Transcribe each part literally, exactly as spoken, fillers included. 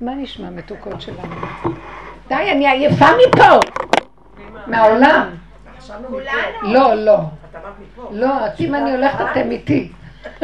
מה נשמע מתוקות שלנו? די, אני עייפה מפה! מהעולם. לא, לא. לא, אם אני הולכת אתם איתי.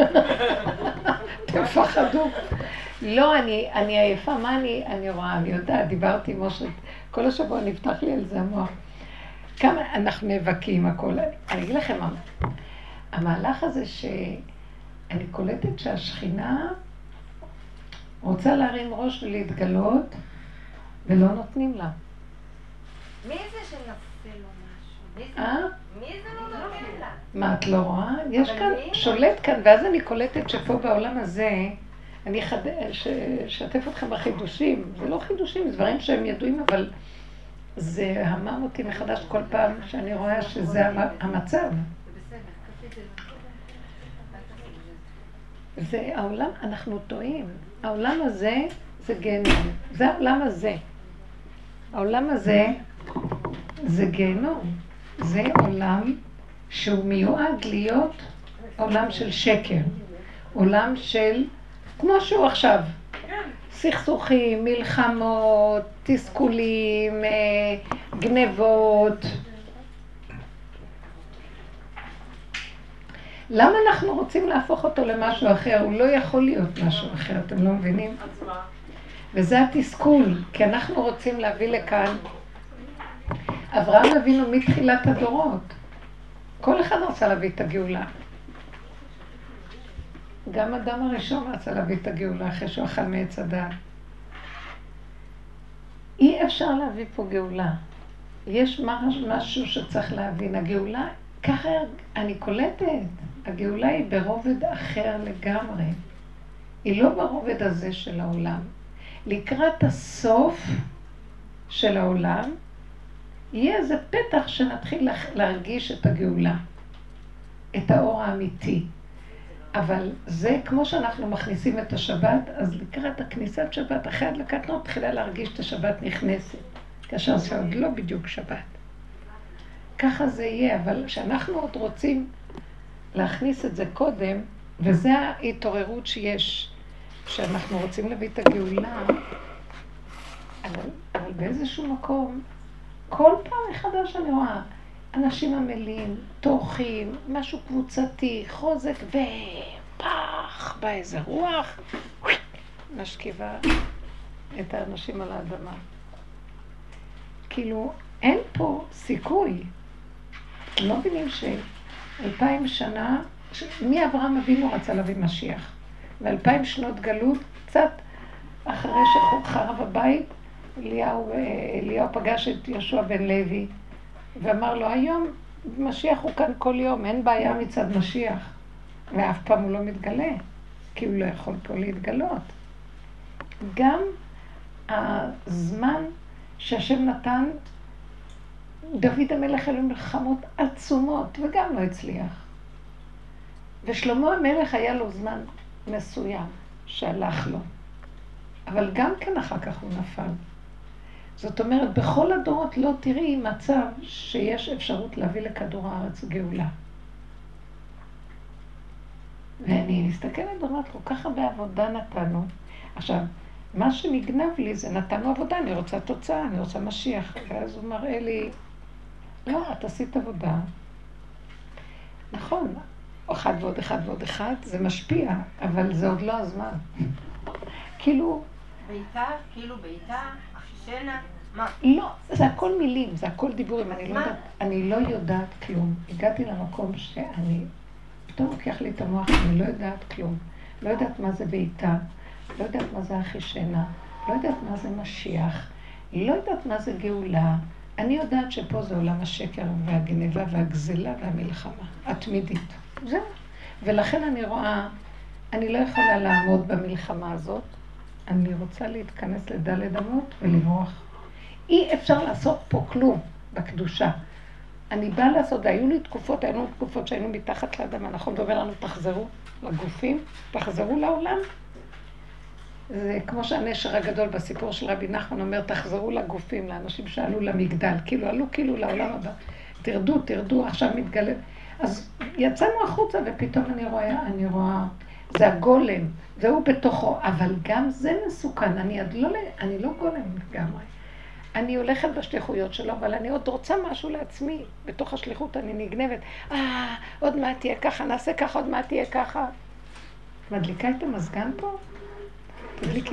תפחדו. לא, אני, אני עייפה, מה אני, אני רואה, אני יודעת, דיברתי עם משה, כל השבוע נפתח לי על זה המוח. כמה אנחנו נאבקים הכל. אני אגיד לכם, המהלך הזה שאני קולטת שהשכינה רוצה להרים ראש ולהתגלות, ולא נותנים לה. מי זה שנפל לו משהו? אה? מי זה לא נותן לה? מה, את לא רואה? יש כאן, שולט כאן, ואז אני קולטת שפה בעולם הזה, אני אשתף אתכם בחידושים. זה לא חידושים, זה דברים שהם ידועים, אבל זה המם אותי מחדש כל פעם שאני רואה שזה המצב. זה העולם, אנחנו טועים. העולם הזה זה גיהנום. זה העולם הזה. העולם הזה זה גיהנום. זה עולם שהוא מיועד להיות עולם של שקר. עולם של, כמו שהוא עכשיו, סכסוכים, מלחמות, תסכולים, גנבות. למה אנחנו רוצים להפוך אותו למשהו אחר? הוא לא יכול להיות משהו אחר, אתם לא מבינים? וזה התסכול, כי אנחנו רוצים להביא לכאן. אברהם אבינו מתחילת הדורות. כל אחד רצה להביא את הגאולה. גם אדם הראשון רצה להביא את הגאולה אחרי שהוא אכל מעץ הדעת. אי אפשר להביא פה גאולה. יש משהו שצריך להבין. הגאולה, ככה אני קולטת. הגאולה היא ברובד אחר לגמרי. היא לא ברובד הזה של העולם. לקראת הסוף של העולם, יהיה איזה פתח שנתחיל להרגיש את הגאולה. את האור האמיתי. אבל זה כמו שאנחנו מכניסים את השבת, אז לקראת הכניסת שבת, אחרי הדלקת נרות, תחילה להרגיש את השבת נכנסת. כאשר זה עוד לא בדיוק שבת. ככה זה יהיה, אבל שאנחנו עוד רוצים להכניס את זה קודם, וזה ההתעוררות שיש, שאנחנו רוצים להביא את הגאולה, אבל, אבל באיזשהו מקום, כל פעם מחדש אני רואה, אנשים עמלים, תורכים, משהו קבוצתי, חוזק ופח, בא איזה רוח, משכיבה את האנשים על האדמה. כאילו, אין פה סיכוי. לא מבינים שאלפיים שנה, מי אברהם אבינו רצה להביא משיח? ואלפיים שנות גלות, קצת אחרי שחרב הבית, אליהו, אליהו פגש את יהושע בן לוי, ואמר לו, היום משיח הוא כאן כל יום, אין בעיה מצד משיח. ואף פעם הוא לא מתגלה, כי הוא לא יכול פה להתגלות. גם הזמן שהשם נתן, דוד המלך היו מלחמות עצומות, וגם לא הצליח. ושלמה המלך היה לו זמן מסוים שהלך לו. אבל גם כן אחר כך הוא נפל. זאת אומרת, בכל הדורות לא תראי מצב שיש אפשרות להביא לכדור הארץ גאולה. ואני מסתכלת ואומרת, כל כך הרבה עבודה נתנו. עכשיו, מה שנגנב לי זה נתנו עבודה, אני רוצה תוצאה, אני רוצה משיח. ואז הוא מראה לי, לא, את עשית עבודה. נכון, אחד ועוד אחד ועוד אחד, זה משפיע, אבל זה עוד לא הזמן. כאילו... ביתה, כאילו ביתה, אחישנה, מה? לא, זה הכל מילים, זה הכל דיבורים, אני לא יודעת, אני לא יודעת כלום. הגעתי למקום שאני, פתאום לוקח לי את המוח, אני לא יודעת כלום. לא יודעת מה זה ביתה, לא יודעת מה זה אחישנה, לא יודעת מה זה משיח, לא יודעת מה זה גאולה. אני יודעת שפה זה עולם השקר והגניבה והגזלה והמלחמה, התמידית. זהו. ולכן אני רואה, אני לא יכולה לעמוד במלחמה הזאת, אני רוצה להתכנס לדלת אמות ולברוח. אי אפשר לעשות פה כלום בקדושה. אני באה לעשות, היו לי תקופות, היו לי תקופות שהיינו מתחת לאדמה, נכון? זה אומר לנו, תחזרו לגופים, תחזרו לעולם. זה כמו שהנשר הגדול בסיפור של רבי נחמן אומר, תחזרו לגופים, לאנשים שעלו למגדל, כאילו עלו כאילו לעולם הבא. תרדו, תרדו, עכשיו מתגלה. אז יצאנו החוצה ופתאום אני רואה, אני רואה, זה הגולם, והוא בתוכו, אבל גם זה מסוכן, אני עוד לא, אני לא גולם לגמרי. אני הולכת בשליחויות שלו, אבל אני עוד רוצה משהו לעצמי. בתוך השליחות אני נגנבת. אה, עוד מעט תהיה ככה, נעשה ככה, עוד מעט תהיה ככה. מדליקה את המזגן פה? תדליקי.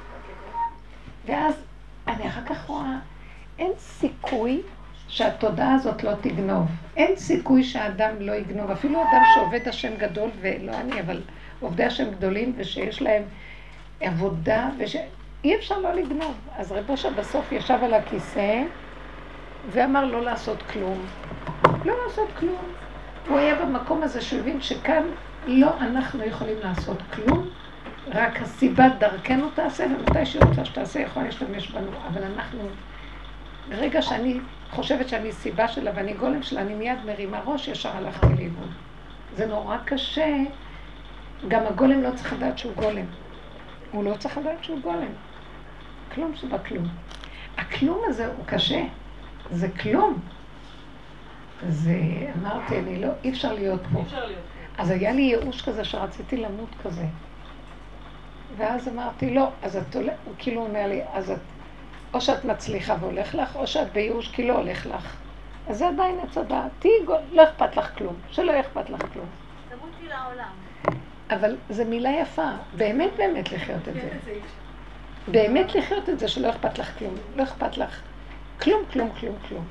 ואז אני אחר כך רואה, אין סיכוי שהתודעה הזאת לא תגנוב. אין סיכוי שהאדם לא יגנוב. אפילו אדם שעובד השם גדול, ולא אני, אבל עובדי השם גדולים, ושיש להם עבודה, וש... אי אפשר לא לגנוב. אז רב אושר בסוף ישב על הכיסא ואמר לא לעשות כלום. לא לעשות כלום. הוא היה במקום הזה שהוא הבין שכאן לא אנחנו יכולים לעשות כלום, רק הסיבה דרכנו תעשה, ומתי שהיא רוצה שתעשה יכול להשתמש בנו. אבל אנחנו, ברגע שאני חושבת שאני סיבה שלה ואני גולם שלה, אני מיד מרימה ראש, ישר הלכתי לאיבוד. זה נורא קשה. גם הגולם לא צריך לדעת שהוא גולם. הוא לא צריך לדעת שהוא גולם. כלום שבא כלום. הכלום הזה הוא קשה. זה כלום. זה, אמרתי, אני לא, אי אפשר להיות פה. אי אפשר להיות פה. אז היה לי ייאוש כזה שרציתי למות כזה. ואז אמרתי, לא, אז את הולך, הוא כאילו אומר לי, אז את, או שאת מצליחה והולך לך, או שאת בייאוש כי לא הולך לך. אז זה עדיין הצדה. תהי גול, לא אכפת לך כלום. שלא אכפת לך כלום. תמותי לעולם. אבל זו מילה יפה. באמת באמת לחיות את זה. באמת לחיות את זה שלא אכפת לך כלום. לא אכפת לך כלום, כלום, כלום, כלום.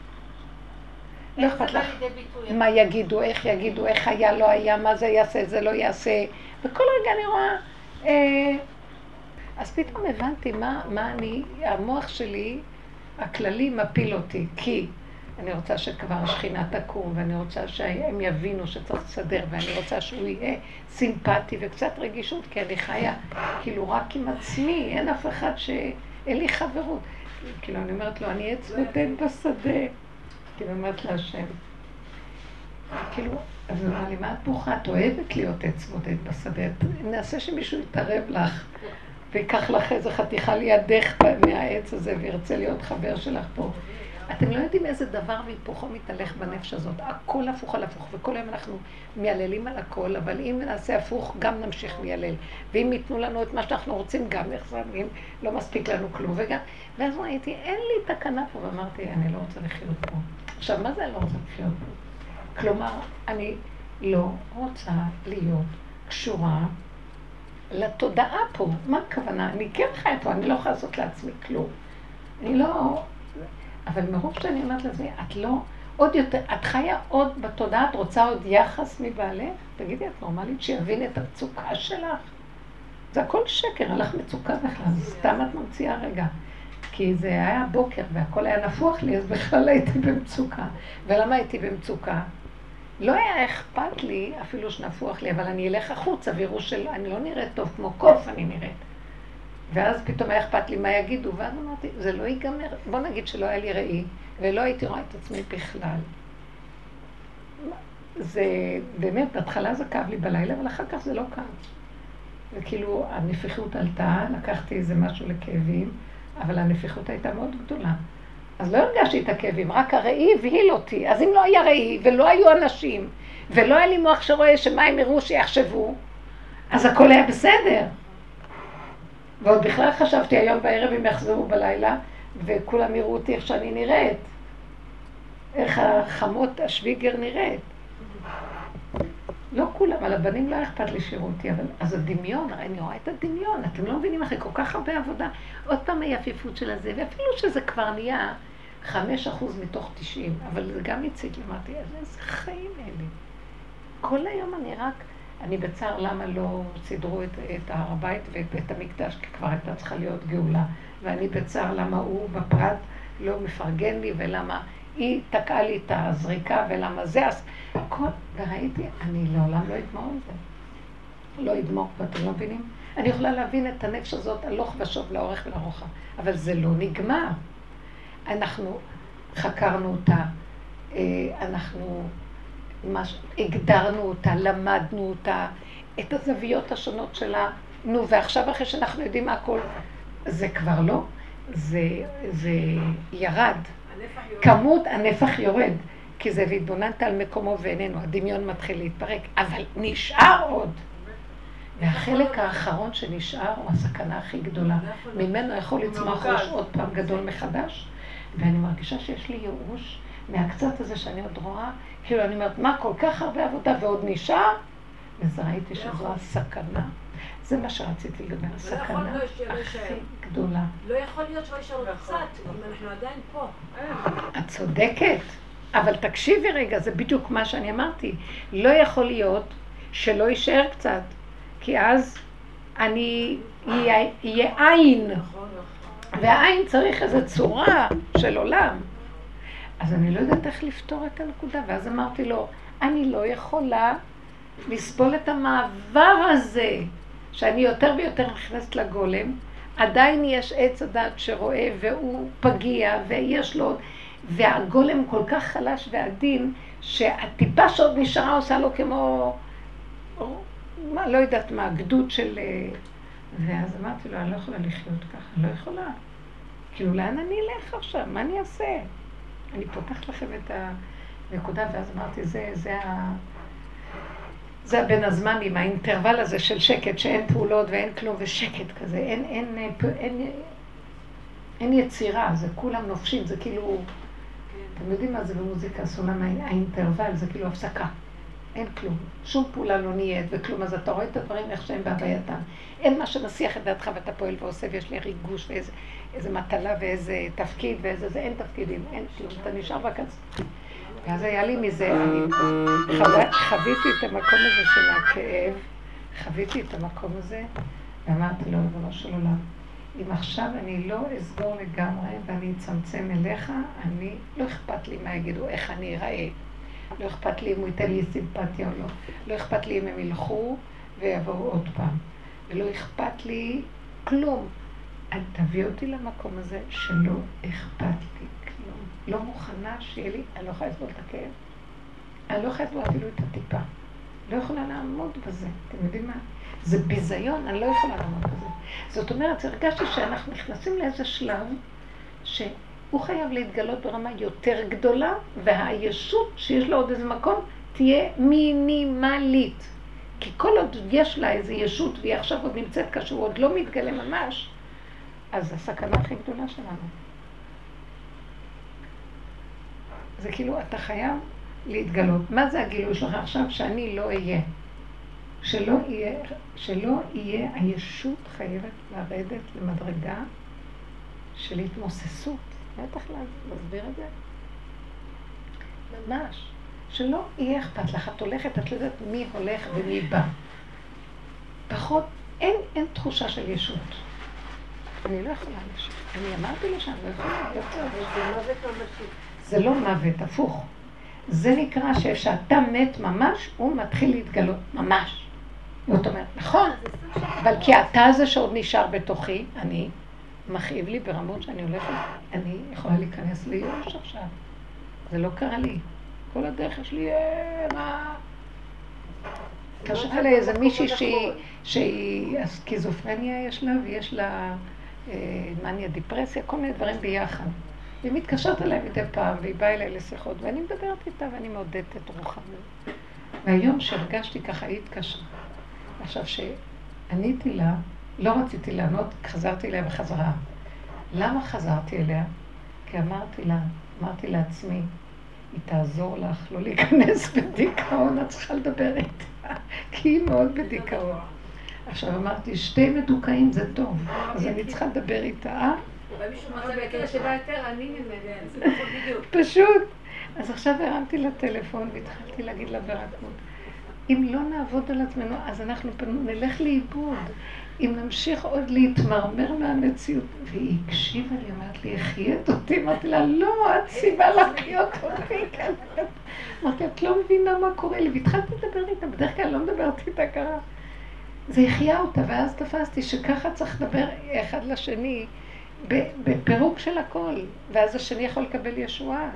לא אכפת לך מה יגידו, איך יגידו, איך היה, לא היה, מה זה יעשה, זה לא יעשה. וכל רגע אני רואה... אה, אז פתאום הבנתי מה, מה אני, המוח שלי, הכללי מפיל אותי. כי אני רוצה שכבר השכינה תקום, ואני רוצה שהם יבינו שצריך לסדר, ואני רוצה שהוא יהיה סימפטי וקצת רגישות, כי אני חיה כאילו רק עם עצמי, אין אף אחד שאין לי חברות. כאילו אני אומרת לו, אני עץ בודד בשדה. כאילו אני אומרת להשם. כאילו, אז הוא אמר לי, מה את בוכה? את אוהבת להיות עץ בודד בשדה. נעשה שמישהו יתערב לך, ויקח לך איזה חתיכה לידך מהעץ הזה, וירצה להיות חבר שלך פה. אתם לא יודעים איזה דבר והיפוכו מתהלך בנפש הזאת. הכל הפוך על הפוך, וכל היום אנחנו מייללים על הכל, אבל אם נעשה הפוך, גם נמשיך מיילל. ואם ייתנו לנו את מה שאנחנו רוצים, גם נחזרים, לא מספיק לנו כלום. וגם, ואז ראיתי, אין לי תקנה פה, ואמרתי, אני לא רוצה לחיות פה. עכשיו, מה זה אני לא רוצה לחיות פה? כלומר, אני לא רוצה להיות קשורה לתודעה פה. מה הכוונה? אני כן חיה פה, אני לא יכולה לעשות לעצמי כלום. אני לא... אבל מרוב שאני אומרת לעצמי, את לא, עוד יותר, את חיה עוד בתודעה, את רוצה עוד יחס מבעלך? תגידי, את נורמלית שיבין את המצוקה שלך? זה הכל שקר, הלך מצוקה בכלל, סתם את ממציאה רגע. כי זה היה בוקר והכל היה נפוח לי, אז בכלל הייתי במצוקה. ולמה הייתי במצוקה? לא היה אכפת לי, אפילו שנפוח לי, אבל אני אלך החוצה, ויראו של, אני לא נראית טוב, כמו קוף אני נראית. ואז פתאום היה אכפת לי מה יגידו, ואז אמרתי, זה לא ייגמר. בוא נגיד שלא היה לי ראי, ולא הייתי רואה את עצמי בכלל. זה באמת, בהתחלה זה כאב לי בלילה, אבל אחר כך זה לא כאב. וכאילו, הנפיחות עלתה, לקחתי איזה משהו לכאבים, אבל הנפיחות הייתה מאוד גדולה. אז לא הרגשתי את הכאבים, רק הראי הבהיל אותי. אז אם לא היה ראי, ולא היו אנשים, ולא היה לי מוח שרואה שמה הם יראו שיחשבו, אז הכל היה בסדר. ועוד בכלל חשבתי היום בערב הם יחזרו בלילה, וכולם יראו אותי איך שאני נראית. איך החמות השוויגר נראית. לא כולם, על הבנים לא אכפת לי שיראו אותי, אבל אז הדמיון, אני רואה את הדמיון, אתם לא מבינים אחרי כל כך הרבה עבודה. עוד פעם היפיפות של הזה, ואפילו שזה כבר נהיה חמש אחוז מתוך תשעים, אבל זה גם הציג, אמרתי, איזה חיים אלה. כל היום אני רק... אני בצער למה לא סידרו את, את הר הבית ואת בית המקדש, כי כבר הייתה צריכה להיות גאולה. ואני בצער למה הוא בפרט לא מפרגן לי, ולמה היא תקעה לי את הזריקה, ולמה זה. אז כל... וראיתי, אני לעולם לא אגמור על זה. לא אגמור, ואתם לא מבינים? אני יכולה להבין את הנפש הזאת הלוך ושוב לאורך ולרוחב, אבל זה לא נגמר. אנחנו חקרנו אותה, אנחנו... ממש הגדרנו אותה, למדנו אותה, את הזוויות השונות שלה, נו, ועכשיו אחרי שאנחנו יודעים הכל, זה כבר לא, זה, זה ירד. כמות הנפח יורד, כי זה והתבוננת על מקומו ואיננו, הדמיון מתחיל להתפרק, אבל נשאר עוד. והחלק האחרון שנשאר הוא הסכנה הכי גדולה. ממנו יכול לצמח ראש עוד פעם גדול מחדש, ואני מרגישה שיש לי ייאוש מהקצת הזה שאני עוד רואה, כאילו אני אומרת, מה כל כך הרבה עבודה ועוד נשאר? וזה ראיתי שזו הסכנה. זה מה שרציתי לדבר, הסכנה הכי גדולה. לא יכול להיות שלא יישאר קצת, אם אנחנו עדיין פה. את צודקת, אבל תקשיבי רגע, זה בדיוק מה שאני אמרתי. לא יכול להיות שלא יישאר קצת, כי אז אני יהיה עין, והעין צריך איזו צורה של עולם. אז אני לא יודעת איך לפתור את הנקודה, ואז אמרתי לו, אני לא יכולה לסבול את המעבר הזה, שאני יותר ויותר נכנסת לגולם, עדיין יש עץ הדת שרואה והוא פגיע ויש לו, והגולם כל כך חלש ועדין, שהטיפה שעוד נשארה עושה לו כמו, מה, לא יודעת מה, גדוד של... ואז אמרתי לו, אני לא יכולה לחיות ככה, אני לא יכולה. כאילו, לאן אני אלך עכשיו? מה אני אעשה? אני פותחת לכם את הנקודה, ואז אמרתי, זה, זה ה... זה בין הזמנים, האינטרוול הזה של שקט, שאין פעולות ואין כלום ושקט כזה, אין, אין, אין, אין, אין יצירה, זה כולם נופשים, זה כאילו, אתם יודעים מה זה במוזיקה, סולם האינטרוול, זה כאילו הפסקה, אין כלום, שום פעולה לא נהיית וכלום, אז אתה רואה את הדברים איך שהם בהווייתם, אין מה שמסיח את דעתך ואתה פועל ועושה ויש לי ריגוש ואיזה איזה מטלה ואיזה תפקיד ואיזה זה, אין תפקידים, אין כלום, אתה נשאר בקצה. ואז היה לי מזה, אני חו... חוויתי את המקום הזה של הכאב, חוויתי את המקום הזה, ואמרתי לו, ריבונו של עולם, אם עכשיו אני לא אסגור לגמרי ואני אצמצם אליך, אני, לא אכפת לי מה יגידו, איך אני אראה, לא אכפת לי אם הוא ייתן לי סימפתיה או לא, לא אכפת לי אם הם ילכו ויבואו עוד פעם, ולא אכפת לי כלום. אל תביא אותי למקום הזה שלא אכפת לי. לא מוכנה שיהיה לי, אני לא יכולה לסבול את הכאב. אני לא יכולה לסבול אפילו את הטיפה. לא יכולה לעמוד בזה. אתם יודעים מה? זה ביזיון, אני לא יכולה לעמוד בזה. זאת אומרת, הרגשתי שאנחנו נכנסים לאיזה שלב שהוא חייב להתגלות ברמה יותר גדולה, והישות שיש לה עוד איזה מקום תהיה מינימלית. כי כל עוד יש לה איזו ישות והיא עכשיו עוד נמצאת כשהוא עוד לא מתגלה ממש, אז הסכנה הכי גדולה שלנו. זה כאילו, אתה חייב להתגלות. מה זה הגילוי שלך עכשיו? שאני לא אהיה. שלא יהיה, שלא יהיה, הישות חייבת לרדת למדרגה של התמוססות. בטח להסביר את זה? ממש. שלא יהיה אכפת לך. את הולכת, את לא יודעת מי הולך ומי בא. פחות, אין, אין תחושה של ישות. אני לא יכולה לשאול. אני אמרתי לו שאני לא יכולה. לא יכולה. זה מוות ממשי. זה לא מוות, הפוך. זה נקרא שכשאתה מת ממש, הוא מתחיל להתגלות ממש. זאת אומרת, נכון, אבל כי אתה הזה שעוד נשאר בתוכי, אני מכאיב לי ברמות שאני הולכת, אני יכולה להיכנס ליוש עכשיו. זה לא קרה לי. כל הדרך יש לי, מה? קשרה לי איזה מישהי שהיא, שהיא הסקיזופרניה יש לה, ויש לה מניה דיפרסיה, כל מיני דברים ביחד. היא מתקשרת אליי מדי פעם, והיא באה אליי לשיחות, ואני מדברת איתה, ואני מעודדת את רוחה. והיום שהרגשתי ככה, היא התקשרה. עכשיו שעניתי לה, לא רציתי לענות, חזרתי אליה בחזרה. למה חזרתי אליה? כי אמרתי לה, אמרתי לעצמי, היא תעזור לך לא להיכנס בדיכאון, את צריכה לדבר איתה, כי היא מאוד בדיכאון. עכשיו אמרתי, שתי מדוכאים זה טוב, אז אני צריכה לדבר איתה, אה? ומישהו מצא בקטע שבא יותר עני ממני, זה נכון בדיוק. פשוט. אז עכשיו הרמתי לטלפון והתחלתי להגיד לה ברכות. אם לא נעבוד על עצמנו, אז אנחנו נלך לאיבוד. אם נמשיך עוד להתמרמר מהמציאות. והיא הקשיבה לי, אמרת לי, החיית אותי. אמרתי לה, לא, את סיבה לחיות אותי. אמרתי, את לא מבינה מה קורה לי. והתחלתי לדבר איתה, בדרך כלל לא מדברת איתה ככה. זה החיה אותה, ואז תפסתי שככה צריך לדבר אחד לשני. בפירוק של הכל, ואז השני יכול לקבל ישועה.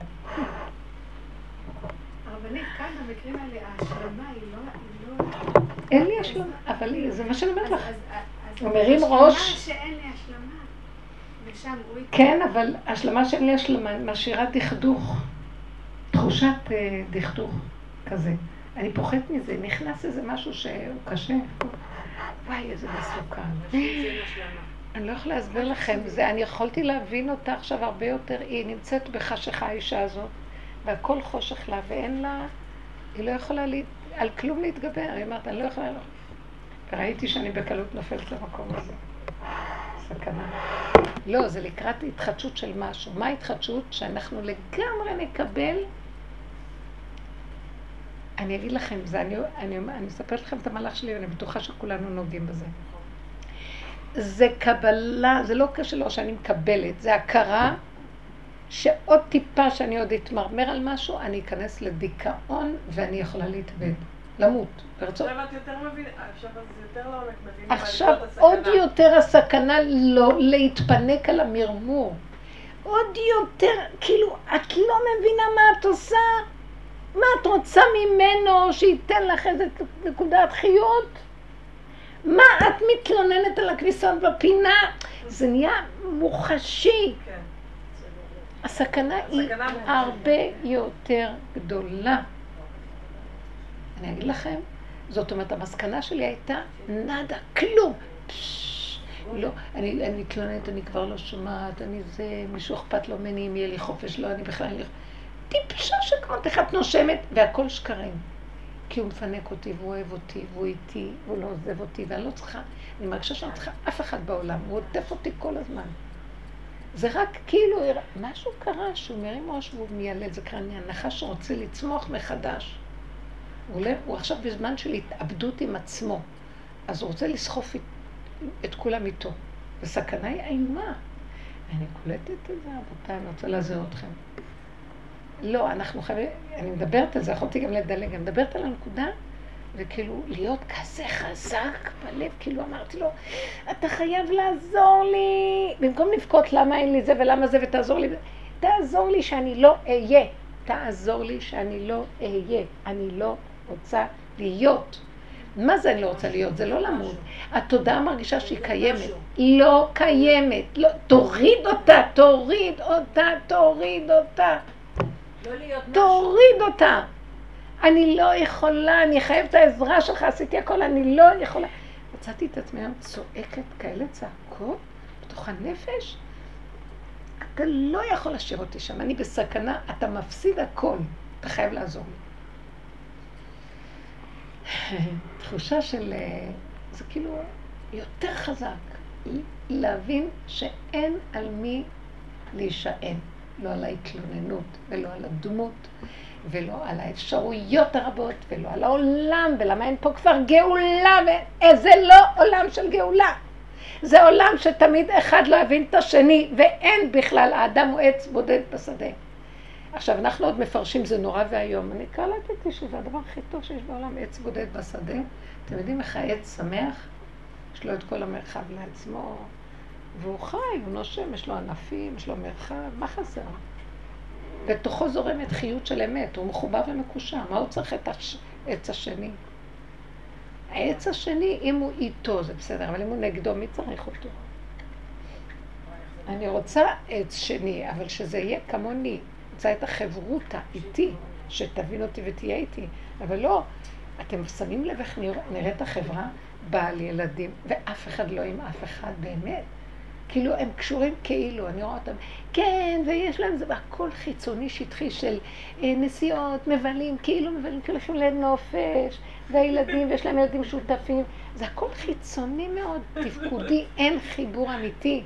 הרבנית, כאן במקרים האלה, ההשלמה היא לא... אין לי השלמה, אבל זה מה שאני אומרת לך. הוא מרים ראש... השלמה שאין לי השלמה. ושם הוא... כן, אבל השלמה שאין לי השלמה, משאירה דכדוך. תחושת דכדוך כזה. אני פוחדת מזה, נכנס איזה משהו שהוא קשה. וואי, איזה מסוכן. אני לא יכולה להסביר לכם, זה, אני יכולתי להבין אותה עכשיו הרבה יותר. היא נמצאת בחשיכה האישה הזאת, והכל חושך לה, ואין לה, היא לא יכולה לה, על כלום להתגבר. היא אומרת, אני לא יכולה... וראיתי שאני בקלות נופלת למקום הזה. סכנה. לא, זה לקראת התחדשות של משהו. מה ההתחדשות? שאנחנו לגמרי נקבל... אני אגיד לכם, זה, אני, אני, אני אספר לכם את המהלך שלי, ואני בטוחה שכולנו נוגעים בזה. זה קבלה, זה לא כשלא שאני מקבלת, זה הכרה שעוד טיפה שאני עוד אתמרמר על משהו, אני אכנס לדיכאון ואני יכולה להתאבד, למות, ברצות. עכשיו את יותר מבינה, עכשיו זה יותר לעומק מבינה. עכשיו עוד יותר הסכנה לא להתפנק על המרמור. עוד יותר, כאילו, את לא מבינה מה את עושה? מה את רוצה ממנו שייתן לך איזה נקודת חיות? מה את מתלוננת על הכביסות בפינה? זה נהיה מוחשי. הסכנה היא הרבה יותר גדולה. אני אגיד לכם, זאת אומרת, המסקנה שלי הייתה נדה, כלום. לא, אני מתלוננת, אני כבר לא שומעת, אני זה, מישהו אכפת לו ממני, אם יהיה לי חופש, לא, אני בכלל לא... טיפשה שכמו תחת נושמת, והכל שקרים. כי הוא מפנק אותי, והוא אוהב אותי, והוא איתי, והוא לא עוזב אותי, ואני לא צריכה, אני מרגישה שאני צריכה אף אחד בעולם, הוא עוטף אותי כל הזמן. זה רק כאילו, משהו קרה שהוא מרים ראש והוא מיילל, זה קרה מהנחש שרוצה לצמוח מחדש. הוא, לא, הוא עכשיו בזמן של התאבדות עם עצמו, אז הוא רוצה לסחוף את, את כולם איתו. וסכנה היא איומה. אני קולטת את זה, רבותיי, אני רוצה לעזור אתכם. לא, אנחנו חייבים, אני מדברת על זה, יכולתי גם לדלג, אני מדברת על הנקודה, וכאילו להיות כזה חזק בלב, כאילו אמרתי לו, אתה חייב לעזור לי, במקום לבכות למה אין לי זה ולמה זה ותעזור לי, תעזור לי שאני לא אהיה, תעזור לי שאני לא אהיה, אני לא רוצה להיות. מה זה אני לא רוצה להיות? זה לא למות. התודעה מרגישה שהיא קיימת. לא קיימת. לא, תוריד אותה, תוריד אותה, תוריד אותה. תוריד אותה. אני לא יכולה, אני חייבת את העזרה שלך, עשיתי הכל, אני לא יכולה. מצאתי את עצמי צועקת כאלה צעקות בתוך הנפש. אתה לא יכול להשאיר אותי שם, אני בסכנה, אתה מפסיד הכל, אתה חייב לעזור לי. תחושה של, זה כאילו יותר חזק, להבין שאין על מי להישען, לא על ההתלוננות ולא על הדמות ולא על האפשרויות הרבות ולא על העולם, ולמה אין פה כבר גאולה, וזה לא עולם של גאולה. זה עולם שתמיד אחד לא יבין את השני, ואין בכלל, האדם הוא עץ בודד בשדה. עכשיו, אנחנו עוד מפרשים, זה נורא והיום. אני קלטתי שזה הדבר הכי טוב שיש בעולם, עץ בודד בשדה. אתם יודעים איך העץ שמח? יש לו את כל המרחב לעצמו, והוא חי, הוא נושם, יש לו ענפים, יש לו מרחב, מה חסר? בתוכו זורמת חיות של אמת, הוא מחובר ומקושר. מה הוא צריך את העץ השני? העץ השני, אם הוא איתו, זה בסדר, אבל אם הוא נגדו, מי צריך אותו? אני רוצה עץ שני, אבל שזה יהיה כמוני. רוצה את החברותה איתי, שתבין אותי ותהיה איתי. אבל לא, אתם שמים לב איך נראית החברה, בעל ילדים, ואף אחד לא עם אף אחד באמת. כאילו הם קשורים כאילו, אני רואה אותם, כן, ויש להם זה, הכל חיצוני שטחי של נסיעות, מבלים, כאילו מבלים, כאילו הולכים לנופש, והילדים, ויש להם ילדים שותפים, זה הכל חיצוני מאוד, תפקודי, אין חיבור אמיתי.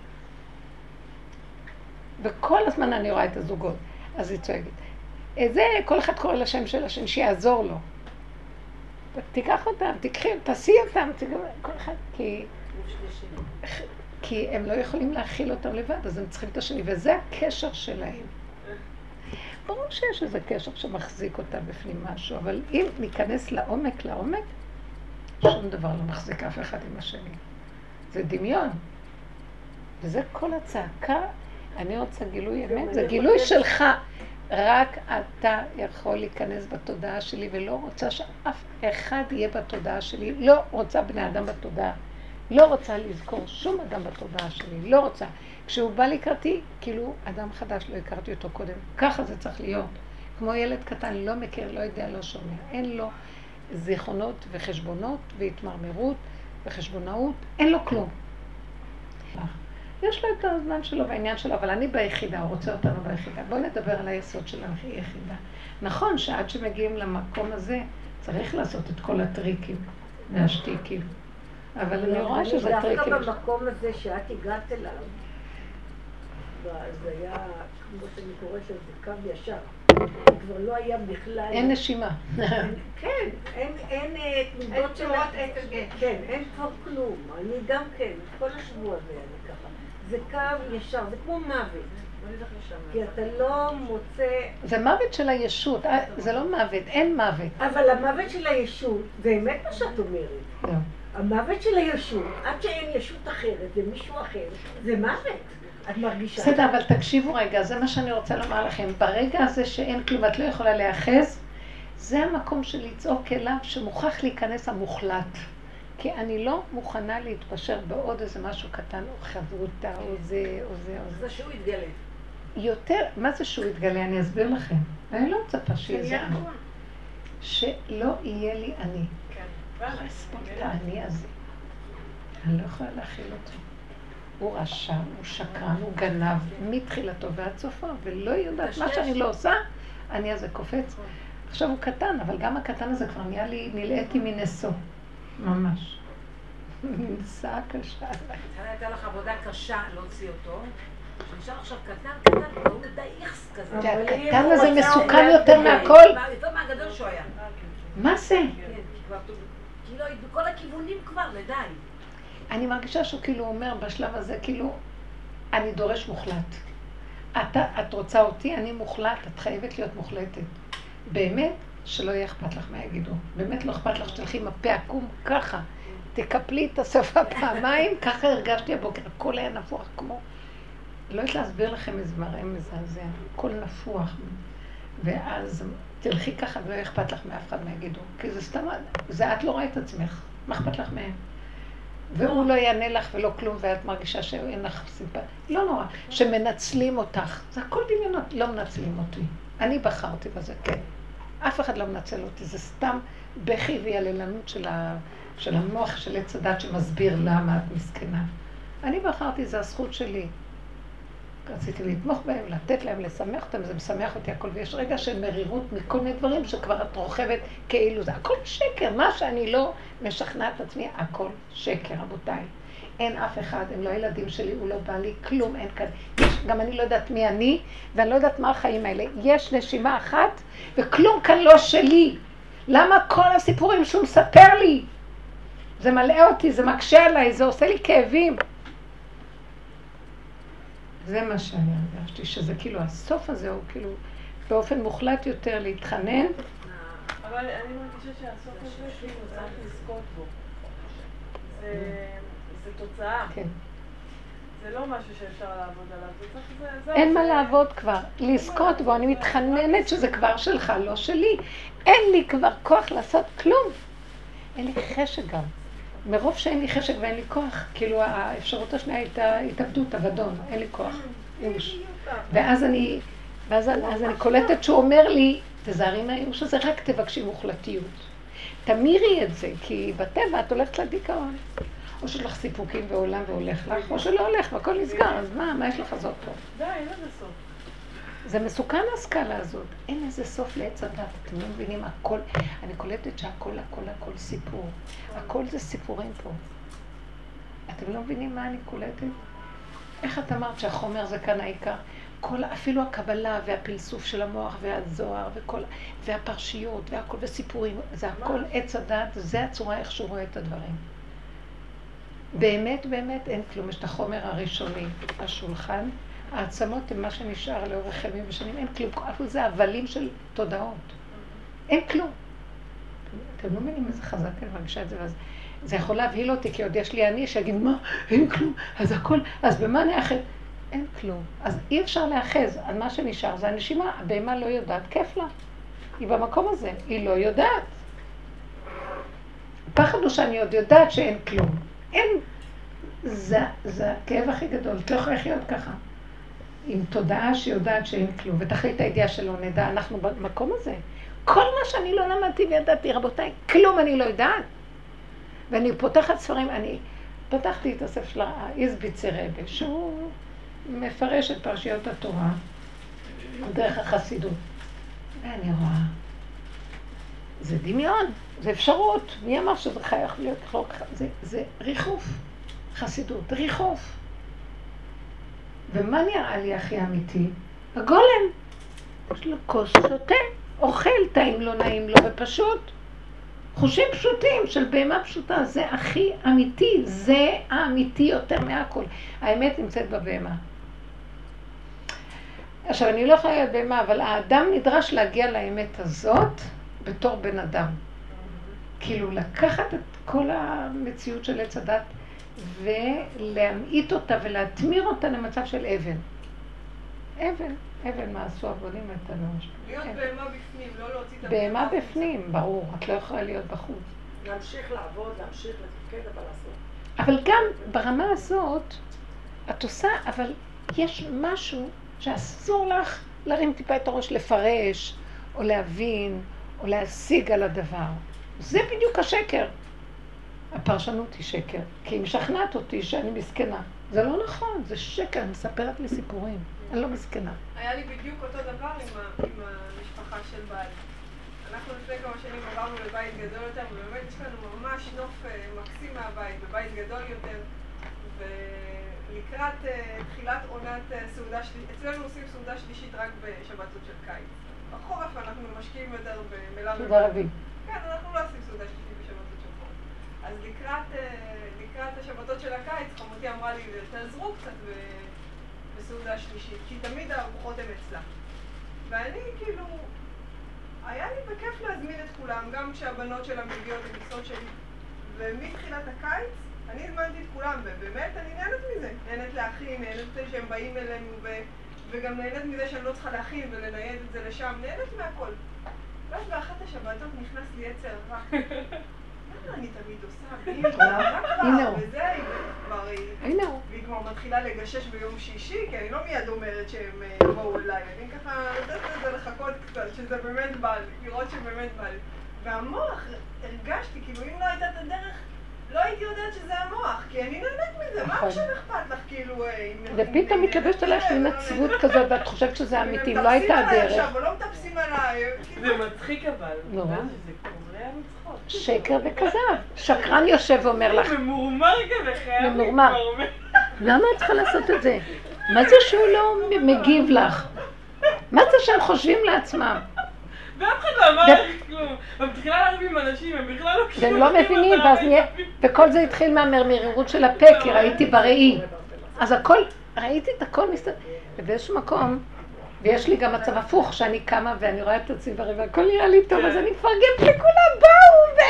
וכל הזמן אני רואה את הזוגות, אז היא צועקת. זה, כל אחד קורא לשם של השם, שיעזור לו. תיקח אותם, תקחי, תעשי אותם, כל אחד, כי... כי הם לא יכולים להכיל אותם לבד, אז הם צריכים את השני, וזה הקשר שלהם. ברור שיש איזה קשר שמחזיק אותם בפנים משהו, אבל אם ניכנס לעומק, לעומק, שום דבר לא מחזיק אף אחד עם השני. זה דמיון. וזה כל הצעקה, אני רוצה גילוי אמת, זה גילוי שלך. רק אתה יכול להיכנס בתודעה שלי, ולא רוצה שאף אחד יהיה בתודעה שלי, לא רוצה בני אדם בתודעה. לא רוצה לזכור שום אדם בתודעה שלי, לא רוצה. כשהוא בא לקראתי, כאילו אדם חדש, לא הכרתי אותו קודם. ככה זה צריך להיות. כמו ילד קטן, לא מכיר, לא יודע, לא שומע. אין לו זיכרונות וחשבונות והתמרמרות וחשבונאות, אין לו כלום. יש לו את הזמן שלו והעניין שלו, אבל אני ביחידה, הוא רוצה אותנו ביחידה. בואו נדבר על היסוד של היחידה. נכון שעד שמגיעים למקום הזה, צריך לעשות את כל הטריקים והשטיקים. אבל אני רואה שזה טריקים. דווקא במקום הזה שאת הגעת אליו, זה היה, כמו שאני קוראת לזה, קו ישר. כבר לא היה בכלל... אין נשימה. כן, אין תנודות של... כן, אין כבר כלום. אני גם כן, כל השבוע הזה אני ככה. זה קו ישר, זה כמו מוות. כי אתה לא מוצא... זה מוות של הישות, זה לא מוות, אין מוות. אבל המוות של הישות, זה אמת מה שאת אומרת. המוות של הישות, עד שאין ישות אחרת ומישהו אחר, זה מוות. את מרגישה... בסדר, אבל תקשיבו רגע, זה מה שאני רוצה לומר לכם. ברגע הזה שאין כלום, את לא יכולה להיאחז, זה המקום של לצעוק אליו שמוכרח להיכנס המוחלט. כי אני לא מוכנה להתפשר בעוד איזה משהו קטן, או חברותה, או זה, או זה, או זה. זה שהוא יתגלה. יותר, מה זה שהוא יתגלה? אני אסביר לכם. אני לא מצפה שיהיה זה אני. שלא יהיה לי אני. כן. לא אספור את האני הזה. אני לא יכולה להכיל אותו. הוא רשע, הוא שקרן, הוא גנב, מתחילתו ועד סופו, ולא יודעת מה שאני לא עושה, אני הזה קופץ. עכשיו הוא קטן, אבל גם הקטן הזה כבר נהיה לי, נלאיתי מנסו. ממש. ננסה קשה. הייתה לך עבודה קשה להוציא אותו, שנשאר עכשיו קטן, קטן, והוא די איכס כזה. הקטן הזה מסוכן יותר מהכל. יותר מהגדול שהוא היה. מה זה? כאילו, בכל הכיוונים כבר, ודי. אני מרגישה שהוא כאילו אומר בשלב הזה, כאילו, אני דורש מוחלט. אתה, את רוצה אותי, אני מוחלט, את חייבת להיות מוחלטת. באמת שלא יהיה אכפת לך מה יגידו. באמת לא אכפת לך שתלכי עם הפה עקום ככה. תקפלי את השפה פעמיים, ככה הרגשתי הבוקר. הכל היה נפוח כמו... לא יודעת להסביר לכם איזה מראה מזעזע. הכל נפוח. ואז תלכי ככה ולא יהיה אכפת לך מאף אחד מה יגידו. כי זה סתם, זה את לא רואה את עצמך. מה אכפת לך מהם? והוא לא יענה לך ולא כלום, ואת מרגישה שאין לך סימפתיה. לא נורא, שמנצלים אותך. זה הכל דמיונות, לא מנצלים אותי. אני בחרתי בזה, כן. אף אחד לא מנצל אותי, זה סתם בכי ויללנות של, ה... של המוח של עץ הדת שמסביר למה את מסכנה. אני בחרתי, זה הזכות שלי. רציתי לתמוך בהם, לתת להם, לשמח אותם, זה משמח אותי הכל, ויש רגע של מרירות מכל מיני דברים שכבר את רוכבת כאילו זה, הכל שקר, מה שאני לא משכנעת את עצמי, הכל שקר, רבותיי. אין אף אחד, הם לא הילדים שלי, הוא לא בא לי, כלום אין כאן. יש, גם אני לא יודעת מי אני, ואני לא יודעת מה החיים האלה. יש נשימה אחת, וכלום כאן לא שלי. למה כל הסיפורים שהוא מספר לי? זה מלא אותי, זה מקשה עליי, זה עושה לי כאבים. זה מה שאני הרגשתי, שזה כאילו, הסוף הזה הוא כאילו באופן מוחלט יותר להתחנן. אבל אני מרגישה שהסוף הזה כאילו צריך לזכות בו. זה, זה תוצאה. כן. זה לא משהו שאפשר לעבוד עליו, זה צריך, זה, זה... אין מה לעבוד כבר, לזכות בו, אני מתחננת שזה כבר שלך, לא שלי. אין לי כבר כוח לעשות כלום. אין לי חשק גם. מרוב שאין לי חשק ואין לי כוח, כאילו האפשרות השנייה הייתה התאבדות, אבדון, אין לי כוח. ואז אני, ואז אז אני קולטת שהוא אומר לי, תזהרי מהייאוש הזה, רק תבקשי מוחלטיות. תמירי את זה, כי בטבע את הולכת לדיכאון. או שיש לך סיפוקים ועולם והולך לך, או שלא הולך והכל נסגר, אז מה, מה יש לך זאת פה? די, אין לזה סוף. זה מסוכן הסקאלה הזאת, אין איזה סוף לעץ הדת, אתם לא מבינים הכל, אני קולטת שהכל, הכל, הכל סיפור, הכל זה סיפורים פה. אתם לא מבינים מה אני קולטת? איך את אמרת שהחומר זה כאן העיקר? כל, אפילו הקבלה והפלסוף של המוח והזוהר וכל, והפרשיות והכל וסיפורים, זה הכל עץ הדת, זה הצורה איך שהוא רואה את הדברים. באמת, באמת אין כלום, יש את החומר הראשוני, השולחן, העצמות הן מה שנשאר לאורך ימים ושנים, אין כלום, אפילו זה הבלים של תודעות. אין כלום. אתם לא מבינים איזה חזק, אני מרגישה את זה, ואז זה יכול להבהיל אותי, כי עוד יש לי אני שיגיד, מה, אין כלום, אז הכל, אז במה נאחד? אין כלום. אז אי אפשר לאחז על מה שנשאר, זה הנשימה, הבהמה לא יודעת, כיף לה. היא במקום הזה, היא לא יודעת. פחד הוא שאני עוד יודעת שאין כלום. אין, זה, זה הכאב הכי גדול, את לא יכולה לחיות ככה. עם תודעה שיודעת שאין כלום, ותחליט הידיעה שלא נדע, אנחנו במקום הזה. כל מה שאני לא למדתי וידעתי, רבותיי, כלום אני לא יודעת. ואני פותחת ספרים, אני פתחתי את הספר של האיזביצר רבי, שהוא מפרש את פרשיות התורה דרך החסידות. ואני רואה, זה דמיון, זה אפשרות. מי אמר שזה חייב להיות חוק? זה, זה ריחוף, חסידות, ריחוף. ומה נראה לי הכי אמיתי? הגולם. יש לו כוס שותה, אוכל, טעים לא נעים לו ופשוט. חושים פשוטים של בהמה פשוטה, זה הכי אמיתי, זה האמיתי יותר מהכל. האמת נמצאת בבהמה. עכשיו, אני לא יכולה להיות בהמה, אבל האדם נדרש להגיע לאמת הזאת בתור בן אדם. כאילו, לקחת את כל המציאות של עץ הדת ולהמעיט אותה ולהתמיר אותה למצב של אבן. אבן, אבן מה עשו עבודים את הנוש. להיות בהמה בפנים, לא להוציא את הבהמה. בהמה בפנים, ברור, את לא יכולה להיות בחוץ. להמשיך לעבוד, להמשיך לתפקד, אבל לעשות. אבל גם ברמה הזאת, את עושה, אבל יש משהו שאסור לך להרים טיפה את הראש, לפרש, או להבין, או להשיג על הדבר. זה בדיוק השקר. הפרשנות היא שקר, כי היא משכנעת אותי שאני מסכנה. זה לא נכון, זה שקר, אני מספרת לי סיפורים. אני לא מסכנה. היה לי בדיוק אותו דבר עם, ה, עם המשפחה של בעלי. אנחנו לפני כמה שנים עברנו לבית גדול יותר, ובאמת יש לנו ממש נוף uh, מקסים מהבית, בבית גדול יותר. ולקראת uh, תחילת עונת uh, סעודה שלישית, אצלנו עושים סעודה שלישית רק בשבתות של קיץ. בחורף אנחנו משקיעים יותר במלאר. תודה רבי. כן, אנחנו לא עושים סעודה שלישית בשבתות של חורף. אז לקראת, uh, לקראת השבתות של הקיץ, חמותי אמרה לי, תעזרו קצת ו... בסעודה שלישית, כי תמיד הארוחות הן אצלה. ואני כאילו, היה לי בכיף להזמין את כולם, גם כשהבנות שלה מגיעות לטיסות שלי. ומתחילת הקיץ, אני הזמנתי את כולם, ובאמת אני נהנית מזה. נהנית להכין, נהנית מזה שהם באים אלינו, ו... וגם נהנית מזה שאני לא צריכה להכין ולנייד את זה לשם, נהנית מהכל. ואז באחת השבתות נכנס לי יצר רע. מה אני תמיד עושה? והיא כבר, וזה, היא כבר מתחילה לגשש ביום שישי, כי אני לא מיד אומרת שהם יבואו אליי, אני ככה נותנת לזה לחכות קצת, שזה באמת בא לי, לראות שבאמת בא לי. והמוח, הרגשתי, כאילו אם לא הייתה את הדרך, לא הייתי יודעת שזה המוח, כי אני נהנית מזה, מה עכשיו אכפת לך, כאילו... ופתאום מתלבשת עליך לנצבות כזאת, ואת חושבת שזה אמיתי, לא הייתה הדרך. עכשיו, לא מטפסים עליי. זה מצחיק אבל. נורא. זה קורע מצחוק. שקר וכזב. שקרן יושב ואומר לך. ממורמר כזה חייב. ממורמר. למה את צריכה לעשות את זה? מה זה שהוא לא מגיב לך? מה זה שהם חושבים לעצמם? ואף אחד לא אמר לך כלום. ומתחילה להרב עם אנשים, הם בכלל לא קשורים. והם לא מבינים, ואז נהיה... וכל זה התחיל מהמרירות של הפה, כי ראיתי בראי. אז הכל, ראיתי את הכל מסתכל. ובאיזשהו מקום, ויש לי גם מצב הפוך, שאני קמה ואני רואה את עצמי ברבע, הכל נראה לי טוב, אז אני מפרגנת לכולם, באו,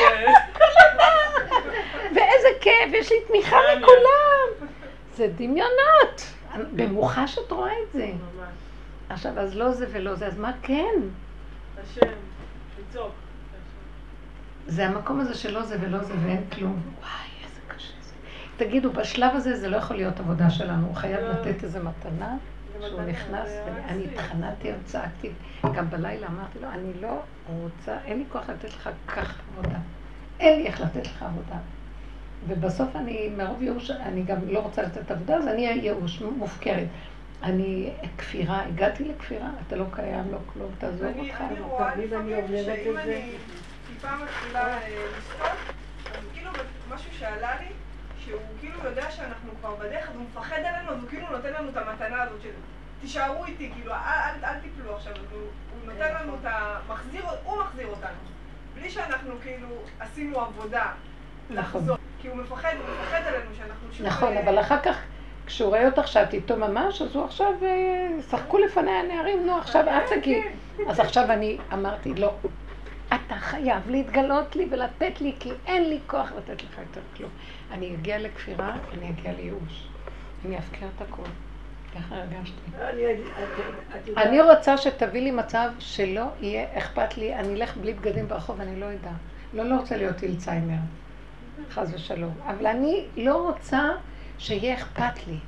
ואיזה כיף, יש לי תמיכה מכולם. זה דמיונות. במוחש את רואה את זה. עכשיו, אז לא זה ולא זה, אז מה כן? השם, לצעוק. זה המקום הזה שלא זה ולא זה ואין כלום. וואי, איזה קשה זה. תגידו, בשלב הזה זה לא יכול להיות עבודה שלנו, הוא חייב לתת איזו מתנה. שהוא נכנס, ואני התחננתי, צעקתי, גם בלילה אמרתי לו, אני לא רוצה, אין לי כוח לתת לך כך עבודה. אין לי איך לתת לך עבודה. ובסוף אני, מרוב ייאוש, אני גם לא רוצה לתת עבודה, אז אני אהיה ייאוש, מופקרת. אני כפירה, הגעתי לכפירה, אתה לא קיים, לא כלום, תעזור אותך. אני רואה לפעמים שאם אני טיפה מתחילה לסטות, אז כאילו משהו שעלה לי, שהוא כאילו יודע שאנחנו כבר בדרך, אז הוא מפחד עלינו, אז הוא כאילו נותן לנו את המתנה הזאת של תישארו איתי, כאילו, אל, אל, אל תיפלו עכשיו, הוא, הוא נותן לנו את המחזיר, הוא מחזיר אותנו, בלי שאנחנו כאילו עשינו עבודה לחזור, כי הוא מפחד, הוא מפחד עלינו שאנחנו שוב... נכון, אבל אחר כך, כשהוא רואה אותך שאת איתו ממש, אז הוא עכשיו, שחקו לפני הנערים, נו עכשיו את תגיד. אז עכשיו אני אמרתי, לא, אתה חייב להתגלות לי ולתת לי, כי אין לי כוח לתת לך יותר כלום. אני אגיע לכפירה, אני אגיע לייאוש. אני אפקר את הכל. ככה הרגשתי. אני רוצה שתביא לי מצב שלא יהיה אכפת לי, אני אלך בלי בגדים ברחוב, אני לא יודע. לא, לא רוצה להיות אלצהיימר, חס ושלום. אבל אני לא רוצה שיהיה אכפת לי.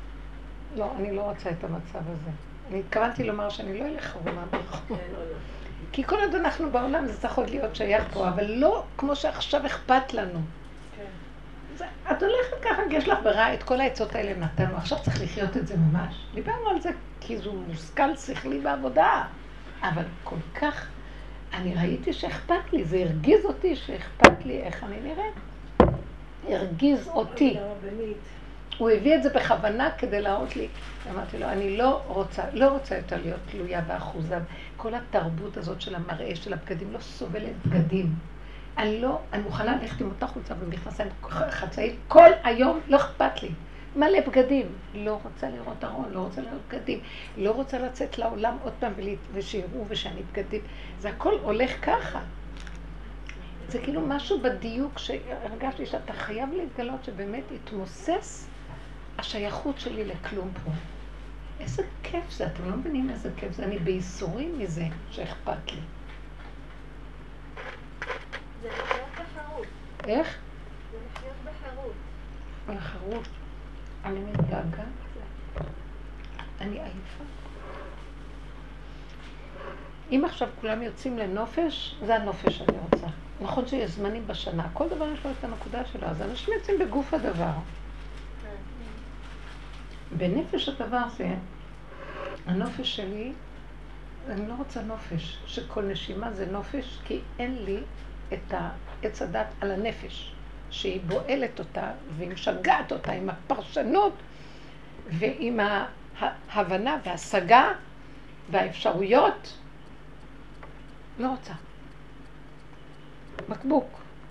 לא, אני לא רוצה את המצב הזה. אני התכוונתי לומר שאני לא אלך חרומה ברחוב. כי כל עוד אנחנו בעולם זה צריך עוד להיות שייך פה, אבל לא כמו שעכשיו אכפת לנו. זה, את הולכת ככה, יש לך ברע, את כל העצות האלה נתנו, עכשיו צריך לחיות את זה ממש. דיברנו על זה כי זו מושכל שכלי בעבודה, אבל כל כך, אני ראיתי שאכפת לי, זה הרגיז אותי שאכפת לי איך אני נראית. הרגיז אותי. הוא הביא את זה בכוונה כדי להראות לי. אמרתי לו, אני לא רוצה, לא רוצה יותר להיות תלויה באחוזה. כל התרבות הזאת של המראה, של הבגדים, לא סובלת בגדים. אני לא, אני מוכנה ללכת עם אותה חולצה במכנסיים חצאית, כל היום לא אכפת לי. מלא בגדים. לא רוצה לראות ארון, לא רוצה לראות בגדים. לא רוצה לצאת לעולם עוד פעם ושיראו ושאני בגדים. זה הכל הולך ככה. זה כאילו משהו בדיוק שהרגשתי שאתה חייב להתגלות שבאמת התמוסס השייכות שלי לכלום פה. איזה כיף זה, אתם לא מבינים איזה כיף זה, אני בייסורים מזה שאכפת לי. זה לחיות בחירות. איך? זה לחיות בחירות. בחירות. אני מתגעגעת. אני עייפה. אם עכשיו כולם יוצאים לנופש, זה הנופש שאני רוצה. נכון שיש זמנים בשנה, כל דבר יש לו את הנקודה שלו, אז אנשים יוצאים בגוף הדבר. בנפש הדבר זה, הנופש שלי, אני לא רוצה נופש, שכל נשימה זה נופש, כי אין לי את העץ הדת על הנפש, שהיא בועלת אותה, והיא משגעת אותה עם הפרשנות, ועם ההבנה וההשגה והאפשרויות. לא רוצה. מקבוק.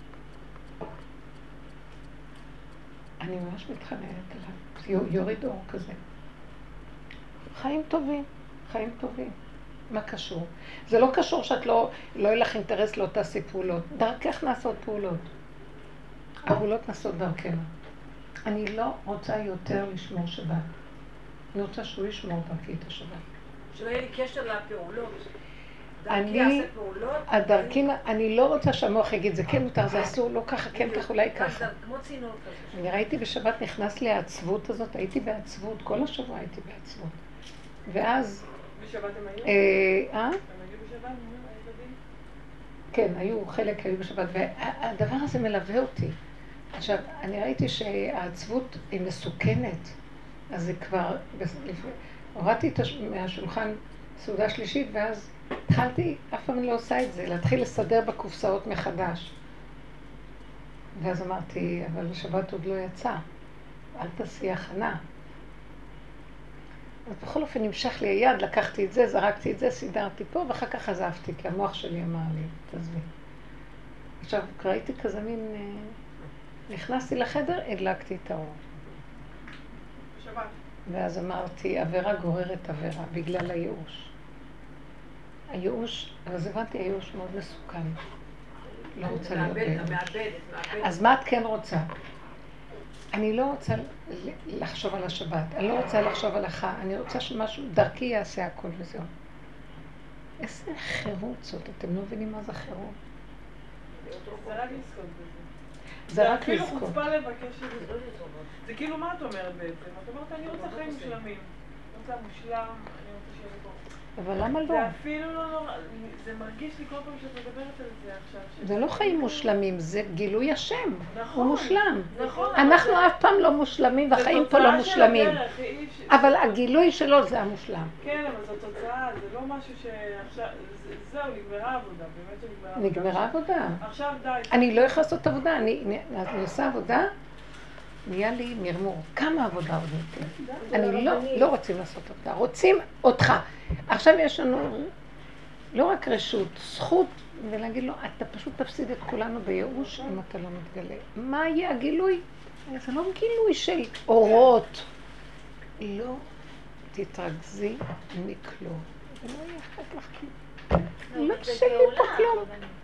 אני ממש מתחננת אליו. יוריד אור כזה. חיים טובים. חיים טובים. מה קשור? זה לא קשור שאת לא, לא יהיה לך אינטרס לא תעשי פעולות. דרכך נעשות פעולות. הפעולות נעשות דרכנו. אני לא רוצה יותר לשמור שבת. אני רוצה שהוא ישמור דרכי את השבת. שלא יהיה לי קשר לפעולות. אני, הדרכין, אני לא רוצה שהמוח יגיד, זה כן מותר, זה אסור, לא ככה, כן ככה, אולי ככה. כמו צינור כזה. אני ראיתי בשבת נכנס לי העצבות הזאת, הייתי בעצבות, כל השבוע הייתי בעצבות. ואז... בשבת הם היו? אה? הם היו בשבת, הילדים? כן, היו, חלק היו בשבת, והדבר הזה מלווה אותי. עכשיו, אני ראיתי שהעצבות היא מסוכנת, אז זה כבר... הורדתי מהשולחן סעודה שלישית, ואז התחלתי, אף פעם לא עושה את זה, להתחיל לסדר בקופסאות מחדש. ואז אמרתי, אבל השבת עוד לא יצא, אל תעשי הכנה. אז בכל אופן נמשך לי היד, לקחתי את זה, זרקתי את זה, סידרתי פה, ואחר כך עזבתי, כי המוח שלי אמר לי, תעזבי. עכשיו, ראיתי כזה מין... נכנסתי לחדר, הדלקתי את האור. בשבת. ואז אמרתי, עבירה גוררת עבירה, בגלל הייאוש. הייאוש, אז הבנתי, הייאוש מאוד מסוכן. לא רוצה להיות בייאוש. אז מה את כן רוצה? אני לא רוצה לחשוב על השבת, אני לא רוצה לחשוב על החג, אני רוצה שמשהו דרכי יעשה הכל וזהו. איזה חירות זאת, אתם לא מבינים מה זה חירות? זה רק לזכות בזה. זה רק אפילו לזכות. חוצפה לבקש את זה. זה כאילו מה את אומרת בעצם? את אומרת, אני רוצה חיים מושלמים. אני רוצה מושלם, אני רוצה שיהיה לי פה. אבל למה לא? זה אפילו לא נורא, זה מרגיש לי כל פעם שאת מדברת על זה עכשיו. זה לא חיים מושלמים, זה גילוי השם. נכון. הוא מושלם. נכון. אנחנו אף פעם לא מושלמים והחיים פה לא מושלמים. אבל הגילוי שלו זה המושלם. כן, אבל זו תוצאה, זה לא משהו שעכשיו, זהו, נגמרה עבודה, באמת שנגמרה עבודה. נגמרה עבודה. עכשיו די. אני לא יכולה לעשות עבודה, אני עושה עבודה, נהיה לי מרמור. כמה עבודה עוד יותר? אני לא, לא רוצים לעשות עבודה, רוצים אותך. עכשיו יש לנו לא רק רשות, זכות, ולהגיד לו, אתה פשוט תפסיד את כולנו בייאוש אם אתה לא מתגלה. מה יהיה הגילוי? זה לא גילוי של אורות. לא תתרכזי מכלום. זה לא יהיה אכפת לך כלום. לא שלי פה כלום.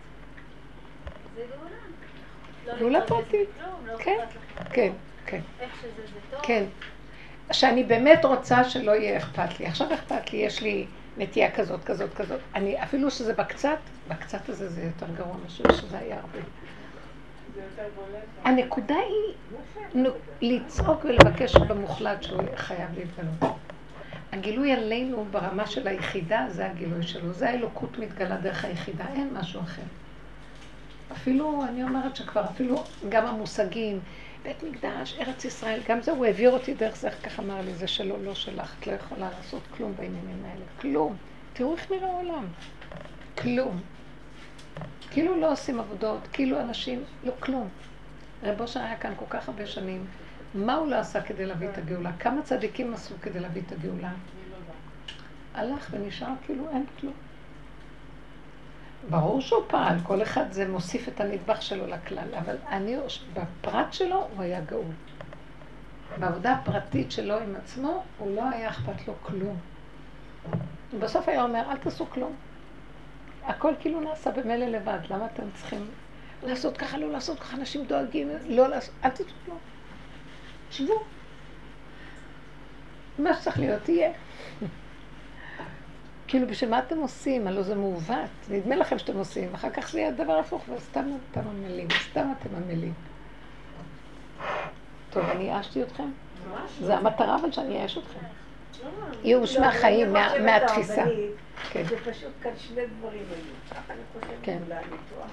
זה גאולה. גאולה פרטית. כן, כן, כן. איך שזה זה טוב. כן. שאני באמת רוצה שלא יהיה אכפת לי. עכשיו אכפת לי, יש לי נטייה כזאת, כזאת, כזאת. אני, אפילו שזה בקצת, בקצת הזה זה יותר גרוע משהו שזה היה הרבה. זה יותר בולט. הנקודה היא לצעוק ולבקש במוחלט שהוא חייב להתגלות. הגילוי עלינו ברמה של היחידה, זה הגילוי שלו. זה האלוקות מתגלה דרך היחידה, אין משהו אחר. אפילו, אני אומרת שכבר אפילו גם המושגים, בית מקדש, ארץ ישראל, גם זה, הוא העביר אותי דרך זה, איך כך אמר לי, זה שלו, לא שלך, את לא יכולה לעשות כלום בעניינים האלה, כלום. תראו איך נראה העולם. כלום. כאילו לא עושים עבודות, כאילו אנשים, לא כלום. רב אושר היה כאן כל כך הרבה שנים, מה הוא לא עשה כדי להביא את הגאולה? כמה צדיקים עשו כדי להביא את הגאולה? הלך ונשאר כאילו אין כלום. ברור שהוא פעל, כל אחד זה מוסיף את הנדבך שלו לכלל, אבל אני, בפרט שלו הוא היה גאול. בעבודה הפרטית שלו עם עצמו, הוא לא היה אכפת לו כלום. ובסוף היה אומר, אל תעשו כלום. הכל כאילו נעשה במילא לבד, למה אתם צריכים לעשות ככה, לא לעשות ככה, אנשים דואגים, לא לעשות, אל תעשו כלום. שבו. מה שצריך להיות תהיה. כאילו, בשביל מה אתם עושים? הלוא זה מעוות. נדמה לכם שאתם עושים, אחר כך זה יהיה דבר הפוך, וסתם אתם עמלים, סתם אתם עמלים. טוב, אני יאשתי אתכם? זה המטרה, אבל שאני יאש אתכם. ייאוש מהחיים, מהתפיסה. זה פשוט כאן שני דברים היו. אני חושבת אולי אני טועה.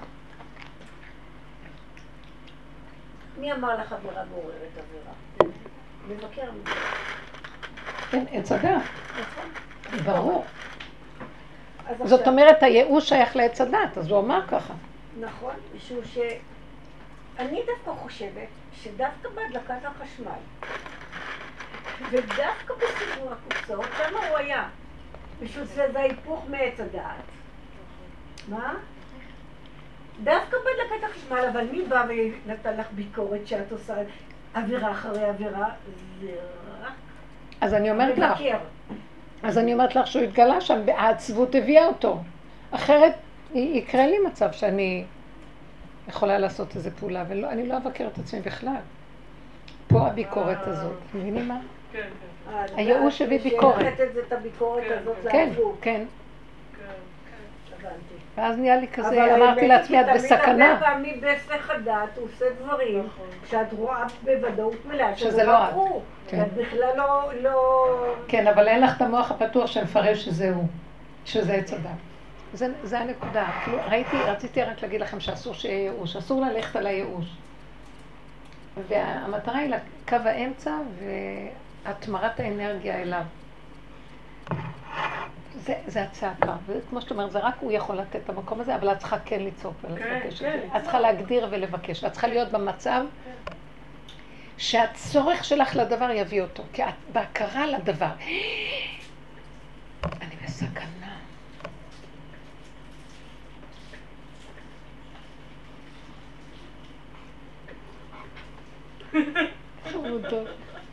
מי אמר לך עבירה מעוררת עבירה? מבקר מזה. כן, עץ הדת. נכון. ברור. זאת אומרת, הייאוש שייך לעץ הדת, אז הוא אמר ככה. נכון, משום שאני דווקא חושבת שדווקא בהדלקת החשמל, ודווקא בסיפור הקופסאות, שם הוא היה. משום שזה ההיפוך מעץ הדעת. מה? דווקא בהדלקת החשמל, אבל מי בא ונתן לך ביקורת שאת עושה עבירה אחרי עבירה? זה רק... אז אני אומרת לך, אז אני אומרת לך שהוא התגלה שם, העצבות הביאה אותו. אחרת יקרה לי מצב שאני יכולה לעשות איזו פעולה, ואני לא אבקר את עצמי בכלל. פה הביקורת הזאת, מבינים מה? כן, כן. הייאוש הביא ביקורת. שלחת את הביקורת הזאת כן, לעצבות. כן. הבנתי. ואז נהיה לי כזה, אמרתי לעצמי, את בסכנה. אבל הרבה פעמים בהיסח הדעת הוא עושה דברים שאת רואה בוודאות מלאה שזה לא את. ואת בכלל לא... כן, אבל אין לך את המוח הפתוח שמפרש שזה הוא, שזה עץ הדת. זה הנקודה. כאילו, ראיתי, רציתי רק להגיד לכם שאסור שיהיה ייאוש, אסור ללכת על הייאוש. והמטרה היא לקו האמצע והתמרת האנרגיה אליו. זה, זה הצעקה, וכמו שאת אומרת, זה רק הוא יכול לתת את המקום הזה, אבל את צריכה כן לצעוק ולבקש את זה. את צריכה להגדיר ולבקש, ואת צריכה להיות במצב שהצורך שלך לדבר יביא אותו, כי את בהכרה לדבר. אני בסכנה. חמודות.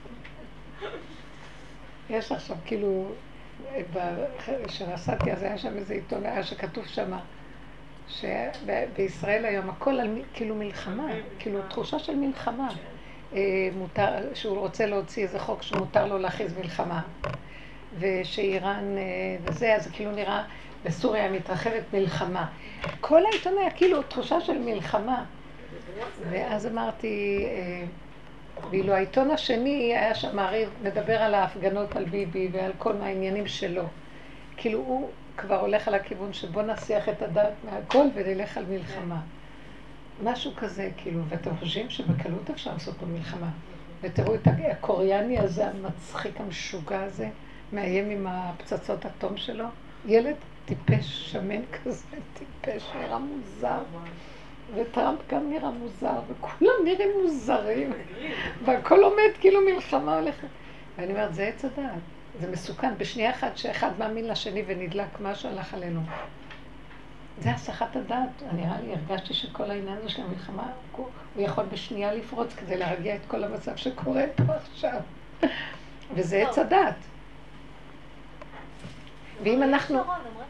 יש עכשיו כאילו, כשנסעתי אז היה שם איזה עיתון, היה שכתוב שם שבישראל היום הכל על כאילו מלחמה, כאילו תחושה של מלחמה. מותר, שהוא רוצה להוציא איזה חוק שמותר לו להכריז מלחמה. ושאיראן וזה, אז כאילו נראה בסוריה מתרחבת מלחמה. כל העיתון היה כאילו תחושה של מלחמה. ואז אמרתי, ואילו העיתון השני היה שם מעריב, מדבר על ההפגנות על ביבי ועל כל מהעניינים שלו. כאילו הוא כבר הולך על הכיוון שבוא נסיח את הדעת מהכל ונלך על מלחמה. משהו כזה, כאילו, ואתם חושבים שבקלות אפשר לעשות פה מלחמה. ותראו את הקוריאני הזה, המצחיק המשוגע הזה, מאיים עם הפצצות אטום שלו. ילד טיפש, שמן כזה, טיפש, נראה מוזר. וטראמפ גם נראה מוזר, וכולם נראים מוזרים. והכל עומד כאילו מלחמה הולכת. ואני אומרת, זה עץ הדעת. זה מסוכן. בשנייה אחת שאחד מאמין לשני ונדלק משהו הלך עלינו. זה הסחת הדעת. אני נראה לי, הרגשתי שכל העניין הזה של המלחמה, הוא יכול בשנייה לפרוץ כדי להרגיע את כל המצב שקורה פה עכשיו. וזה עץ הדעת. ואם אנחנו...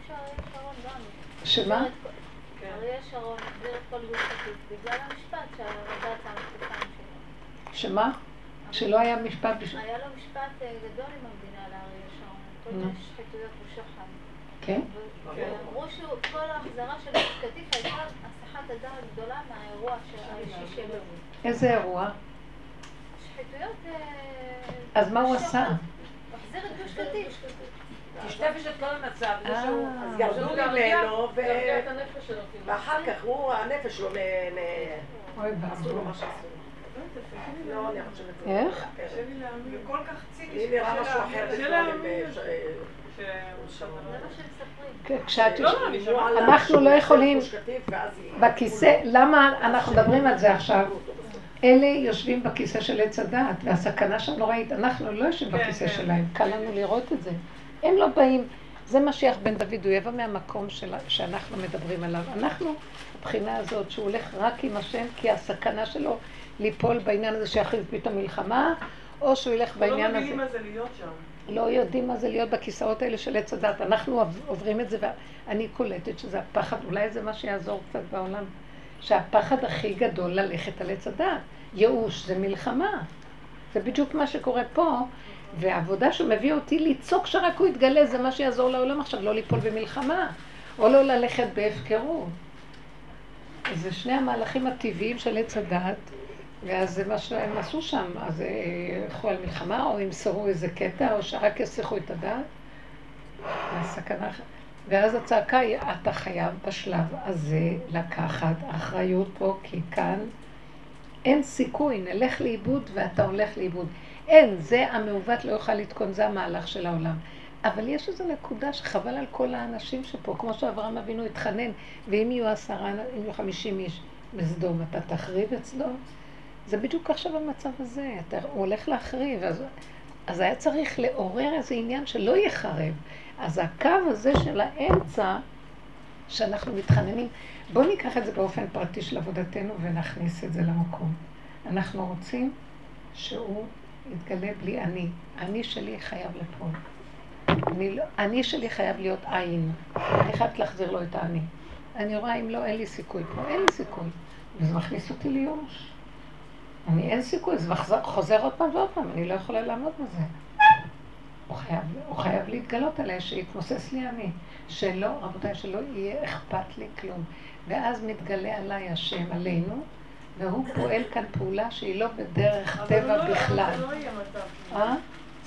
שמה? אריה שרון הסביר את כל גופתית בגלל המשפט שהרב"צ המחתפיים שלו. שמה? שלא היה משפט בשביל... היה לו משפט גדול עם המדינה לאריה שרון, כל מיני שחיתויות ושוחד. כן? ואמרו שכל ההחזרה של גופתית הייתה הסחת הדעת גדולה מהאירוע האישי שלו. איזה אירוע? שחיתויות... אז מה הוא עשה? החזיר את גוש גוש קטיף. תשטפש את כל המצב, זה אה. שהוא... אז ירדו ממנו, ו- תרגיע את הנפש שלו, כאילו. ואחר כך הוא, הנפש שלו, נ- נ- אוי עשו לו ואבוי. מה שעשו לו. לא, אני חושבת... איך? קשה לי להאמין. וכל כך ציני לי נראה משהו אחר קשה בכלל. להאמין. ב- ש- שהוא זה מה שהם מספרים. כן, כשאת... לא, לא, אני הוא עלה אנחנו לא שהוא יכולים- גוש קטיף, ואז היא- בכיסא, למה אנחנו מדברים על זה עכשיו? אלה יושבים בכיסא של עץ הדעת, והסכנה שם נוראית. אנחנו לא יושבים כן, בכיסא כן. שלהם, קל לנו לראות את זה. הם לא באים, זה משיח בן דוד, הוא יבוא מהמקום של, שאנחנו מדברים עליו. אנחנו, הבחינה הזאת, שהוא הולך רק עם השם, כי הסכנה שלו ליפול בעניין הזה שיכריז פתאום מלחמה, או שהוא ילך בעניין לא הזה. מבינים מה זה להיות שם. לא יודעים מה זה להיות בכיסאות האלה של עץ הדת. אנחנו עוברים את זה, ואני קולטת שזה הפחד, אולי זה מה שיעזור קצת בעולם, שהפחד הכי גדול ללכת על עץ הדת. ייאוש זה מלחמה. זה בדיוק מה שקורה פה, והעבודה שמביא אותי לצעוק שרק הוא יתגלה, זה מה שיעזור לעולם עכשיו, לא ליפול במלחמה, או לא ללכת בהפקרות. זה שני המהלכים הטבעיים של עץ הדת, ואז זה מה שהם עשו שם, אז ילכו על מלחמה, או ימסרו איזה קטע, או שרק יסיחו את הדת. הסכנה... ואז הצעקה היא, אתה חייב בשלב הזה לקחת אחריות פה, כי כאן אין סיכוי, נלך לאיבוד ואתה הולך לאיבוד. אין, זה המעוות לא יוכל לתקון, זה המהלך של העולם. אבל יש איזו נקודה שחבל על כל האנשים שפה, כמו שאברהם אבינו התחנן, ואם יהיו עשרה, אם יהיו חמישים איש בסדום, אתה תחריב את סדום? זה בדיוק עכשיו המצב הזה, אתה, הוא הולך להחריב, אז, אז היה צריך לעורר איזה עניין שלא יחרב. אז הקו הזה של האמצע, שאנחנו מתחננים, בואו ניקח את זה באופן פרטי של עבודתנו ונכניס את זה למקום. אנחנו רוצים שהוא יתגלה בלי אני. אני שלי חייב לפעול. אני, לא, אני שלי חייב להיות עין. אני חייבת להחזיר לו את האני. אני רואה אם לא, אין לי סיכוי פה, אין לי סיכוי. וזה מכניס אותי ליוש. אני אין סיכוי, זה מחזר, חוזר עוד פעם ועוד פעם, אני לא יכולה לעמוד בזה. הוא חייב, הוא חייב להתגלות עליה, שיתמוסס לי אני. שלא, רבותיי, שלא יהיה אכפת לי כלום. ואז מתגלה עליי השם עלינו, והוא פועל כאן פעולה שהיא לא בדרך טבע אבל בכלל. אבל זה לא יהיה מצב תמידי. אה?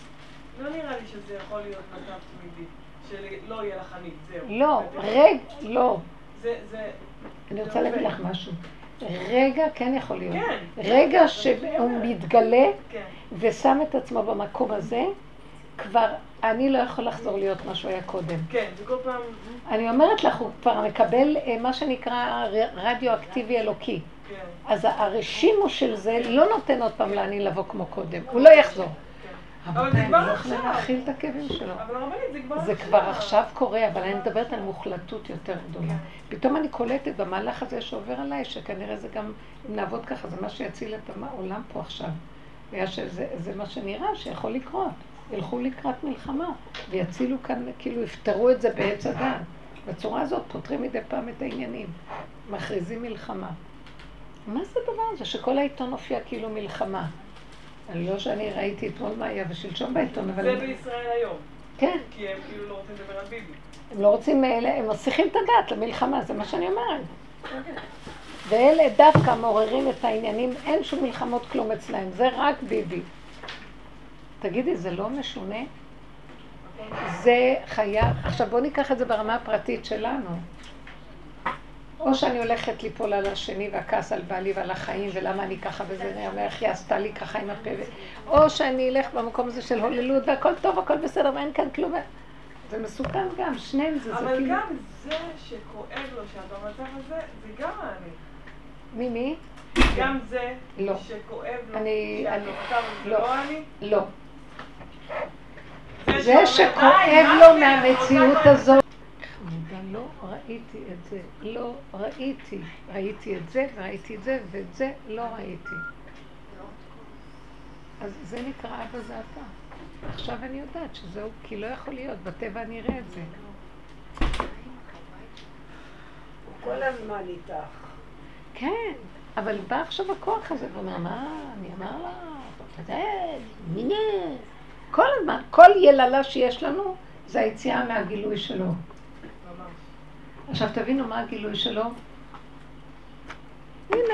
לא נראה לי שזה יכול להיות מצב תמידי. שלא יהיה לך אני, זהו. לא, רגע, לא. זה, זה... אני רוצה להגיד לך משהו. רגע כן יכול להיות. כן. רגע שהוא מתגלה כן. ושם את עצמו במקום הזה, כבר אני לא יכול לחזור להיות מה שהוא היה קודם. כן, זה כל פעם... אני אומרת לך, הוא כבר מקבל אה, מה שנקרא ר- רדיו-אקטיבי אלוקי. כן. אז הרשימו של זה לא נותן עוד פעם לעני לבוא כמו קודם. הוא לא יחזור. אבל זה רבותיי, כבר אני לא יכולה עכשיו. להכיל את הכאבים שלו. אבל הרבנית זה כבר זה כבר עכשיו קורה, אבל אני מדברת על מוחלטות יותר גדולה. פתאום אני קולטת במהלך הזה שעובר עליי, שכנראה זה גם, אם נעבוד ככה, זה מה שיציל את העולם פה עכשיו. בגלל שזה זה מה שנראה שיכול לקרות. ילכו לקראת מלחמה, ויצילו כאן, כאילו יפתרו את זה בעץ הדעת. בצורה הזאת פותרים מדי פעם את העניינים. מכריזים מלחמה. מה זה הדבר הזה? שכל העיתון הופיע כאילו מלחמה. אני לא שאני ראיתי אתמול מה היה ושלשום בעיתון, אבל... זה בישראל היום. כן. כי הם כאילו לא רוצים לדבר על ביבי. הם לא רוצים, הם מסיחים את הדעת למלחמה, זה מה שאני אומרת. ואלה דווקא מעוררים את העניינים, אין שום מלחמות כלום אצלהם, זה רק ביבי. תגידי, זה לא משונה? זה חייב... עכשיו בואו ניקח את זה ברמה הפרטית שלנו. או שאני הולכת ליפול על השני והכעס על בעלי ועל החיים ולמה אני ככה וזה נראה ואיך היא עשתה לי ככה עם הפה. או שאני אלך במקום הזה של הוללות והכל טוב, הכל בסדר ואין כאן כלום. זה מסוכן גם, שניהם זה, זה אבל כאילו... גם זה שכואב לו שאת במצב הזה, זה גם אני. מי מי? גם זה לא. שכואב לו אני- שאת אני- במצב הזה, לא. לא אני? לא. זה זה שאומר, שכואב "די, לו נמאס לי, מהמציאות אני רוצה הזאת. חמודה, לא ראיתי את זה, לא ראיתי. ראיתי את זה וראיתי את זה ואת זה לא ראיתי. אז זה נקרא אבא זה אתה. עכשיו אני יודעת שזהו, כי לא יכול להיות, בטבע אני אראה את זה. כל הזמן איתך. כן, אבל בא עכשיו הכוח הזה ואומר, מה, אני אמר לה, אתה יודע, מיני. כל הזמן, כל יללה שיש לנו, זה היציאה מהגילוי שלו. עכשיו תבינו מה הגילוי שלו. הנה,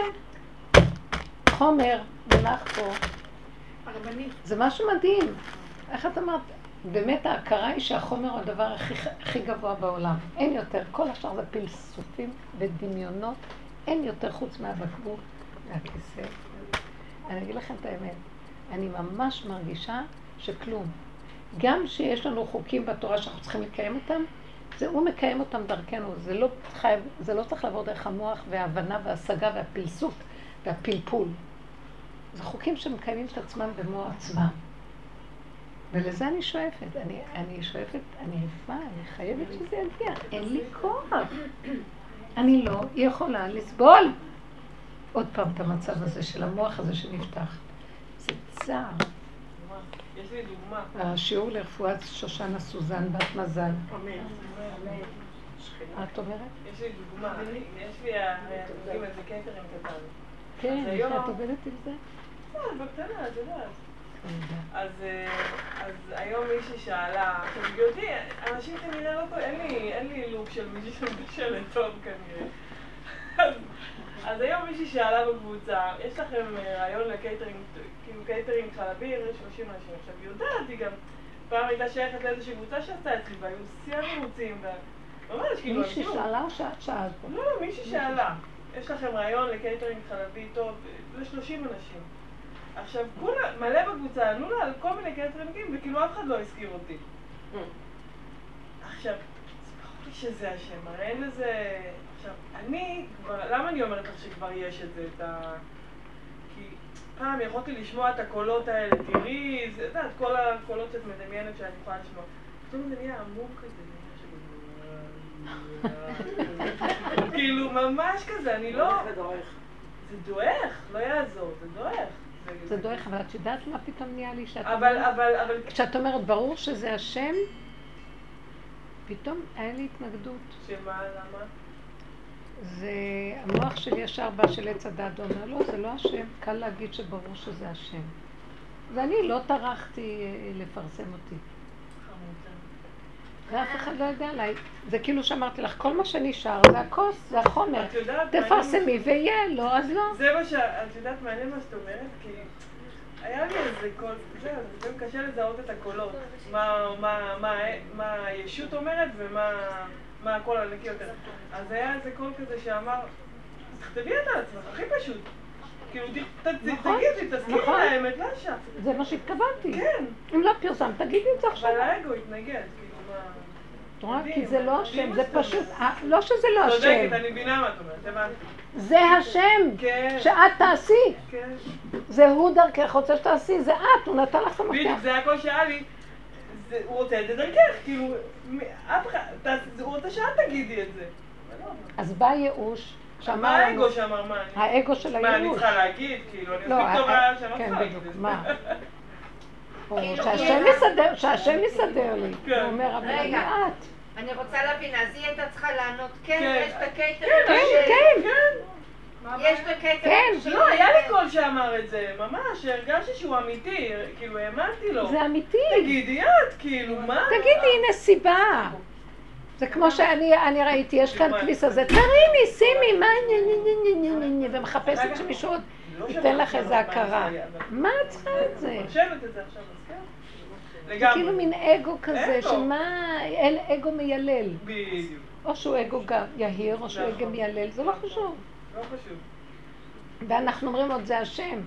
חומר, מונח פה. הרבנית, זה משהו מדהים. איך את אמרת? באמת ההכרה היא שהחומר הוא הדבר הכי, הכי גבוה בעולם. אין יותר, כל השאר זה פלסופים ודמיונות, אין יותר חוץ מהבקבוק והכיסא. אני אגיד לכם את האמת, אני ממש מרגישה שכלום. גם שיש לנו חוקים בתורה שאנחנו צריכים לקיים אותם, זה הוא מקיים אותם דרכנו, זה לא, חייב, זה לא צריך לעבור דרך המוח וההבנה וההשגה והפלסוף והפלפול. זה חוקים שמקיימים את עצמם במו עצמם. ולזה אני שואפת, אני, אני שואפת, אני עייפה, אני חייבת שזה יגיע, אין לי כוח. אני לא יכולה לסבול עוד פעם את המצב הזה של המוח הזה שנפתח. זה צער. יש לי דוגמה. השיעור לרפואת שושנה סוזן בת מזל. את אומרת? יש לי דוגמה, יש לי איזה קייטרים קטן. כן, את עובדת עם זה? כן, בקטנה, את יודעת. אז היום מישהי שאלה, עכשיו גאותי, אנשים כנראה לא פה, אין לי לוק של מישהי שמבשלת טוב כנראה. אז היום מישהי שאלה בקבוצה, יש לכם רעיון לקייטרינג, כאילו קייטרינג חלבי, שלושים אנשים. עכשיו יודעת, היא גם פעם הייתה שייכת לאיזושהי קבוצה שעשתה אצלי, והיו שיא המרוצים, וממש כאילו... מישהי שאלה או שאת שאלת פה? לא, לא, מישהי שאלה. יש לכם רעיון לקייטרינג חלבי טוב ל-שלושים אנשים. עכשיו, כולה, מלא בקבוצה, ענו לה על כל מיני קייטרינגים, וכאילו אף אחד לא הזכיר אותי. עכשיו, ברור לי שזה השם, הרי אין לזה... עכשיו, אני כבר, למה אני אומרת לך שכבר יש את זה, את ה... כי פעם יכולתי לשמוע את הקולות האלה, תראי, זה, אתה יודעת, כל הקולות שאת מדמיינת שאני יכולה לשמוע. פתאום זה נהיה עמוק כזה, כאילו, ממש כזה, אני לא... זה דועך, לא יעזור, זה דועך. זה דועך, אבל את יודעת מה פתאום נהיה לי שאת אומרת? אבל, אבל, אבל... כשאת אומרת, ברור שזה השם, פתאום היה לי התנגדות. שמה, למה? זה המוח שלי ישר בא של עץ הדת, הוא אומר, לא, זה לא השם, קל להגיד שברור שזה השם. ואני לא טרחתי לפרסם אותי. ואף אחד לא יודע עליי. זה כאילו שאמרתי לך, כל מה שנשאר זה הכוס, זה החומר. תפרסמי ויהיה, לא, אז לא. זה מה שאת יודעת, מעניין מה שאת אומרת, כי היה לי איזה קול, זהו, זה קשה לזהות את הקולות. מה הישות אומרת ומה הקול הנקי יותר. אז היה איזה קול כזה שאמר, תכתבי את עצמך, הכי פשוט. כאילו, תגידי, תזכירי לאמת, לא שם. זה מה שהתכוונתי. כן. אם לא פרסם, תגידי את זה עכשיו. אבל האגו התנגד. תראה, כי זה לא השם, זה פשוט, לא שזה לא השם. צודקת, אני מבינה מה את אומרת, הבנתי. זה השם, שאת תעשי. זה הוא דרכך, רוצה שתעשי, זה את, הוא נתן לך המפתח. בדיוק, זה הכל שהיה לי, הוא רוצה את זה דרכך, כאילו, הוא רוצה שאת תגידי את זה. אז בא ייאוש, מה האגו שאמר מה? האגו של הייאוש. מה, אני צריכה להגיד, כאילו, אני אספיק טובה שאני כן, צריכה בדיוק, מה? שהשם יסדר לי, הוא אומר, אבל אני את. אני רוצה להבין, אז היא הייתה צריכה לענות, כן, יש את הקייטרינג כן, שלי. כן, כן. יש את הקייטרינג שלי. לא, היה לי קול שאמר את זה, ממש, הרגשתי שהוא אמיתי, כאילו, האמנתי לו. זה אמיתי. תגידי את, כאילו, מה? תגידי, הנה סיבה. זה כמו שאני ראיתי, יש כאן כביס הזה, תרימי, שימי, מה, ומחפשת שמישהו עוד ייתן לך איזה הכרה. מה את צריכה את זה? חושבת את זה עכשיו, אז כן. זה כאילו מין אגו כזה, שמה, אין אגו מיילל. בדיוק. או שהוא אגו יהיר, או שהוא אגו מיילל, זה לא חשוב. לא חשוב. ואנחנו אומרים עוד, זה השם.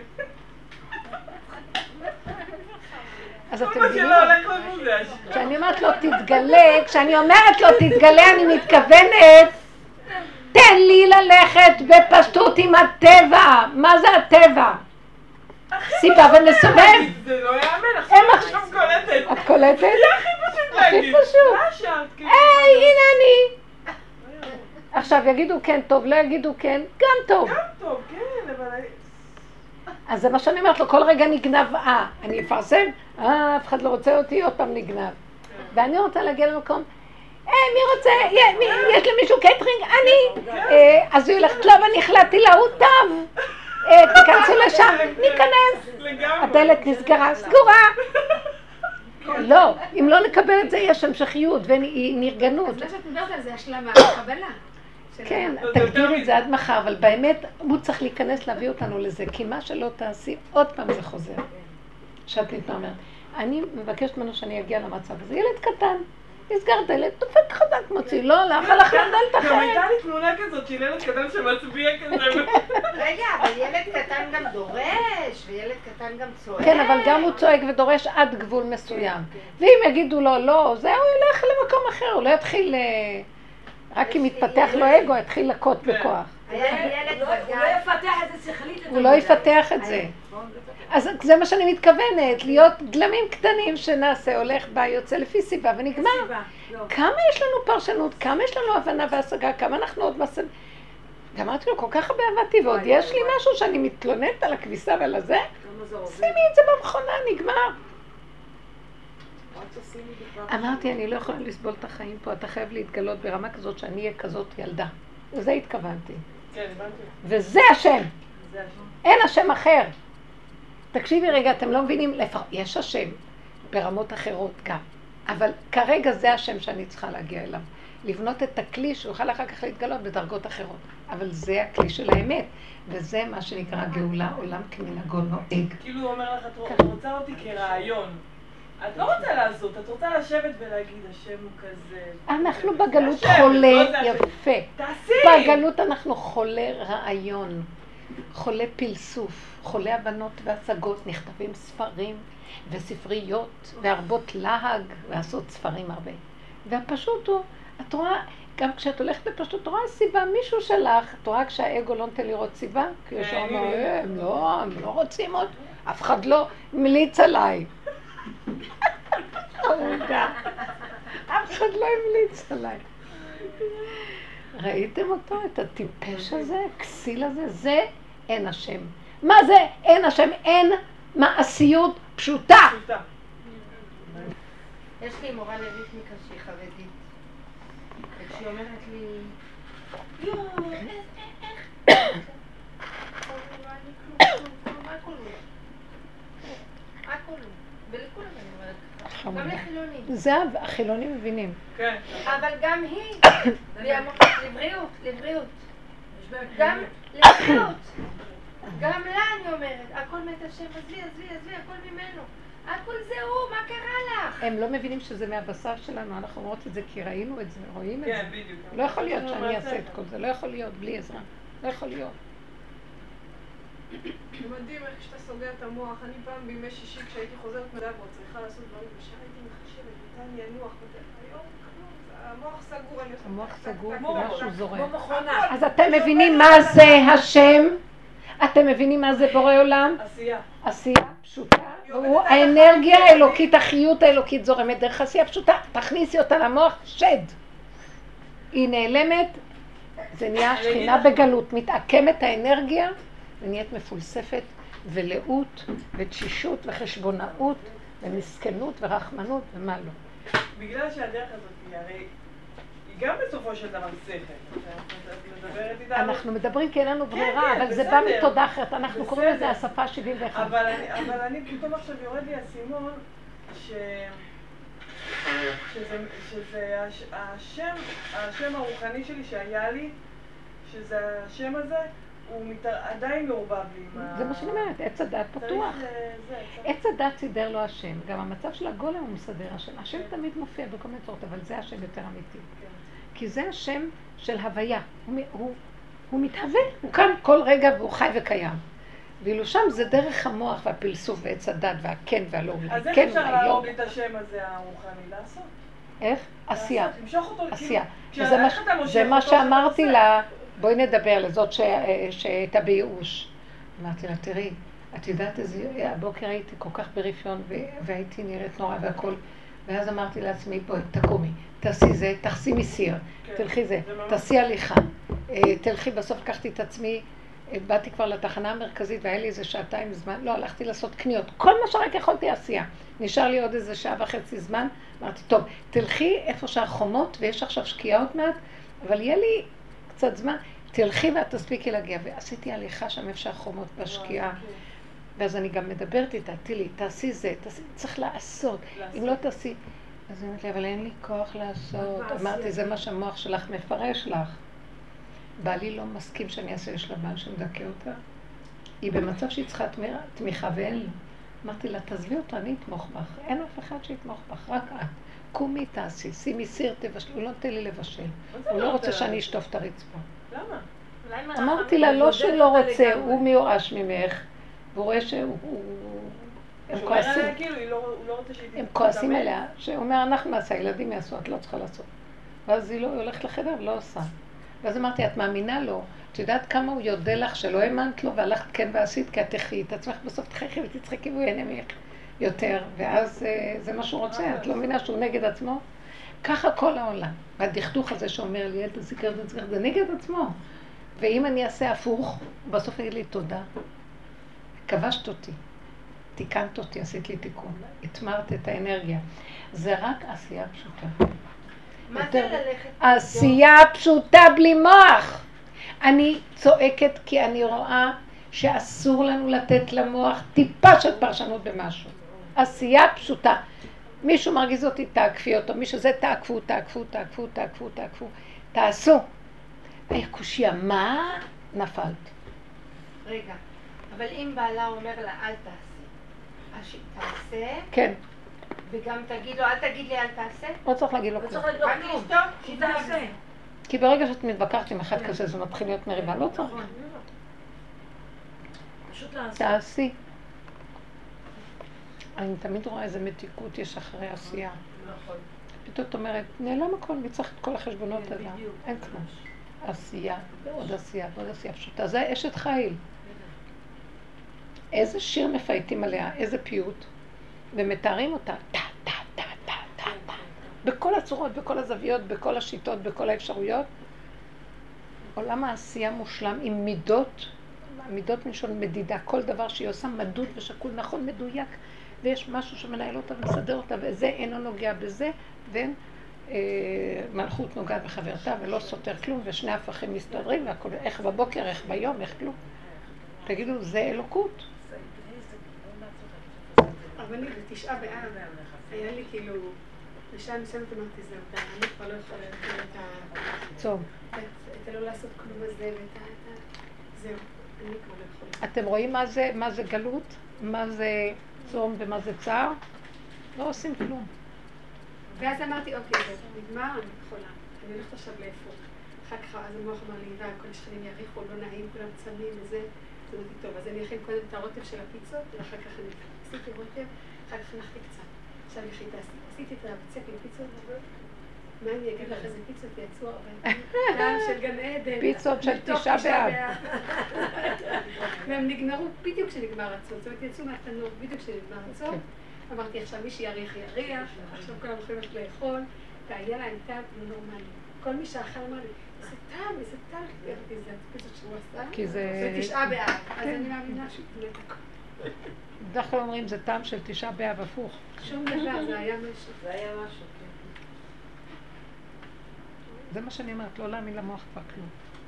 אז אתם מבינים? כשאני אומרת לו תתגלה, כשאני אומרת לו תתגלה, אני מתכוונת, תן לי ללכת בפשטות עם הטבע. מה זה הטבע? סיבה ונסובב. זה לא יאמן, עכשיו קולטת. את קולטת? זה הכי פשוט להגיד. הכי פשוט. היי, הנה אני. עכשיו יגידו כן טוב, לא יגידו כן, גם טוב. גם טוב, כן, אבל... אז זה מה שאני אומרת לו, כל רגע נגנב, אה, אני אפרסם, אה, אף אחד לא רוצה אותי, עוד פעם נגנב. ואני רוצה להגיע למקום, אה, מי רוצה, יש למישהו קייטרינג? אני. אז הוא ילך, לא, ואני החלטתי לה, הוא טוב. תיכנסו לשם, ניכנס. הדלת נסגרה, סגורה. לא, אם לא נקבל את זה, יש המשכיות ונרגנות. אז מה שאת מדברת על זה השלמה, הקבלה. כן, תגדיר את זה עד מחר, אבל באמת הוא צריך להיכנס להביא אותנו לזה, כי מה שלא תעשי, עוד פעם זה חוזר. שאת מתמרמרת. אני מבקשת ממנו שאני אגיע למצב הזה. ילד קטן, נסגר דלת, דופק חזק מוציא, לא הלך, הלך לדלת אחרת. גם הייתה לי תמונה כזאת של ילד קטן שמצביע כזה. רגע, אבל ילד קטן גם דורש, וילד קטן גם צועק. כן, אבל גם הוא צועק ודורש עד גבול מסוים. ואם יגידו לו לא, זה הוא ילך למקום אחר, הוא לא יתחיל, רק אם יתפתח לו אגו, יתחיל לקות בכוח. היה לי ילד הוא לא בגן. יפתח את זה שכלית. הוא לא יפתח את זה. אז זה מה שאני מתכוונת, להיות גלמים קטנים שנעשה, הולך בה, יוצא לפי סיבה ונגמר. כמה יש לנו פרשנות, כמה יש לנו הבנה והשגה, כמה אנחנו עוד מסב... גם אמרתי לו, כל כך הרבה אהבתי, ועוד יש לי משהו שאני מתלוננת על הכביסה ועל הזה, שימי את זה במכונה, נגמר. אמרתי, אני לא יכולה לסבול את החיים פה, אתה חייב להתגלות ברמה כזאת שאני אהיה כזאת ילדה. וזה התכוונתי. כן, הבנתי. וזה השם. אין השם אחר. תקשיבי רגע, אתם לא מבינים, לפחות, יש השם ברמות אחרות גם, אבל כרגע זה השם שאני צריכה להגיע אליו. לבנות את הכלי שיוכל אחר כך להתגלות בדרגות אחרות. אבל זה הכלי של האמת, וזה מה שנקרא גאולה, עולם כמנהגו נוהג. כאילו הוא אומר לך, את רוצה אותי כרעיון. את לא רוצה לעשות, את רוצה לשבת ולהגיד, השם הוא כזה. אנחנו בגלות חולה יפה. תעשי! בגלות אנחנו חולה רעיון, חולה פלסוף, חולה הבנות והשגות, נכתבים ספרים וספריות והרבות להג, לעשות ספרים הרבה. והפשוט הוא, את רואה, גם כשאת הולכת בפשוט, את רואה סיבה, מישהו שלך, את רואה כשהאגו לא נותן לראות סיבה, כי יש שם, הם לא, הם לא רוצים עוד, אף אחד לא מליץ עליי. אף אחד לא המליץ עליי. ראיתם אותו, את הטיפש הזה, הכסיל הזה? זה אין השם. מה זה אין השם? אין מעשיות פשוטה. יש לי מורה לריתמיקה שהיא חרדית. וכשהיא אומרת לי, יואו, איך, איך? הכל הוא. הכל הוא. ולכולם אני אומרת ככה. גם לחילונים. זה החילונים מבינים. כן. אבל גם היא, והיא אמרת לבריאות, לבריאות. גם לבריאות. גם לה אני אומרת, הכל מת השם, עזבי, עזבי, עזבי, הכל ממנו. הכל זה הוא, מה קרה לך? הם לא מבינים שזה מהבשר שלנו, אנחנו אומרות את זה כי ראינו את זה, רואים את זה. כן, בדיוק. לא יכול להיות שאני אעשה את כל זה, לא יכול להיות בלי עזרה. לא יכול להיות. זה מדהים איך שאתה סוגר את המוח. אני פעם בימי שישי כשהייתי חוזרת מדברות, צריכה לעשות דברים, ושם הייתי מחשבת, ניתן לי ינוח, היום המוח סגור, אני עושה... המוח סגור, משהו זורם. כמו מכונה. אז אתם מבינים מה זה השם? אתם מבינים מה זה בורא עולם? עשייה. עשייה פשוטה. הוא האנרגיה האלוקית, החיות האלוקית זורמת דרך עשייה פשוטה. תכניסי אותה למוח, שד. היא נעלמת, זה נהיה שכינה בגלות, מתעקמת האנרגיה, ונהיית מפולספת ולאות ותשישות וחשבונאות ומסכנות ורחמנות ומה לא. בגלל שהדרך הזאת היא הרי, היא גם בסופו של דבר שכל. את מדברת איתנו. אנחנו מדברים כי אין לנו ברירה, אבל זה בא מתודה אחרת, אנחנו קוראים לזה השפה שבעים ואחת. אבל אני פתאום עכשיו יורד לי הסימון שזה השם, השם הרוחני שלי שהיה לי, שזה השם הזה, הוא עדיין מעורבב לי עם ה... זה מה שאני אומרת, עץ הדת פתוח. עץ הדת סידר לו השם, גם המצב של הגולם הוא מסדר השם. השם תמיד מופיע בכל מיני צורות, אבל זה השם יותר אמיתי. כי זה השם של הוויה, הוא מתהווה, הוא כאן כל רגע והוא חי וקיים. ואילו שם זה דרך המוח והפלסוף ועץ הדת והכן והלא אולי. אז איך אפשר להרוג את השם הזה הרוחני לעשות? איך? עשייה. למשוך אותו, עשייה. כאילו, זה מה שאמרתי לה, בואי נדבר לזאת שהייתה בייאוש. אמרתי לה, תראי, את יודעת איזה, הבוקר הייתי כל כך ברפיון והייתי נראית נורא והכל, ואז אמרתי לעצמי, בואי, תקומי, תעשי זה, תחסימי סיר, תלכי זה, תעשי הליכה, תלכי, בסוף לקחתי את עצמי, באתי כבר לתחנה המרכזית והיה לי איזה שעתיים זמן, לא, הלכתי לעשות קניות, כל מה שרק יכולתי עשייה. נשאר לי עוד איזה שעה וחצי זמן, אמרתי, טוב, תלכי איפה שהחומות, ויש עכשיו שקיעה עוד מעט, אבל יהיה לי קצת זמן, תלכי ואת תספיקי להגיע, ועשיתי הליכה שם איפה שהחומות בשקיעה, ואז אני גם מדברת איתה, תראי, תעשי זה, תעשי, צריך לעשות, אם לא תעשי, אז אני אומרת לי, אבל אין לי כוח לעשות, אמרתי, זה מה שהמוח שלך מפרש לך. בעלי לא מסכים שאני אעשה, יש לה בעל שמדכא אותה. היא במצב שהיא צריכה תמיכה ואין לי. אמרתי לה, תעזבי אותו, אני אתמוך בך. אין אף אחד שיתמוך בך, רק את. קומי תעשי, שימי סיר תבשל, הוא לא נותן לי לבשל. הוא לא רוצה שאני אשטוף את הרצפה. למה? אמרתי לה, לא שהוא לא רוצה, הוא מיואש ממך, והוא רואה שהוא... הם כועסים. הם כועסים אליה, שהוא אומר, אנחנו נעשה, הילדים יעשו, את לא צריכה לעשות. ואז היא הולכת לחדר, לא עושה. ואז אמרתי, את מאמינה לו? את יודעת כמה הוא יודע לך שלא האמנת לו, והלכת כן ועשית, כי את תחי, את עצמך בסוף תחכי ותצחקי והוא ייהנה ממך יותר. ואז זה מה שהוא רוצה, את לא מבינה שהוא נגד עצמו? ככה כל העולם. והדכדוך הזה שאומר לי, אל תזכר, תזכר, זה נגד עצמו. ואם אני אעשה הפוך, בסוף יגיד לי תודה. כבשת אותי, תיקנת אותי, עשית לי תיקון, התמרת את האנרגיה. זה רק עשייה פשוטה. מה זה ללכת? עשייה פשוטה בלי מוח. אני צועקת כי אני רואה שאסור לנו לתת למוח טיפה של פרשנות במשהו. עשייה פשוטה. מישהו מרגיז אותי, תעקפי אותו. מישהו זה תעקפו, תעקפו, תעקפו, תעקפו, תעקפו. תעשו. היי קושיה, מה? נפלת. רגע, אבל אם בעלה אומר לה, אל תעשי, אז תעשה. כן. וגם תגיד לו, אל תגיד לי, אל תעשה. לא צריך להגיד לו כלום. לא צריך להגיד לו כלום. שהיא תעשה. כי ברגע שאת מתווכחת עם אחד כזה, זה מתחיל להיות מריבה. לא צריך. פשוט לעשות. תעשי. אני תמיד רואה איזה מתיקות יש אחרי עשייה. פתאום את אומרת, נעלם הכל, מצריך את כל החשבונות האלה. אין כלום. עשייה, ועוד עשייה, ועוד עשייה פשוטה. זה אשת חיל. איזה שיר מפייטים עליה, איזה פיוט, ומתארים אותה, טה, טה, טה, טה, טה, טה. בכל הצורות, בכל הזוויות, בכל השיטות, בכל האפשרויות. עולם העשייה מושלם עם מידות, מידות מלשון מדידה, כל דבר שהיא עושה מדוד ושקול, נכון, מדויק, ויש משהו שמנהל אותה ומסדר אותה, וזה אינו נוגע בזה, ואין אה, מלכות נוגעת בחברתה ולא סותר כלום, ושני הפכים מסתדרים, והכל, איך בבוקר, איך ביום, איך כלום. תגידו, זה אלוקות. אבל אני בתשעה באב, היה לי כאילו, בשעה מסוימת אמרתי, זהו, אני כבר לא יכולה את ה... צום. את הלא לעשות כלום הזה, ואת ה... זהו, אני כבר לא יכולה. אתם רואים מה זה, מה זה גלות? מה זה צום ומה זה צער? לא עושים כלום. ואז אמרתי, אוקיי, זה נגמר, אני יכולה. אני הולכת עכשיו לאיפה. אחר כך, אז המוח אמר לי, כל השכנים יריחו, לא נעים, כולם צמים וזה. זה לא טוב, אז אני אכין קודם את הרוטב של הפיצות, ואחר כך אני עשיתי רוטב, אחר כך נחתי קצת. עכשיו יחית, עשיתי את הבצק עם פיצות, מה אני אגיד לך איזה פיצות יצאו הרבה? טעם של גן עדן. פיצות של תשעה באב. והם נגמרו בדיוק כשנגמר הצום, זאת אומרת יצאו מהתנור בדיוק כשנגמר הצום. אמרתי עכשיו מי שיריח יריח, עכשיו כולם יכולים ללכת לאכול, והיה להם טעם לא נורמלי. כל מי שאכל אמר לי, איזה טעם, איזה טעם, זה הפיצות שהוא עשה. כי זה... זה תשעה באב, אז אני מאמינה שהוא קונה את הכל. בדרך כלל אומרים, זה טעם של תשעה באב הפוך. שום דבר, זה היה משהו. זה היה משהו, כן. זה מה שאני אומרת, לא להאמין למוח כבר כלום.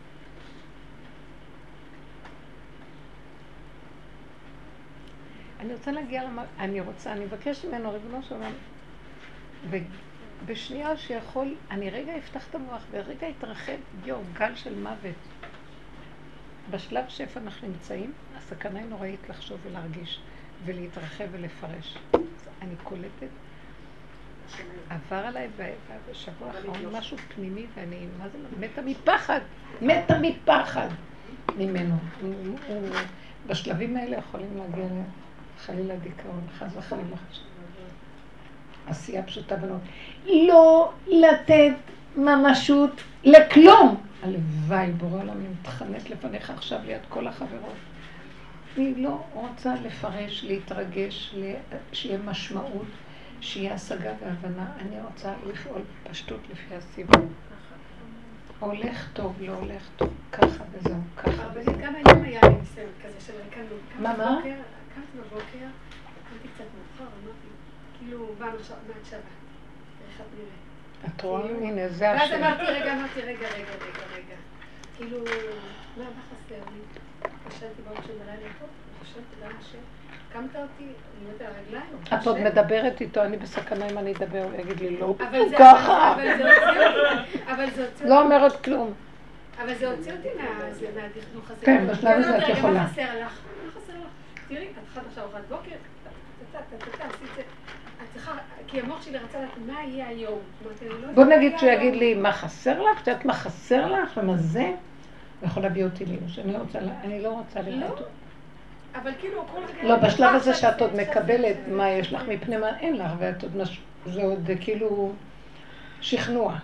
אני רוצה להגיע למ... אני רוצה, אני מבקש ממנו, ריבונו של עולם, ובשנייה שיכול, אני רגע אפתח את המוח, ורגע יתרחב, יו, גל של מוות. בשלב שאיפה אנחנו נמצאים, הסכנה היא נוראית לחשוב ולהרגיש, ולהתרחב ולפרש. אני קולטת, עבר עליי בשבוע האחרון משהו פנימי, ואני, מה זה, מתה מפחד, מתה מפחד ממנו. הוא, הוא, בשלבים האלה יכולים להגיע חלילה דיכאון, חס וחלילה. עשייה פשוטה בנות. לא לתת ממשות לכלום. הלוואי, בורא עולם, אני מתחננת לפניך עכשיו ליד כל החברות. אני לא רוצה לפרש, להתרגש, שיהיה משמעות, שיהיה השגה והבנה. אני רוצה לפעול פשטות לפי הסיבה. הולך טוב, לא הולך טוב, ככה וזהו, ככה אבל וזהו. גם היום היה לי ניסיון כזה של ריקנות. מה, מה? קמתי בבוקר, קמתי קצת מאוחר, אמרתי, כאילו, באנו עכשיו מעט שבת, איך את נראית? את רואה? הנה, זה ואז השם. אמרתי, רגע, אמרתי, רגע, רגע, רגע, רגע. כאילו, מה, מה חסר לי? חשבתי ברוך שבלילה פה, חשבתי גם השם. קמת אותי, אני יודעת על הרגליים. את עוד מדברת איתו, אני בסכנה אם אני אדבר, הוא יגיד לי לא. אבל זה ככה. אבל זה הוציא אותי, אבל זה הוציא לא אותי. אומרת כלום. אבל זה הוציא אותי מהדכדוך הזה. כן, בשלב הזה את רגע, יכולה. מה חסר לך? מה חסר לך? תראי, את אכלת עכשיו ארוחת בוקר, תעשי את זה. את צריכה, כי המוח שלי רצה לדעת מה יהיה היום. בוא נגיד שהוא יגיד לי מה חסר לך, את יודעת מה חסר לך ומה זה, הוא יכול להביא אותי לאימוש. אני לא רוצה לראות אותו. אבל כאילו הכל רגע... לא, בשלב הזה שאת עוד מקבלת מה יש לך מפני מה אין לך, וזה עוד כאילו שכנוע.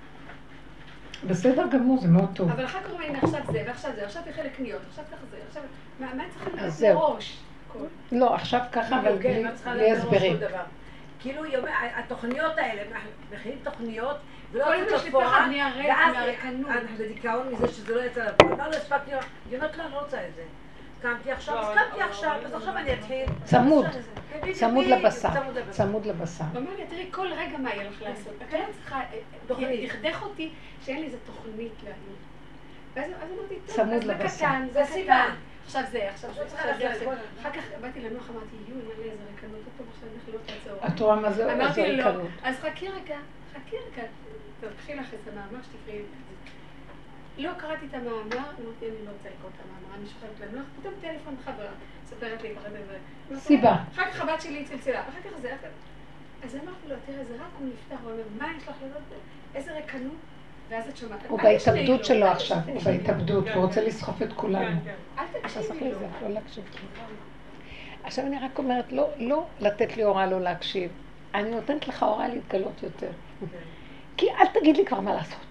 בסדר גמור, זה מאוד טוב. אבל אחר כך אומרים, עכשיו זה, ועכשיו זה, עכשיו תלכי לקניות, עכשיו כך זה, עכשיו... מה צריכים אז להיות בראש? לא, עכשיו ככה, אבל בלי הסברים. כאילו, התוכניות האלה, מכינים תוכניות, ולא כל יוצאים יש לי פחד לפועל, מהרק, ואז מהרקנות. אנחנו בדיכאון מזה שזה לא יצא לפועל. מה לא הספקתי? היא אומרת, לא, אני לא רוצה את זה. קמתי עכשיו, אז קמתי עכשיו, אז עכשיו אני אתחיל. צמוד, צמוד לבשר, צמוד לבשר. הוא אומר לי, תראי, כל רגע מה יהיה לך לעשות. את לא צריכה, יכדך אותי שאין לי איזה תוכנית להיום. ואז אמרתי, טוב, אז זה קטן, זה סיבה. עכשיו זה, עכשיו זה, אחר כך באתי לנוח, אמרתי, יו, אין לי איזה רקנות אותו, עכשיו אני לא תעצור. את רואה מה זה רקנות? אמרתי לא, אז חכי רגע, חכי רגע, טוב, קחי לך את המאמר שתקראי את זה. לא קראתי את המאמר, אמרתי, אני לא רוצה לקרוא את המאמר, אני שוכבת למלוך, פתאום טלפון חברה, ספרת לי, קראת את זה. סיבה. אחר כך הבת שלי צלצלה, אחר כך זה, אז אמרתי לו, תראה, זה רק הוא נפתח, הוא אומר, מה יש לך לדעת? איזה רקנות? ואז את שומעת. הוא בהתאבדות שלו עכשיו, הוא בהתאבדות, הוא רוצה לסחוף את כולנו. אל תקשיבי לו. לא להקשיב. עכשיו אני רק אומרת, לא לתת לי הוראה לא להקשיב, אני נותנת לך הוראה להתגלות יותר. כי אל תגיד לי כבר מה לעשות.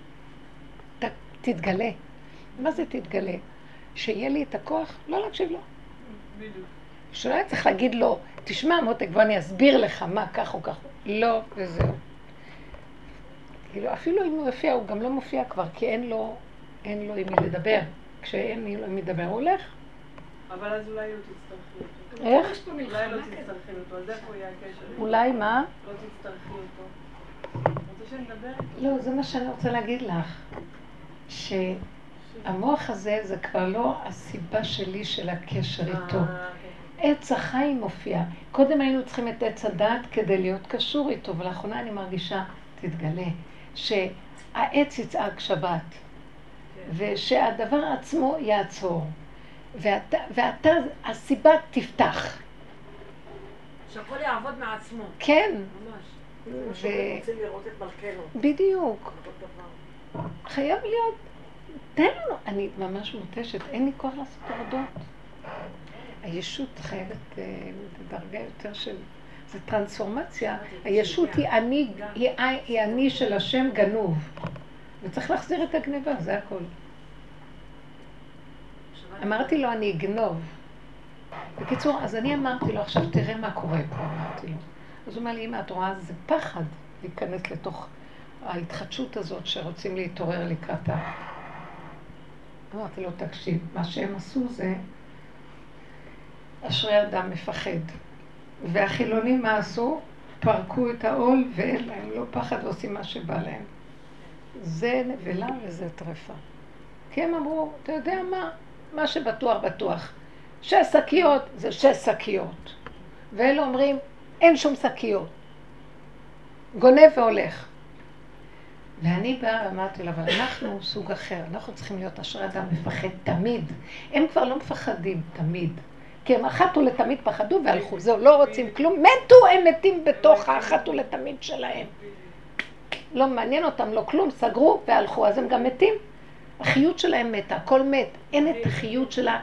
תתגלה. מה זה תתגלה? שיהיה לי את הכוח לא להקשיב לו. שלא היה צריך להגיד לו, תשמע מותק, בוא אני אסביר לך מה כך או כך. לא, וזהו. כאילו, אפילו אם הוא יופיע, הוא גם לא מופיע כבר, כי אין לו, אין לו עם מי לדבר. כשאין לו עם מי לדבר, הוא הולך. אבל אז אולי לא תצטרכי אותו. איך? אולי לא תצטרכי אותו, אז איפה יהיה הקשר? אולי מה? לא תצטרכי אותו. רוצה שנדבר איתו? לא, זה מה שאני רוצה להגיד לך. שהמוח הזה זה כבר לא הסיבה שלי של הקשר איתו. עץ החיים מופיע. קודם היינו צריכים את עץ הדעת כדי להיות קשור איתו, ולאחרונה אני מרגישה, תתגלה, שהעץ יצעק שבת, ושהדבר עצמו יעצור, ואתה, ואתה הסיבה תפתח. שהכל יעבוד מעצמו. כן. ממש. ו... רוצים לראות את מלכנו. בדיוק. חייב להיות, תן לנו, אני ממש מותשת, אין לי כוח לעשות עבודות. הישות חייבת לדרגה יותר של, זה טרנספורמציה, הישות היא אני, היא, היא אני של השם גנוב, וצריך להחזיר את הגניבה, זה הכל. אמרתי לו, אני אגנוב. בקיצור, אז אני אמרתי לו, עכשיו תראה מה קורה פה, אמרתי לו. אז הוא אומר לי, אמא, את רואה, זה פחד להיכנס לתוך ההתחדשות הזאת שרוצים להתעורר לקראתה. אמרתי לו, תקשיב, מה שהם עשו זה, אשרי אדם מפחד. והחילונים מה עשו? פרקו את העול ואין להם לא פחד ועושים מה שבא להם. זה נבלה וזה טרפה. כי הם אמרו, אתה יודע מה? מה שבטוח בטוח. שש שקיות זה שש שקיות. ואלה אומרים, אין שום שקיות. גונב והולך. ואני באה ואמרתי לה, אבל אנחנו סוג אחר, אנחנו צריכים להיות אשרי אדם מפחד תמיד. הם כבר לא מפחדים תמיד. כי הם אחת ולתמיד פחדו והלכו, זהו, לא רוצים כלום, מתו, הם מתים בתוך האחת ולתמיד שלהם. לא מעניין אותם, לא כלום, סגרו והלכו, אז הם גם מתים. החיות שלהם מתה, הכל מת, אין את החיות שלה.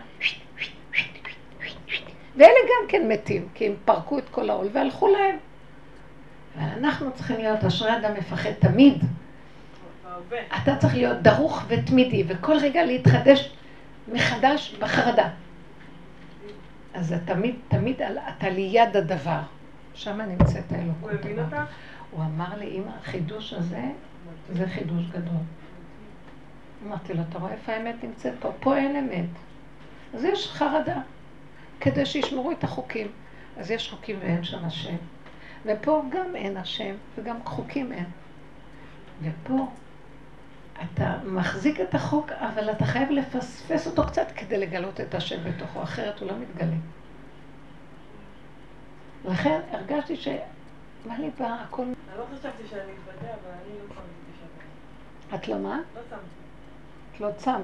ואלה גם כן מתים, כי הם פרקו את כל העול והלכו להם. ואנחנו צריכים להיות אשרי אדם מפחד תמיד. אתה צריך להיות דרוך ותמידי, וכל רגע להתחדש מחדש בחרדה. אז תמיד, תמיד אתה ליד הדבר. שם נמצאת האלוקות. הוא הבין אותך? הוא אמר לי, אמא, החידוש הזה, זה חידוש גדול. אמרתי לו, אתה רואה איפה האמת נמצאת פה? פה אין אמת. אז יש חרדה, כדי שישמרו את החוקים. אז יש חוקים ואין שם השם. ופה גם אין השם, וגם חוקים אין. ופה אתה מחזיק את החוק, אבל אתה חייב לפספס אותו קצת כדי לגלות את השם בתוכו, אחרת הוא לא מתגלה. לכן הרגשתי ש... מה לי בא, הכל... אני לא חשבתי שאני אתבטא, אבל אני לא צמתי שבת. את לא מה? לא צמתי. את לא צמת.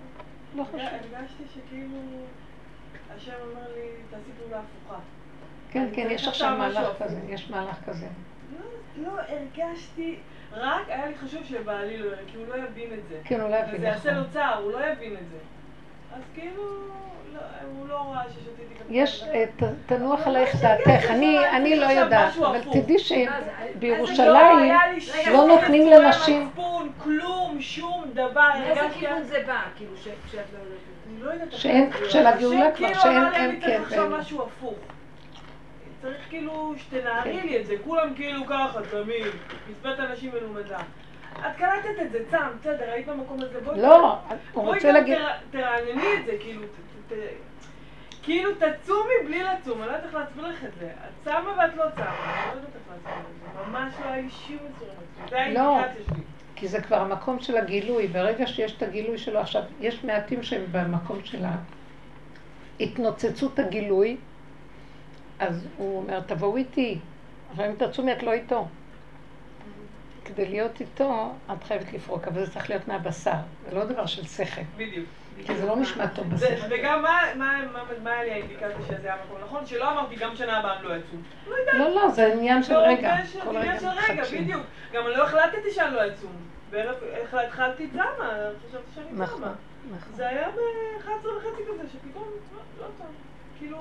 לא חשבתי. הרגשתי שכאילו... השם אומר לי, תעשי פעולה הפוכה. כן, כן, יש עכשיו מהלך כזה, יש מהלך כזה. לא, לא הרגשתי, רק היה לי חשוב שבעלי לא יראה, כי הוא לא יבין את זה. כן, הוא לא יבין, וזה יעשה נכון. לו צער, הוא לא יבין את זה. אז כאילו, הוא לא ראה ששתיתי כזה. יש, תנוח עלייך דעתך, אני לא יודעת, אבל תדעי שבירושלים לא נותנים לנשים. כלום, שום דבר. איזה כיוון זה בא, כאילו, שאת לא יודעת? שאין, של הגאולה כבר, שאין אין כן. כאילו, כן. אני צריך עכשיו משהו הפוך. צריך כאילו שתנערי לי את זה, כולם כאילו ככה, תמיד. מספת אנשים מלומדה. את קלטת את זה, צם, בסדר, היית במקום הזה, בואי... לא, הוא רוצה להגיד... בואי גם תרענני את זה, כאילו, כאילו תצומי בלי לצום, אני לא יודעת איך להסביר לך את זה. את צמה ואת לא צמה, אני לא יודעת איך להסביר את זה. ממש לא היה לי שום מסוימת. זה האינדיקציה שלי. כי זה כבר המקום של הגילוי, ברגע שיש את הגילוי שלו, עכשיו, יש מעטים שהם במקום של התנוצצות הגילוי, אז הוא אומר, תבואו איתי, אבל אם תצומי את לא איתו. כדי להיות איתו, את חייבת לפרוק, אבל זה צריך להיות מהבשר, זה לא דבר של שכל. בדיוק. כי זה לא נשמע טוב בשכל. וגם מה היה לי האינדיקציה שזה היה מקום נכון? שלא אמרתי גם שנה הבאה אני לא אצום. לא, לא, זה עניין של רגע. זה עניין של רגע, בדיוק. גם אני לא החלטתי שאני לא אצום. בערב התחלתי צמה, חשבתי שאני צמה. זה היה ב-אחת עשרה וחצי כזה, שפתאום לא צם. כאילו,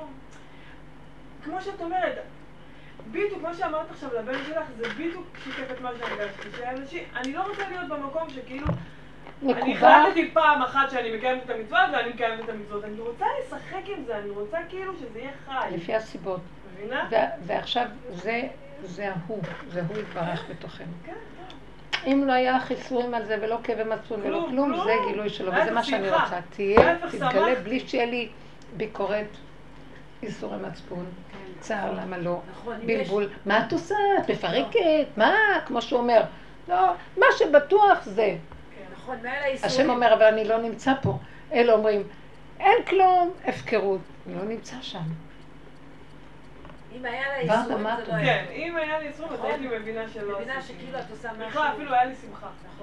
כמו שאת אומרת, בדיוק מה שאמרת עכשיו לבן שלך, זה בדיוק שיקף את מה שהרגשתי. שאנשים, אני לא רוצה להיות במקום שכאילו, אני החלטתי פעם אחת שאני מקיימת את המצוות ואני מקיימת את המצוות. אני רוצה לשחק עם זה, אני רוצה כאילו שזה יהיה חי. לפי הסיבות. מבינה? ועכשיו זה, זה הוא, זה הוא יתברך בתוכנו. כן, כן. אם לא היה חיסורים על זה ולא כאבי מצפון ולא כלום, זה גילוי שלו, וזה מה שאני רוצה. תהיה, תתגלה בלי שיהיה לי ביקורת, איסורי מצפון, צער למה לא, בלבול. מה את עושה? את מפרקת? מה? כמו שהוא אומר. לא, מה שבטוח זה. השם אומר, אבל אני לא נמצא פה. אלה אומרים, אין כלום, הפקרות. אני לא נמצא שם. אם היה לה איסורים זה לא היה. כן, אם היה לי איסורים, אז הייתי מבינה שלא. מבינה שכאילו את עושה משהו. בכלל, אפילו היה לי שמחה. נכון.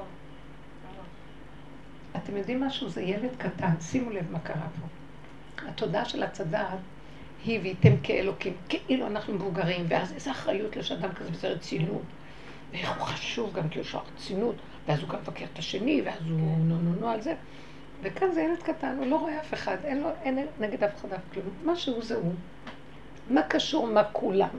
אתם יודעים משהו? זה ילד קטן. שימו לב מה קרה פה. התודעה של הצדד היא והייתם כאלוקים. כאילו אנחנו מבוגרים, ואז איזו אחריות יש אדם כזה וזה רצינות. ואיך הוא חשוב גם כי יש לו רצינות. ואז הוא גם מבקר את השני, ואז הוא נו נו נו על זה. וכאן זה ילד קטן, הוא לא רואה אף אחד, אין לו, אין נגד אף אחד אף כלום. מה שהוא זה הוא. מה קשור מה כולם?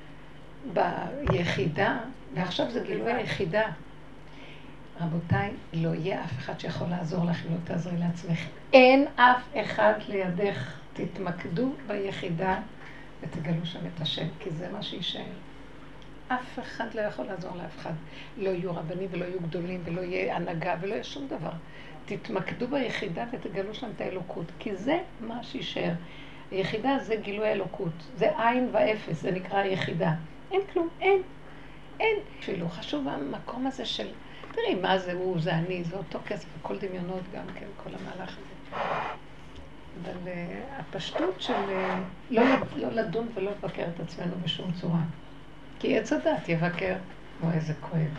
ביחידה, ועכשיו זה גילוי היחידה. רבותיי, לא יהיה אף אחד שיכול לעזור לך אם לא תעזרי לעצמך. אין אף אחד לידך. תתמקדו ביחידה ותגלו שם את השם, כי זה מה שישאר. אף אחד לא יכול לעזור לאף אחד. לא יהיו רבנים ולא יהיו גדולים ולא יהיה הנהגה ולא יהיה שום דבר. תתמקדו ביחידה ותגלו שם את האלוקות, כי זה מה שישאר. היחידה זה גילוי האלוקות, זה עין ואפס, זה נקרא היחידה. אין כלום, אין, אין. אפילו חשוב המקום הזה של, תראי מה זה הוא, זה אני, זה אותו כסף, כל דמיונות גם כן, כל המהלך הזה. אבל uh, הפשטות של uh, לא, לא לדון ולא לבקר את עצמנו בשום צורה. כי עץ הדת יבקר, או איזה כואב.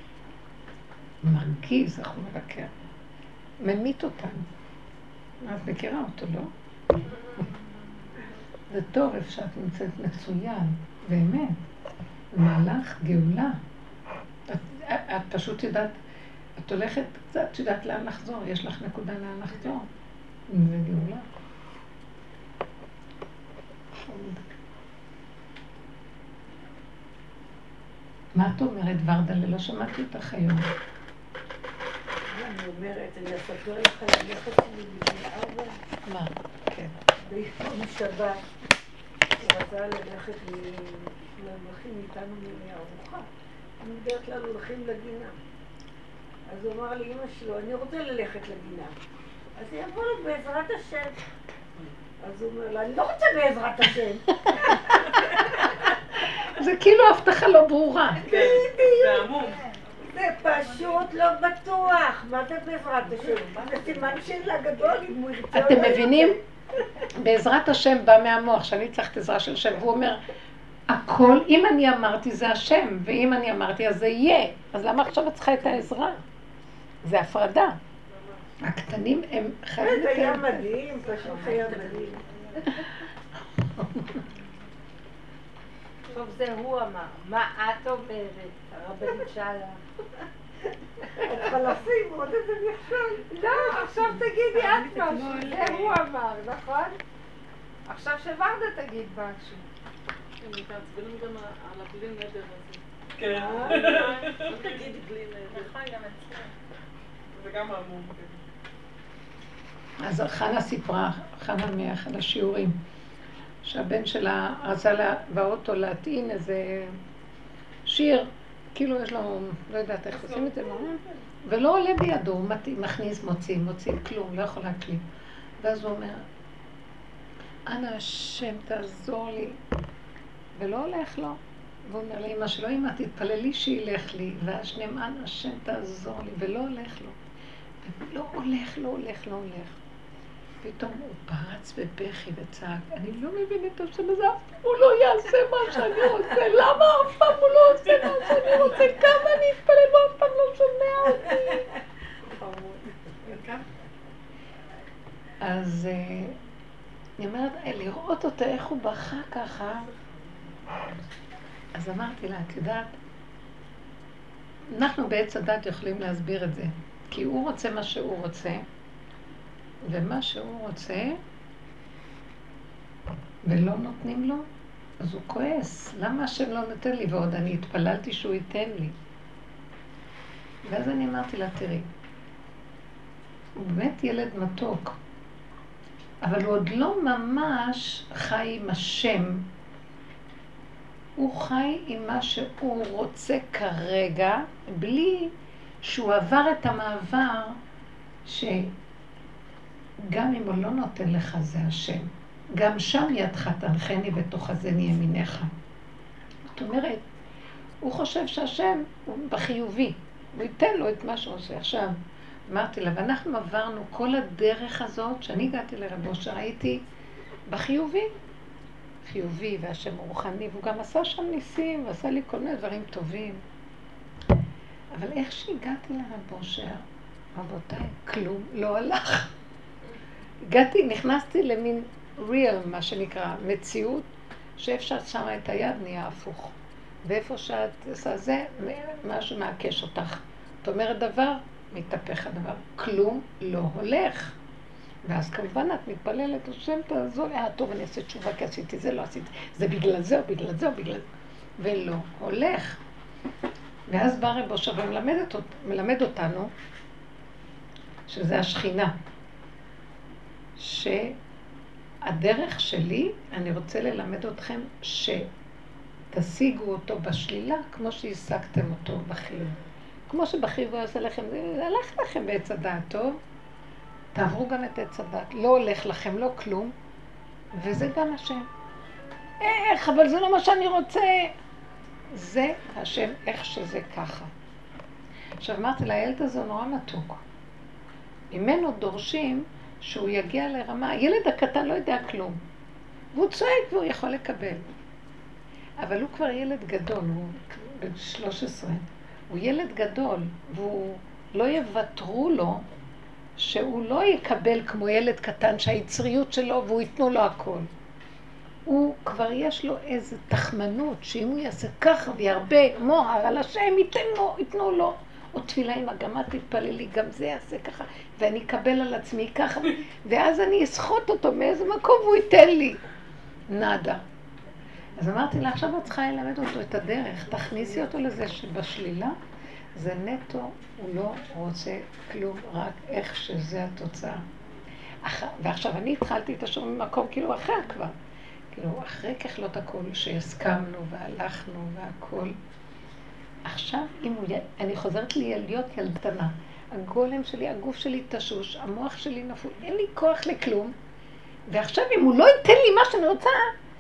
מרגיז איך הוא מבקר. ממית אותנו. את מכירה אותו, לא? זה טוב איפה שאת נמצאת מצוין, באמת. זה מהלך גאולה. את, את פשוט יודעת, את הולכת קצת, יודעת לאן לחזור, יש לך נקודה לאן לחזור. זה גאולה. מה את אומרת, ורדלה? לא שמעתי אותך היום. אני אומרת, אני אספר לך ללכת שלי לפני ארבע. מה? כן. ביום שבת, הוא רצה ללכת למלכים איתנו מארוחה. אני בדרך כלל הולכים לגינה. אז הוא אמר לי, אמא שלו, אני רוצה ללכת לגינה. אז היא אמרה לו, בעזרת השם. אז הוא אומר לה, אני לא רוצה בעזרת השם. זה כאילו הבטחה לא ברורה. זה עמום. זה פשוט לא בטוח. מה זה בעזרת השם? זה סימן שאלה גדול אם הוא ירצה. אתם מבינים? בעזרת השם בא מהמוח, שאני צריכת עזרה של השם, והוא אומר, הכל, אם אני אמרתי זה השם, ואם אני אמרתי אז זה יהיה. אז למה עכשיו את צריכה את העזרה? זה הפרדה. הקטנים הם חייבים... זה היה מדהים, פשוט היה מדהים. טוב זה הוא אמר, מה את אומרת? הרבנית שאלה. את צריכה לשים עוד איזה מכשול. לא, עכשיו תגידי את משהו, זה הוא אמר, נכון? עכשיו שוורדה תגיד משהו. הם מתעצבנים גם על הבלי נדר הזה. כן. לא תגידי בלי נדר. נכון, גם אצלנו. זה גם עמום. אז חנה סיפרה, חנה מאחד השיעורים, שהבן שלה רצה לה באוטו להטעין איזה שיר, כאילו יש לו, לא יודעת איך עושים את זה, ולא עולה בידו, הוא מכניס, מוציא, מוציא, כלום, לא יכול להקליט. ואז הוא אומר, אנא השם תעזור לי, ולא הולך לו. והוא אומר לאמא שלו, אמא תתפללי שילך לי, והשנם אנא השם תעזור לי, ולא הולך לו. ולא הולך, לא הולך, לא הולך. פתאום הוא פרץ בבכי וצעק, אני לא מבין את השם הזה, הוא לא יעשה מה שאני רוצה, למה אף פעם הוא לא עושה מה שאני רוצה, כמה אני אתפלל ואף פעם לא שומע אותי. אז אני אומרת, לראות אותו איך הוא בכה ככה, אז אמרתי לה, את יודעת, אנחנו בעץ הדת יכולים להסביר את זה, כי הוא רוצה מה שהוא רוצה, ומה שהוא רוצה, ולא נותנים לו, אז הוא כועס. למה השם לא נותן לי? ועוד אני התפללתי שהוא ייתן לי. ואז אני אמרתי לה, תראי, הוא באמת ילד מתוק, אבל הוא עוד לא ממש חי עם השם. הוא חי עם מה שהוא רוצה כרגע, בלי שהוא עבר את המעבר שגם אם הוא לא נותן לך זה השם. גם שם ידך תנחני בתוך הזני ימיניך. זאת אומרת, הוא חושב שהשם הוא בחיובי, הוא ייתן לו את מה שהוא עושה. עכשיו, אמרתי לה, ואנחנו עברנו כל הדרך הזאת, שאני הגעתי לרב אושר, הייתי בחיובי, חיובי, והשם הוא רוחני, והוא גם עשה שם ניסים, ועשה לי כל מיני דברים טובים. אבל איך שהגעתי לרב אושר, רבותיי, כלום לא הלך. הגעתי, נכנסתי למין ריאל, מה שנקרא, מציאות, שאפשר שמה את היד נהיה הפוך. ואיפה שאת עושה זה, משהו מעקש אותך. זאת אומרת דבר, מתהפך הדבר. כלום לא הולך. ואז כמובן את מתפללת, השם תעזור, אה, טוב, אני אעשה תשובה, כי עשיתי זה, לא עשיתי. זה בגלל זה או בגלל זה או בגלל זה. ולא הולך. ואז בא רב אושר ומלמד אותנו, שזה השכינה. שהדרך שלי, אני רוצה ללמד אתכם שתשיגו אותו בשלילה כמו שהשגתם אותו בחיוב. כמו שבחיוב הוא עושה לכם, זה הלך לכם בעץ הדעת טוב, תעברו גם את עץ הדעת, לא הולך לכם, לא כלום, וזה גם השם. איך, אבל זה לא מה שאני רוצה. זה השם, איך שזה ככה. עכשיו אמרתי לה, הילד הזה הוא נורא מתוק. ממנו דורשים שהוא יגיע לרמה, הילד הקטן לא יודע כלום. והוא צועק והוא יכול לקבל. אבל הוא כבר ילד גדול, הוא בן שלוש עשרה. הוא ילד גדול, והוא לא יוותרו לו שהוא לא יקבל כמו ילד קטן שהיצריות שלו והוא ייתנו לו הכל. הוא כבר יש לו איזו תחמנות שאם הוא יעשה ככה וירבה מוהר על השם ייתן לו, ייתנו לו. או תפילה עם הגמה תתפללי, גם זה יעשה ככה, ואני אקבל על עצמי ככה, ואז אני אסחוט אותו מאיזה מקום והוא ייתן לי. נדה. אז אמרתי לה, עכשיו את צריכה ללמד אותו את הדרך, תכניסי אותו לזה שבשלילה זה נטו, הוא לא רוצה כלום, רק איך שזה התוצאה. אח... ועכשיו אני התחלתי את השור ממקום כאילו אחר כבר, כאילו אחרי ככלות הכל שהסכמנו והלכנו והכל. עכשיו, אם הוא י... אני חוזרת לי להיות ילדנה, הגולם שלי, הגוף שלי תשוש, המוח שלי נפול, אין לי כוח לכלום, ועכשיו אם הוא לא ייתן לי מה שאני רוצה,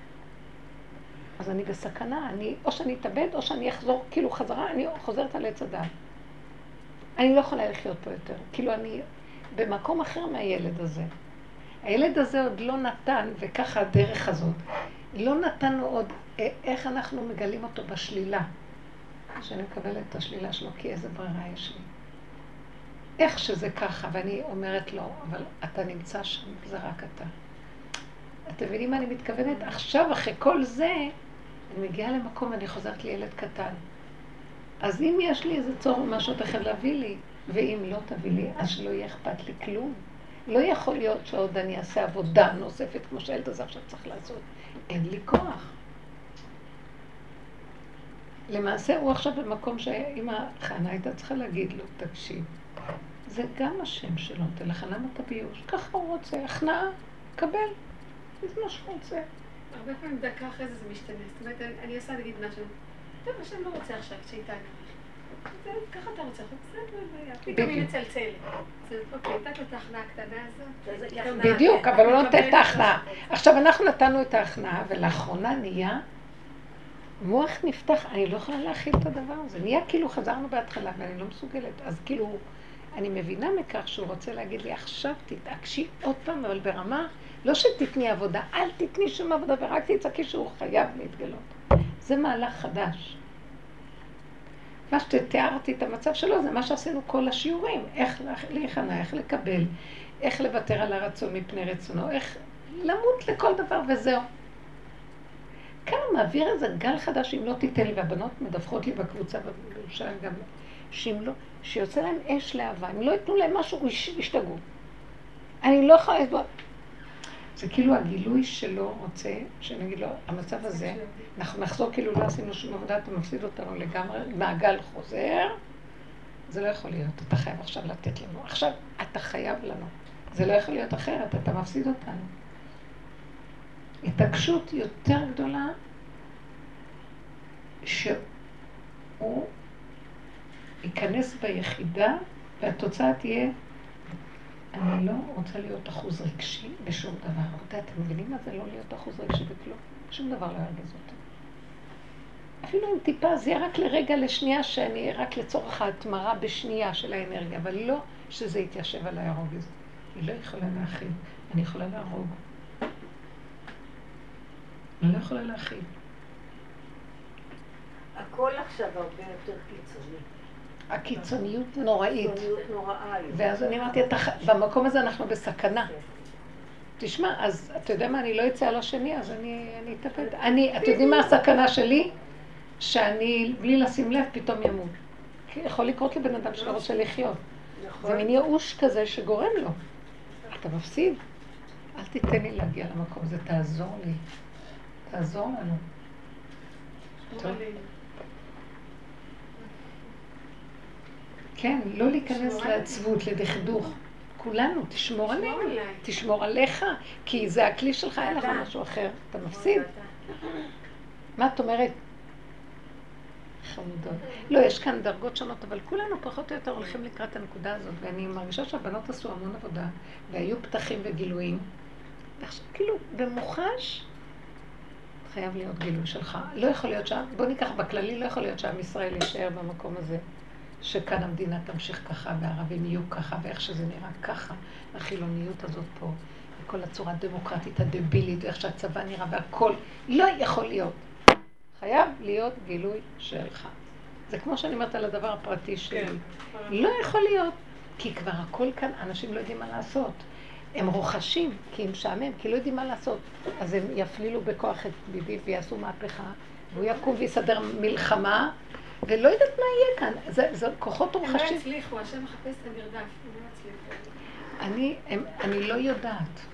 אז אני בסכנה, אני, או שאני אתאבד, או שאני אחזור כאילו חזרה, אני חוזרת על עץ הדעת. אני לא יכולה לחיות פה יותר, כאילו אני במקום אחר מהילד הזה. הילד הזה עוד לא נתן, וככה הדרך הזאת, לא נתנו עוד איך אנחנו מגלים אותו בשלילה. שאני מקבלת את השלילה שלו, כי איזה ברירה יש לי. איך שזה ככה, ואני אומרת לו, אבל אתה נמצא שם, זה רק אתה. אתם מבינים מה אני מתכוונת? עכשיו, אחרי כל זה, אני מגיעה למקום ואני חוזרת לילד קטן. אז אם יש לי איזה צור או משהו תכף להביא לי, ואם לא תביא לי, אז שלא יהיה אכפת לי כלום. לא יכול להיות שעוד אני אעשה עבודה נוספת, כמו שהילד הזה עכשיו צריך לעשות. אין לי כוח. למעשה הוא עכשיו במקום שאמא חנה הייתה צריכה להגיד לו, תקשיב, זה גם השם שלו, תלך למה אתה ביוש, ככה הוא רוצה, הכנעה, קבל, זה מה שהוא רוצה. הרבה פעמים דקה אחרי זה זה משתנה, זאת אומרת, אני, אני עושה נגיד משהו, טוב, השם לא רוצה עכשיו, כשאיתה אני ככה אתה רוצה, פתאום היא מצלצלת. אוקיי, נתת לו את ההכנעה הקטנה הזאת. בדיוק, אבל הוא לא נותן את ההכנעה. עכשיו אנחנו נתנו את ההכנעה, ולאחרונה נהיה, מוח נפתח, אני לא יכולה להכיל את הדבר הזה. נהיה כאילו חזרנו בהתחלה, ואני לא מסוגלת. אז כאילו, אני מבינה מכך שהוא רוצה להגיד לי, עכשיו תתעקשי עוד פעם, אבל ברמה, לא שתתני עבודה, אל תתני שום עבודה, ורק תצעקי שהוא חייב להתגלות. זה מהלך חדש. מה שתיארתי את המצב שלו, זה מה שעשינו כל השיעורים. איך להיכנע, איך לקבל, איך לוותר על הרצון מפני רצונו, איך למות לכל דבר וזהו. כאן הוא מעביר איזה גל חדש, אם לא תיתן לי, והבנות מדווחות לי בקבוצה בירושלים גם, שאם לא, שיוצא להם אש לאהבה, אם לא ייתנו להם משהו, ישתגעו. אני לא יכולה לסבול. זה כאילו הגילוי שלו רוצה, שנגיד לו, המצב הזה, אנחנו נחזור כאילו לא עשינו שום עבודה, אתה מפסיד אותנו לגמרי, מעגל חוזר, זה לא יכול להיות, אתה חייב עכשיו לתת לנו. עכשיו, אתה חייב לנו. זה לא יכול להיות אחרת, אתה מפסיד אותנו. התעקשות יותר גדולה, שהוא ייכנס ביחידה, והתוצאה תהיה, אני לא רוצה להיות אחוז רגשי בשום דבר. רבותיי, אתם מבינים מה זה לא להיות אחוז רגשי בכלום? שום דבר לא ירגיז אותי. אפילו אם טיפה, זה יהיה רק לרגע, לשנייה, שאני רק לצורך ההתמרה בשנייה של האנרגיה, אבל לא שזה יתיישב על הרוגז. היא לא יכולה להכיל, אני יכולה להרוג. אני לא יכולה להכיל. הכל עכשיו הרבה יותר קיצוני. הקיצוניות נוראית. הקיצוניות נוראה. ואז אני אמרתי, במקום הזה אנחנו בסכנה. תשמע, אז אתה יודע מה, אני לא אצא על השני, אז אני אתאבד. אני, אתם יודעים מה הסכנה שלי? שאני, בלי לשים לב, פתאום ימות. כי יכול לקרות לבן אדם שלא רוצה לחיות. זה מין ייאוש כזה שגורם לו. אתה מפסיד? אל תיתן לי להגיע למקום הזה, תעזור לי. תעזור לנו. טוב. כן, לא להיכנס לעצבות, לדכדוך. כולנו, תשמור עלינו, תשמור עליך, כי זה הכלי שלך, אין לך משהו אחר, אתה מפסיד. מה את אומרת? חמודות. לא, יש כאן דרגות שונות, אבל כולנו פחות או יותר הולכים לקראת הנקודה הזאת, ואני מרגישה שהבנות עשו המון עבודה, והיו פתחים וגילויים, ועכשיו כאילו במוחש חייב להיות גילוי שלך. לא יכול להיות שם, בוא ניקח בכללי, לא יכול להיות שעם ישראל יישאר במקום הזה. שכאן המדינה תמשיך ככה, והערבים יהיו ככה, ואיך שזה נראה ככה, החילוניות הזאת פה, וכל הצורה הדמוקרטית הדבילית, ואיך שהצבא נראה, והכל לא יכול להיות. חייב להיות גילוי שלך. זה כמו שאני אומרת על הדבר הפרטי שלי. כן. לא יכול להיות, כי כבר הכל כאן, אנשים לא יודעים מה לעשות. הם רוחשים, כי הם שעמם, כי לא יודעים מה לעשות. אז הם יפלילו בכוח את ביבי ויעשו מהפכה, והוא יקום ויסדר מלחמה, ולא יודעת מה יהיה כאן, זה, זה כוחות רוחשים. הם לא הצליחו, השם מחפש את המרדף, הם לא הצליחו. אני, הם, אני לא יודעת.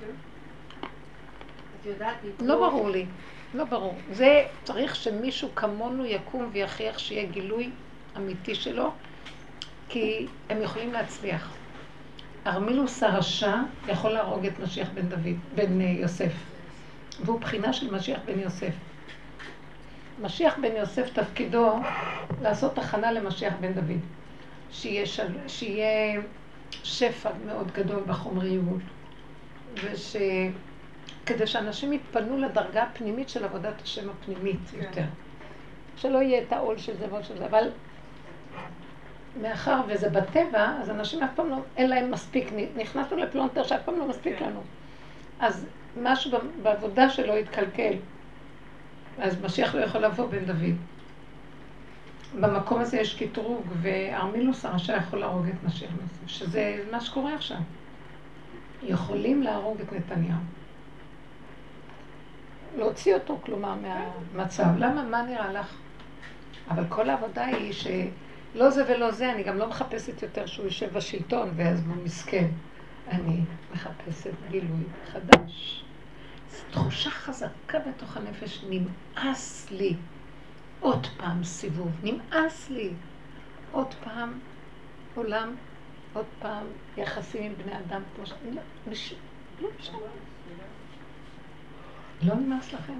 את יודעת? לא ברור לי, לא ברור. זה צריך שמישהו כמונו יקום ויכריח שיהיה גילוי אמיתי שלו, כי הם יכולים להצליח. ארמילוס הרשע יכול להרוג את משיח בן דוד, בן יוסף. והוא בחינה של משיח בן יוסף. משיח בן יוסף תפקידו לעשות הכנה למשיח בן דוד. שיהיה, של... שיהיה שפע מאוד גדול בחומריות. וכדי שאנשים יתפנו לדרגה הפנימית של עבודת השם הפנימית יותר. שלא יהיה את העול של זה ועול של זה. אבל מאחר וזה בטבע, אז אנשים אף פעם לא, אין להם מספיק. נכנסנו לפלונטר שאף פעם לא מספיק לנו. אז משהו בעבודה שלו יתקלקל. אז משיח לא יכול לבוא בן דוד. במקום הזה יש קטרוג, וארמילוס הרשע יכול להרוג את משיח בן דוד, שזה מה שקורה עכשיו. יכולים להרוג את נתניהו. להוציא אותו, כלומר, מהמצב. למה? מה נראה לך? אבל כל העבודה היא שלא זה ולא זה, אני גם לא מחפשת יותר שהוא יושב בשלטון, ואז הוא מסכן. אני מחפשת גילוי חדש. זו תחושה חזקה בתוך הנפש, נמאס לי. עוד פעם סיבוב, נמאס לי. עוד פעם עולם, עוד פעם יחסים עם בני אדם כמו ש... לא, מש... לא משנה. לא נמאס לכם?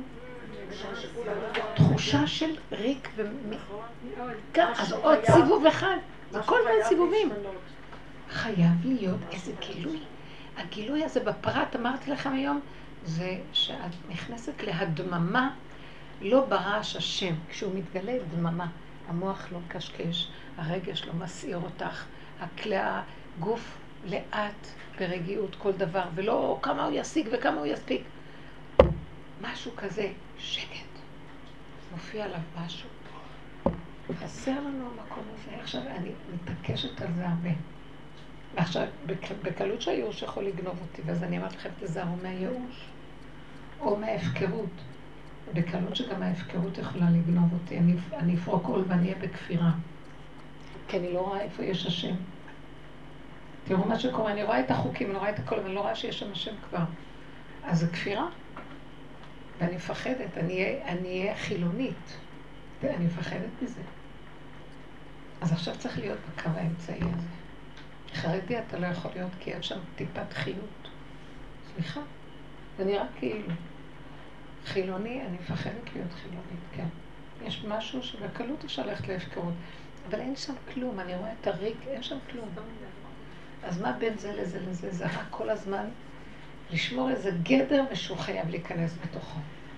תחושה של ריק ו... אז עוד סיבוב אחד. זה כל מיני סיבובים. חייב להיות איזה גילוי. הגילוי הזה בפרט, אמרתי לכם היום, זה שאת נכנסת להדממה, לא ברעש השם. כשהוא מתגלה דממה, המוח לא מקשקש, הרגש לא מסעיר אותך, הכלי הגוף לאט ברגיעות כל דבר, ולא כמה הוא ישיג וכמה הוא יספיק. משהו כזה, שקט. מופיע עליו משהו. חסר לנו המקום הזה. עכשיו אני מתעקשת על זה הרבה. ועכשיו, בקלות שהייאוש יכול לגנוב אותי, ואז אני אמרת לכם, תזהרו מהייאוש, או מההפקרות. בקלות שגם ההפקרות יכולה לגנוב אותי. אני, אני אפרוק עול ואני אהיה בכפירה. כי אני לא רואה איפה יש השם. תראו מה שקורה, אני רואה את החוקים, אני רואה את הכל, אבל אני לא רואה שיש שם השם כבר. אז זה כפירה. ואני מפחדת, אני אהיה חילונית. אני מפחדת מזה. אז עכשיו צריך להיות בקו האמצעי הזה. חרדי אתה לא יכול להיות, כי אין שם טיפת חיות. סליחה, זה נראה כאילו. חילוני, אני מפחדת להיות חילונית, כן. יש משהו שבקלות אפשר ללכת להפקרות, אבל אין שם כלום, אני רואה את הריק, אין שם כלום. אז מה בין זה לזה לזה? זה רק כל הזמן לשמור איזה גדר ושהוא חייב להיכנס בתוכו.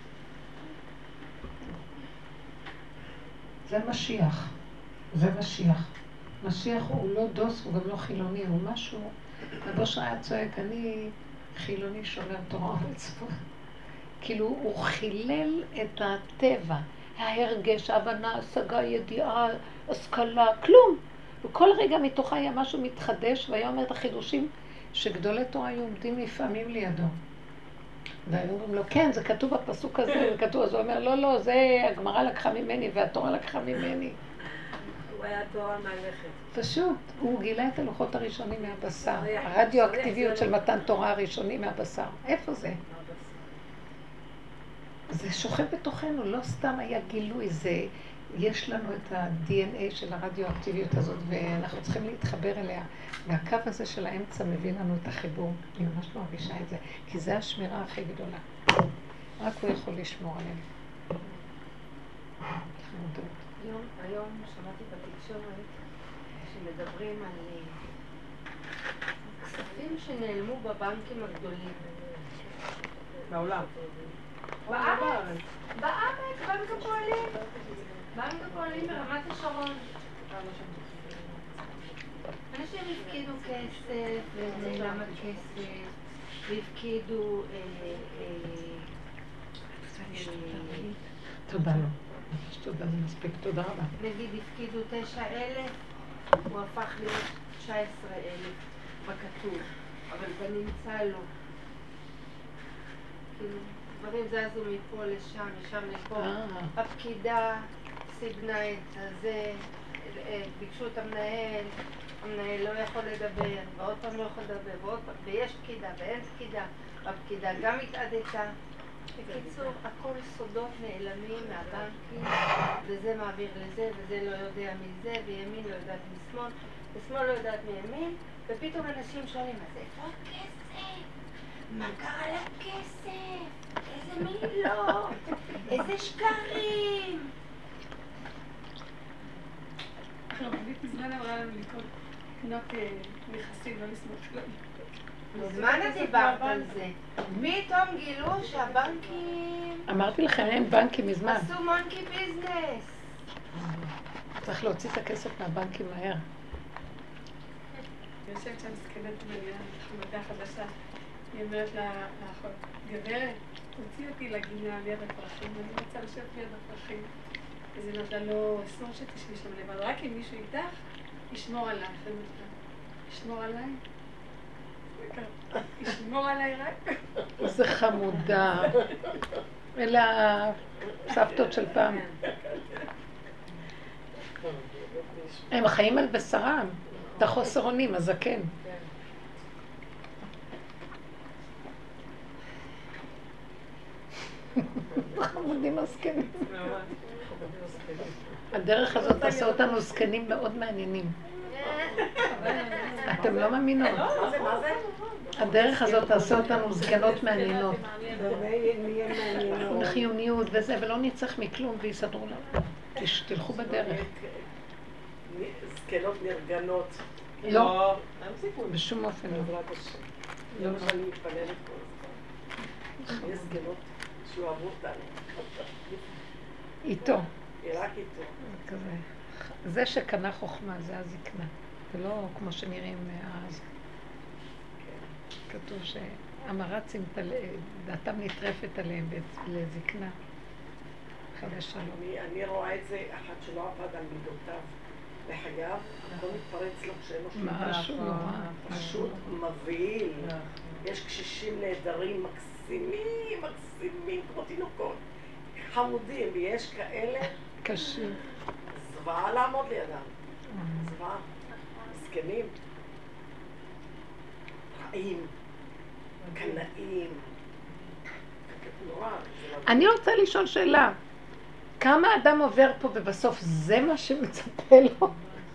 זה משיח. זה משיח. משיח הוא לא דוס, הוא גם לא חילוני, הוא משהו... רבושר היה צועק, אני חילוני שומר תורה ומצוות. כאילו הוא חילל את הטבע, ההרגש, ההבנה, השגה, ידיעה, השכלה, כלום. וכל רגע מתוכה היה משהו מתחדש, והיה אומר את החידושים שגדולי תורה היו עומדים לפעמים לידו. והיו אומרים לו, כן, זה כתוב בפסוק הזה, זה כתוב, אז הוא אומר, לא, לא, זה הגמרא לקחה ממני והתורה לקחה ממני. הוא היה תורה מהלכת. פשוט, הוא גילה את הלוחות הראשונים מהבשר, הרדיואקטיביות של מתן תורה הראשונים מהבשר. איפה זה? זה שוכב בתוכנו, לא סתם היה גילוי, זה, יש לנו את ה-די אן איי של הרדיואקטיביות הזאת, ואנחנו צריכים להתחבר אליה. והקו הזה של האמצע מביא לנו את החיבור. אני ממש לא מרגישה את זה, כי זה השמירה הכי גדולה. רק הוא יכול לשמור עלינו. היום, היום שמעתי בתקשורת שמדברים על כספים שנעלמו בבנקים הגדולים. בעולם. בארץ, בארץ, בנק הפועלים. בנק הפועלים ברמת השרון. אנשים הפקידו כסף, ונעלם הכסף, והפקידו... תודה לו. תודה, זה מספיק. תודה רבה. נגיד, הפקידו תשע אלף, הוא הפך להיות תשע עשרה אלף בכתוב, אבל זה נמצא לו. כאילו, דברים זזו מפה לשם, משם לפה. הפקידה סיבנה את הזה, ביקשו את המנהל, המנהל לא יכול לדבר, ועוד פעם לא יכול לדבר, ועוד פעם, ויש פקידה ואין פקידה, והפקידה גם התעדתה. בקיצור, הכל סודות נעלמים מהבנקים, וזה מעביר לזה, וזה לא יודע מזה, וימין לא יודעת משמאל, ושמאל לא יודעת מימין, ופתאום אנשים שואלים, אז איפה הכסף? מה קרה לכסף? איזה מילות? איזה שקרים? עכשיו, בדיוק מזמן אמרה לנו לקנות נכסים, לא לסמוך שלנו. מזמן את דיברת על זה. פתאום גילו שהבנקים... אמרתי לכם, אין בנקים מזמן. עשו מונקי ביזנס. צריך להוציא את הכסף מהבנקים מהר. אני חושבת שהמסכנת מליאה, חמודה חדשה, היא אומרת לאחות, גברת, תוציא אותי לגינה ליד הפרחים, אני רוצה לשבת ליד הפרחים. אז היא אומרת לה, לא, אסור שתשבי שם לבד, רק אם מישהו איתך, ישמור עלייך. ישמור עליי? ישמור עליי רק? איזה חמודה. אלה הסבתות של פעם. הם חיים על בשרם, את החוסר אונים, הזקן. חמודים הזקנים. הדרך הזאת עשה אותנו זקנים מאוד מעניינים. אתם לא מאמינות. הדרך הזאת עשה אותנו זקנות מעניינות. חיוניות וזה, ולא נצטרך מכלום ויסדרו לנו. תלכו בדרך. זקנות נרגנות. לא, בשום אופן לא. לא מה שאני מתפללת כל הזמן. יש זקנות שאוהבו אותנו. איתו. רק איתו. זה שקנה חוכמה, זה הזקנה. זה לא כמו שנראים אז. כתוב שהמרצים, דעתם נטרפת עליהם לזקנה. חדש שלום. אני רואה את זה, אחת שלא עבד על מידותיו לחייו, הכל מתפרץ לו כשאין לו שליטה. משהו נורא. פשוט מבהיל. יש קשישים נהדרים, מקסימים, מקסימים, כמו תינוקות. חמודים, ויש כאלה... קשים. זוועה לעמוד לידם. זוועה. זקנים. רעים. קנאים. אני רוצה לשאול שאלה. כמה אדם עובר פה ובסוף זה מה שמצפה לו?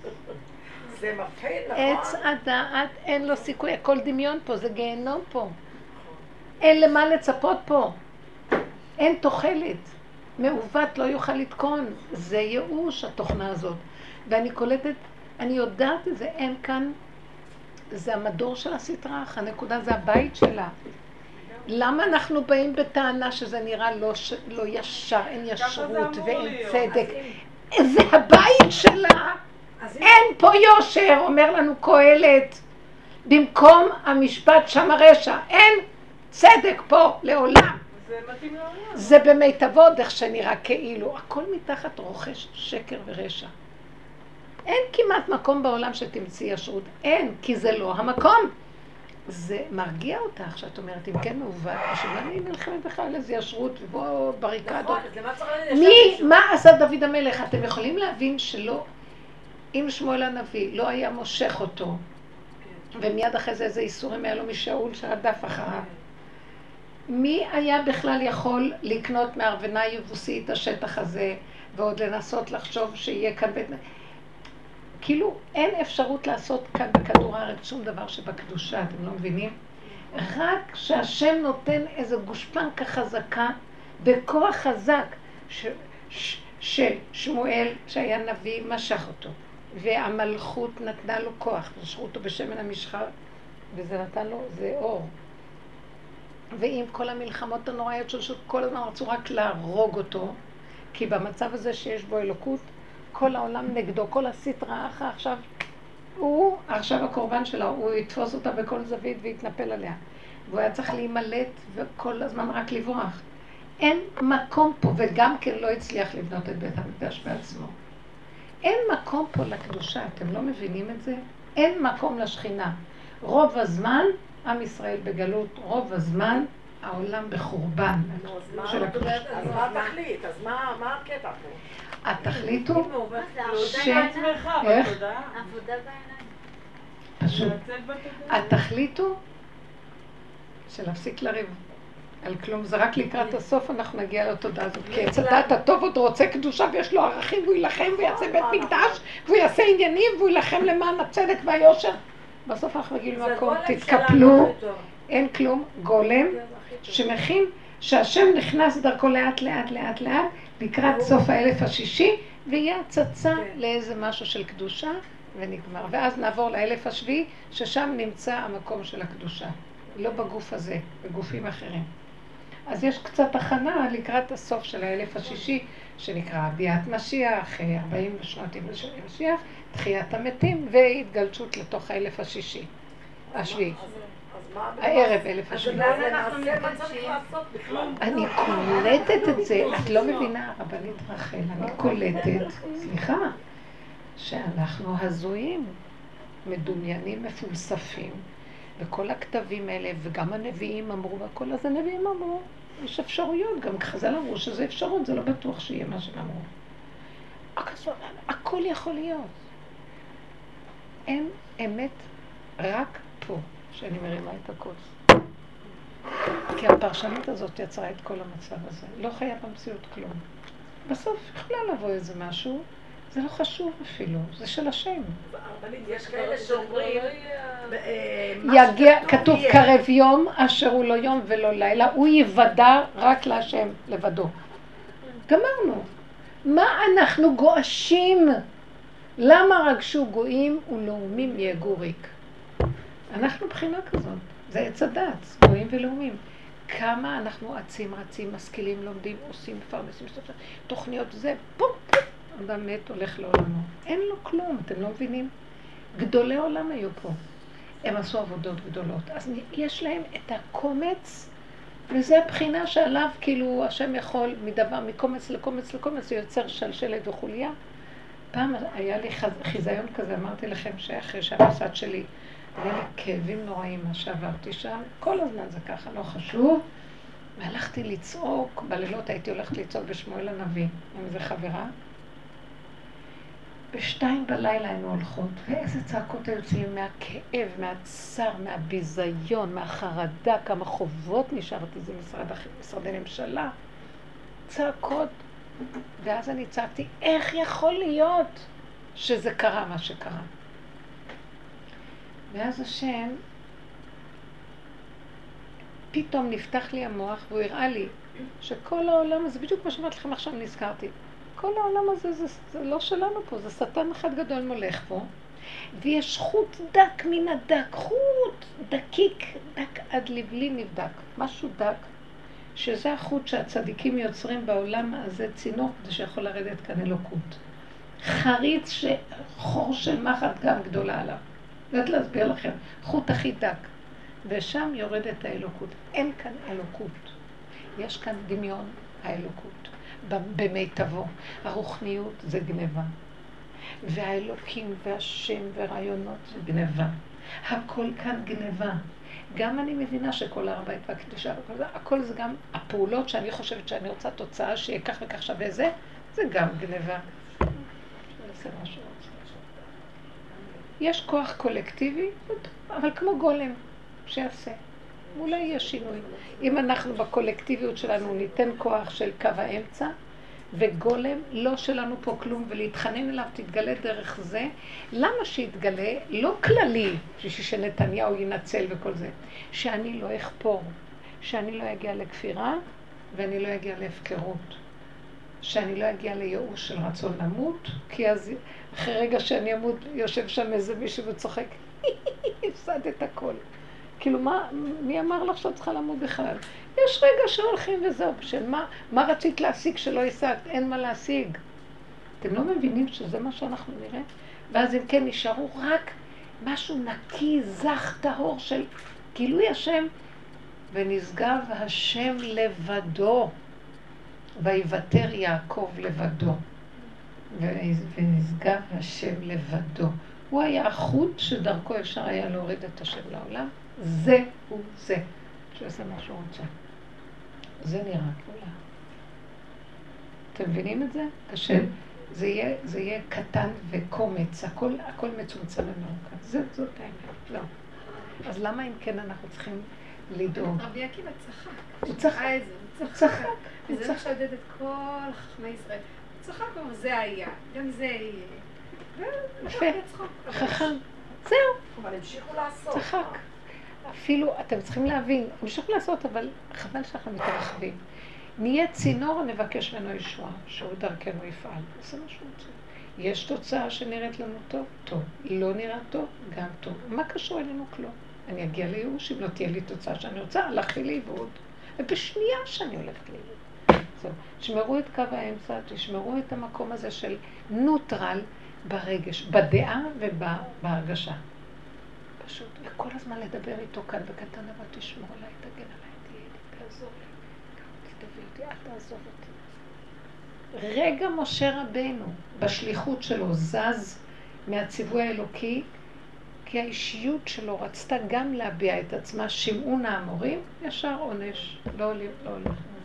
זה מפחיד, נכון? עץ הדעת אין לו סיכוי, הכל דמיון פה, זה גיהנום פה. אין למה לצפות פה. אין תוחלת. מעוות לא יוכל לתקון. זה ייאוש התוכנה הזאת. ואני קולטת, אני יודעת את זה, אין כאן, זה המדור של הסטרה, הנקודה זה הבית שלה. למה אנחנו באים בטענה שזה נראה לא, ש... לא ישר, אין ישרות ואין צדק? זה הבית שלה. אין פה יושר, אומר לנו קהלת. במקום המשפט שם הרשע, אין צדק פה לעולם. זה מתאים לעולם. זה במיטבו דרך שנראה כאילו. הכל מתחת רוכש שקר ורשע. אין כמעט מקום בעולם שתמציא ישרות. אין, כי זה לא המקום. זה מרגיע אותך, שאת אומרת, אם כן מעוות, בשביל אני נלחמת בכלל איזה ישרות, ובוא בריקדות. מי, מה עשה דוד המלך? אתם יכולים להבין שלא, אם שמואל הנביא לא היה מושך אותו, ומיד אחרי זה איזה איסורים היה לו משאול שרדף אחריו, מי היה בכלל יכול לקנות מארוונה יבוסי את השטח הזה, ועוד לנסות לחשוב שיהיה כאן בית... כאילו אין אפשרות לעשות כאן בכדור הארץ שום דבר שבקדושה, אתם לא מבינים? רק שהשם נותן איזו גושפנקה חזקה, בכוח חזק, ש, ש, ששמואל שהיה נביא משך אותו, והמלכות נתנה לו כוח, משכו אותו בשמן המשחה, וזה נתן לו, זה אור. ועם כל המלחמות הנוראיות של שוט, כל הזמן רצו רק להרוג אותו, כי במצב הזה שיש בו אלוקות, כל העולם נגדו, כל הסטרה אחר עכשיו, הוא עכשיו הקורבן שלה, הוא יתפוס אותה בכל זווית ויתנפל עליה. והוא היה צריך להימלט וכל הזמן רק לברוח. אין מקום פה, וגם כן לא הצליח לבנות את בית המקדש בעצמו. אין מקום פה לקדושה, אתם לא מבינים את זה? אין מקום לשכינה. רוב הזמן, עם ישראל בגלות, רוב הזמן, העולם בחורבן של הקדושה. אז מה התכלית? אז מה הקטע פה? התכלית הוא ש... איך? עבודה בעיניים. פשוט. התכלית הוא של להפסיק לריב על כלום. זה רק לקראת הסוף אנחנו נגיע לתודעה הזאת. כי עץ הדעת הטוב עוד רוצה קדושה ויש לו ערכים והוא ילחם ויעשה בית מקדש והוא יעשה עניינים והוא ילחם למען הצדק והיושר. בסוף אנחנו מגיעים למקום, תתקפלו, אין כלום, גולם שמכין שהשם נכנס דרכו לאט לאט לאט לאט לקראת סוף האלף השישי, ויהיה הצצה לאיזה משהו של קדושה, ונגמר. ואז נעבור לאלף השביעי, ששם נמצא המקום של הקדושה. לא בגוף הזה, בגופים אחרים. אז יש קצת הכנה לקראת הסוף של האלף השישי, שנקרא ביאת משיח, ארבעים ושנות עם משיח, תחיית המתים, והתגלשות לתוך האלף השישי, השביעי. הערב אלף השביעי. אני קולטת את זה, את לא מבינה, רבנית רחל, אני קולטת, סליחה, שאנחנו הזויים, מדומיינים, מפולספים, וכל הכתבים האלה, וגם הנביאים אמרו, וכל אז הנביאים אמרו, יש אפשרויות, גם חז"ל אמרו שזה אפשרות, זה לא בטוח שיהיה מה שהם אמרו. הכל יכול להיות. אין אמת רק פה, שאני מרימה את הכוס. כי הפרשנות הזאת יצרה את כל המצב הזה. לא חייב במציאות כלום. בסוף יכולה לבוא איזה משהו, זה לא חשוב אפילו, זה של השם. יש כאלה שאומרים, יגיע, כתוב קרב יום אשר הוא לא יום ולא לילה, הוא יוודע רק להשם לבדו. גמרנו. מה אנחנו גואשים? למה רגשו גויים ולאומים יהגו ריק? אנחנו בחינה כזאת, זה עץ הדת, גויים ולאומים. כמה אנחנו עצים, רצים, משכילים, לומדים, עושים, מפרנסים, תוכניות, זה פופ, פופ, אדם מת, הולך לעולמו. אין לו כלום, אתם לא מבינים? גדולי עולם היו פה. הם עשו עבודות גדולות. אז יש להם את הקומץ, וזה הבחינה שעליו כאילו השם יכול מדבר, מקומץ לקומץ לקומץ, זה יוצר שלשלת וחוליה. פעם היה לי חיזיון כזה, אמרתי לכם שאחרי שהמסד שלי, היה לי כאבים נוראים מה שעברתי שם, כל הזמן זה ככה, לא חשוב. והלכתי לצעוק, בלילות הייתי הולכת לצעוק בשמואל הנביא, עם איזה חברה. בשתיים בלילה היינו הולכות, ואיזה צעקות היו יוצאים מהכאב, מהצער, מהביזיון, מהחרדה, כמה חובות נשארתי, זה משרד, משרדי ממשלה. צעקות. ואז אני צעקתי, איך יכול להיות שזה קרה מה שקרה? ואז השם, פתאום נפתח לי המוח והוא הראה לי שכל העולם הזה, בדיוק מה שאמרתי לכם עכשיו נזכרתי, כל העולם הזה זה, זה לא שלנו פה, זה שטן אחד גדול מולך פה, ויש חוט דק מן הדק, חוט דקיק, דק עד לבלי נבדק, משהו דק, שזה החוט שהצדיקים יוצרים בעולם הזה צינור כדי שיכול לרדת כאן אלוקות. חריץ שחור של מחט גם גדולה עליו. יודעת להסביר לכם, חוט הכי דק. ושם יורדת האלוקות. אין כאן אלוקות. יש כאן דמיון האלוקות. במיטבו. הרוחניות זה גניבה. והאלוקים והשם ורעיונות זה גניבה. הכל כאן גניבה. גם אני מבינה שכל הרבית והקדושה וכל זה, הכל זה גם הפעולות שאני חושבת שאני רוצה תוצאה שיהיה כך וכך שווה זה, זה גם גניבה. זה משהו. יש כוח קולקטיבי, אבל כמו גולם, שיעשה. אולי יהיה שינוי. אם אנחנו בקולקטיביות שלנו ניתן כוח של קו האמצע, וגולם לא שלנו פה כלום, ולהתחנן אליו תתגלה דרך זה, למה שיתגלה? לא כללי, שנתניהו ינצל וכל זה, שאני לא אכפור, שאני לא אגיע לכפירה, ואני לא אגיע להפקרות. שאני לא אגיע לייאוש של רצון למות, כי אז אחרי רגע שאני אמות יושב שם איזה מישהו וצוחק, הפסד את הכל. כאילו, מה, מי אמר לך שאת צריכה למות בכלל? יש רגע שהולכים וזהו, של מה, מה רצית להשיג שלא השגת? אין מה להשיג. אתם לא מבינים שזה מה שאנחנו נראה? ואז אם כן נשארו רק משהו נקי, זך, טהור של גילוי השם, ונשגב השם לבדו. ויוותר יעקב לבדו, ונשגב השם לבדו. הוא היה החוט שדרכו אפשר היה להוריד את השם לעולם. זה הוא זה, שעושה מה שהוא רוצה. זה נראה כולה. אתם מבינים את זה? קשה. זה יהיה, זה יהיה קטן וקומץ, הכל, הכל מצומצם ומרוכז. זה, זאת האמת. לא. אז למה אם כן אנחנו צריכים לדאוג? רבי עקיבא צחק. הוא צחק. הוא צחק. וזה משעודד את כל חכמי ישראל. הוא צחק ואומר, זה היה, גם זה יהיה. יפה, חכם. זהו. אבל המשיכו לעשות. צחק. אפילו, אתם צריכים להבין, המשיכו לעשות, אבל חבל שאנחנו מתרחבים. נהיה צינור, נבקש ממנו ישועה, שהוא דרכנו יפעל. זה מה שהוא רוצה. יש תוצאה שנראית לנו טוב? טוב. לא נראה טוב? גם טוב. מה קשור אלינו כלום? אני אגיע לייאוש, אם לא תהיה לי תוצאה שאני רוצה, הלכתי לאיבוד. ובשנייה שאני הולכת לאיבוד. זהו. תשמרו את קו האמצע, תשמרו את המקום הזה של נוטרל ברגש, בדעה ובהרגשה. פשוט, וכל הזמן לדבר איתו כאן בקטן, אבל תשמור עליי, תגן עליי, תהיה לי, תעזור לי, תביא אותי, אל תעזור אותי. רגע משה רבנו, בשליחות שלו, זז מהציווי האלוקי, כי האישיות שלו רצתה גם להביע את עצמה, שמעון האמורים, ישר עונש, לא הולך, לא הולך.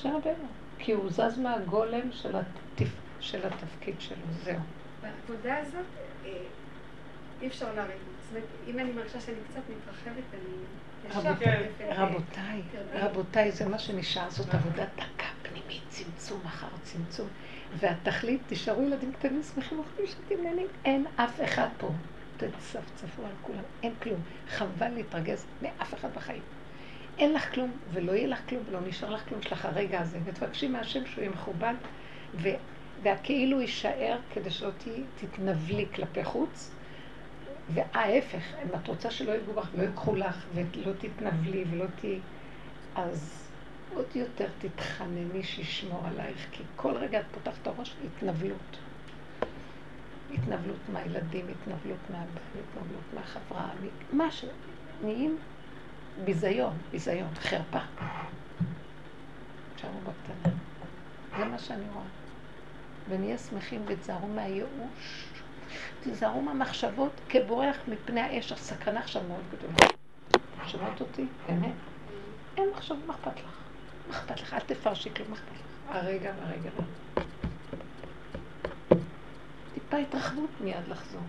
משה רבנו, כי הוא זז מהגולם של, התפ... של התפקיד שלו, זהו. בעבודה הזאת אי אפשר לרדת. זאת אומרת, אם אני מרגישה שאני קצת מתרחבת, אני ישר תרחבת. רבותיי, רבותיי, זה מה שנשאר, זאת עבודה דקה פנימית, צמצום אחר צמצום. והתכלית, תשארו ילדים קטנים, שמחים אוכלים שתים נהנים, אין אף אחד פה. תצפצפו על כולם, אין כלום. חבל להתרגז מאף אחד בחיים. אין לך כלום, ולא יהיה לך כלום, ולא נשאר לך כלום שלך הרגע הזה. ותבקשי מהשם שהוא יהיה מכובד, ו... והכאילו יישאר כדי שלא תתנבלי כלפי חוץ. וההפך, אם את רוצה שלא יגעו בך, לא יקחו לך, ולא תתנבלי ולא תהי, אז עוד יותר תתחנני שישמור עלייך, כי כל רגע את פותחת את הראש, התנבלות. התנבלות מהילדים, התנבלות מהבן, התנבלות מהחברה, מה שנהיים ביזיון, ביזיון, חרפה. תשארו בקטנה. זה מה שאני רואה. ונהיה שמחים ותזהרו מהייאוש. תזהרו מהמחשבות כבורח מפני האש. הסכנה עכשיו מאוד גדולה. שמעת אותי? באמת? אין מחשבות, מה אכפת לך? מה אכפת לך? אל תפרשי כלום, מה אכפת לך? הרגע והרגע. טיפה התרחבות מיד לחזור.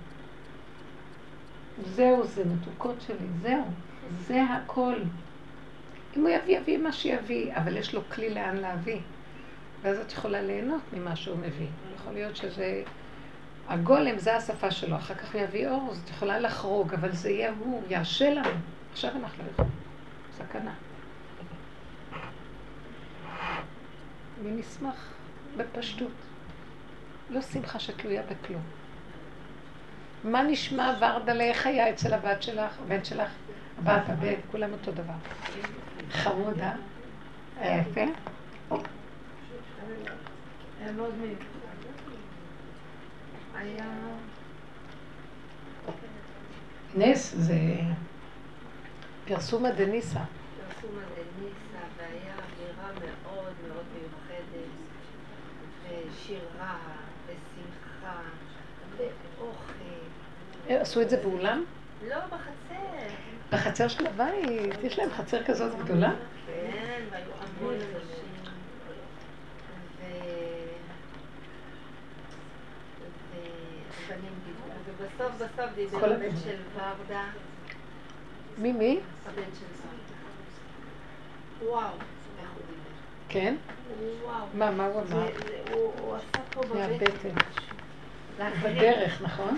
זהו, זה מתוקות שלי, זהו. זה הכל. אם הוא יביא, יביא מה שיביא, אבל יש לו כלי לאן להביא. ואז את יכולה ליהנות ממה שהוא מביא. יכול להיות שזה... הגולם זה השפה שלו, אחר כך הוא יביא אור, אז את יכולה לחרוג, אבל זה יהיה הוא, יעשה לנו. עכשיו אנחנו יכולים. סכנה. ונשמח בפשטות. לא שמחה שתלויה בכלום. מה נשמע ורדה איך היה אצל הבת שלך, הבן שלך, הבת, הבן, כולם אותו דבר. חמוד, אה? היה יפה? היה מאוד מיד. היה... נס זה פרסומה דניסה. פרסומה דניסה, והיה אווירה מאוד מאוד מיוחדת, ושירה, ושמחה, ואוכל. עשו את זה באולם? לא, בחצר. בחצר של הבית, יש להם חצר כזאת גדולה? כן, והיו המון אנשים. ובסוף בסוף דיבר הבן של ורדה. מי מי? הבן של וורדה. וואו, איך הוא דיבר. כן? וואו. מה, מה הוא אמר? הוא עשה פה בבטן. בדרך, נכון?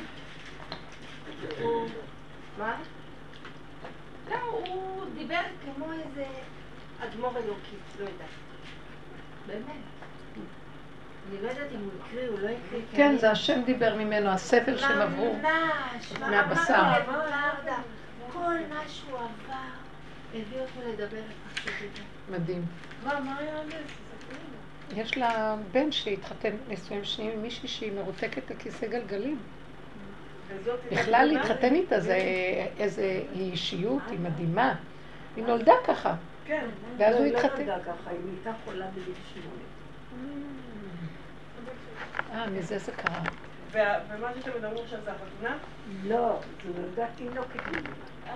מה? לא, הוא דיבר כמו איזה אדמו"ר אלוקי, לא יודעת. באמת. אני לא יודעת אם הוא יקריא, הוא לא יקריא. כן, זה השם דיבר ממנו, הסבל שהם עברו מהבשר. כל מה שהוא עבר, הביא אותו לדבר את החשיבות. מדהים. מה, מה היה הנס? יש לה בן שהתחתן נישואים שניים עם מישהי שהיא מרותקת לכיסא גלגלים. בכלל להתחתן איתה זה איזה אישיות, היא מדהימה. היא נולדה ככה. כן. ואז הוא היא התחתן. לא נולדה ככה, היא נהייתה חולה בגיל שמונה. אה, מזה זה קרה. ומה שאתם מדברים עכשיו זה החתונה? לא, זה נולדה תינוקת ממנה.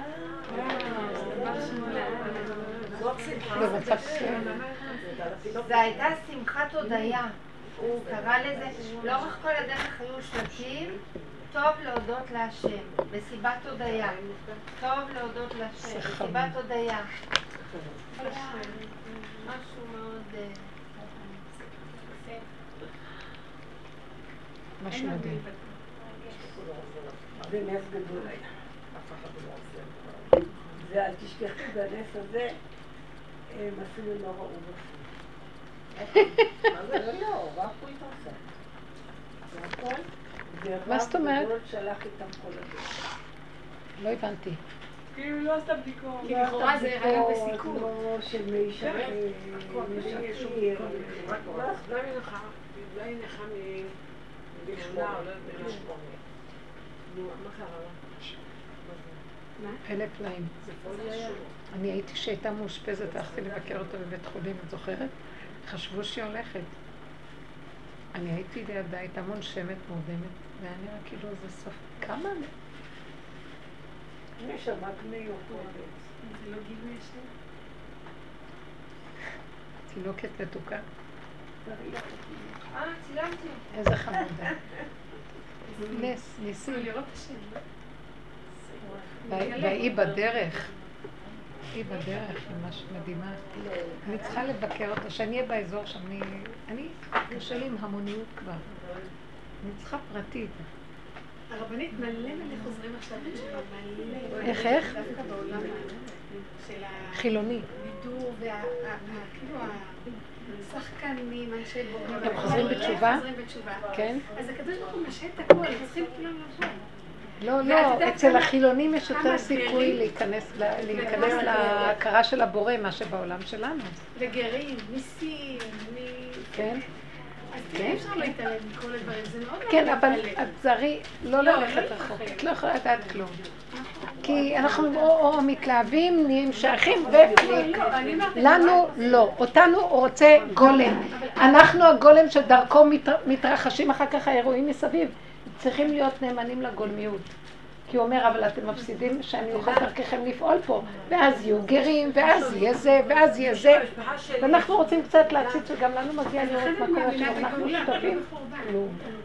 זה הייתה שמחת הודיה. הוא קרא לזה, לאורך כל הדרך היו שלטים, טוב להודות להשם, מסיבת הודיה. טוב להודות להשם, מסיבת הודיה. משהו מאוד... משהו מדהים. זה נס גדול היה. ואל תשכחי, בנס הזה הם אפילו לא ראו בסוף. מה זה? לא, לא, רק הוא התרסה. זה הכל. מה זאת אומרת? ורב גדול שלח איתם כל הדרך. לא הבנתי. כאילו לא עשתה בדיקות. כי לכאורה זה היה בסיכון. לא של מי שחי, מי שחי. אולי נלכה מגיל שמונה או לא יודע שמונה. מה קרה לה? אלה פלאים. אני הייתי שהייתה מאושפזת, הלכתי לבקר אותה בבית חולים, את זוכרת? חשבו שהיא הולכת. אני הייתי לידה, הייתה מונשמת, מורדמת, והיה נראה כאילו זה סוף. כמה? אני שמעת מיוחדת. זה לא גיל מישהו? תינוקת מתוקה. אה, צילמתי. איזה חמודה. נס, ניסים. לראות השם. והיא בדרך. היא בדרך, ממש מדהימה. אני צריכה לבקר אותה, שאני אהיה באזור שם. אני, קשה לי עם המוניות כבר. אני צריכה פרטית. הרבנית מלא מלא חוזרים עכשיו בתשובה, מלא. איך, איך? דווקא בעולם של חילוני. הבידור והכאילו השחקנים, אנשי בורא. הם חוזרים בתשובה? חוזרים בתשובה. כן. אז הקדוש ברוך הוא משהה את הכל, צריכים כולם לבוא. לא, לא, אצל החילונים יש יותר סיכוי להיכנס להכרה של הבורא, מה שבעולם שלנו. וגרים, ניסים, מ... כן. אז תראה, אפשר להתעלם מכל הדברים, זה מאוד מאוד כן, אבל את זרי לא ללכת רחוק, את לא יכולה לדעת כלום. כי אנחנו או מתלהבים, נהיים שייכים ופליק. לנו לא, אותנו הוא רוצה גולם. אנחנו הגולם שדרכו מתרחשים אחר כך האירועים מסביב. צריכים להיות נאמנים לגולמיות. כי הוא אומר, אבל אתם מפסידים שאני אוכל דרככם לפעול פה. ואז יהיו גרים, ואז יהיה זה, ואז יהיה זה. ואנחנו רוצים קצת להציץ, וגם לנו מגיע לראות מה קורה שם, אנחנו שותפים. לא.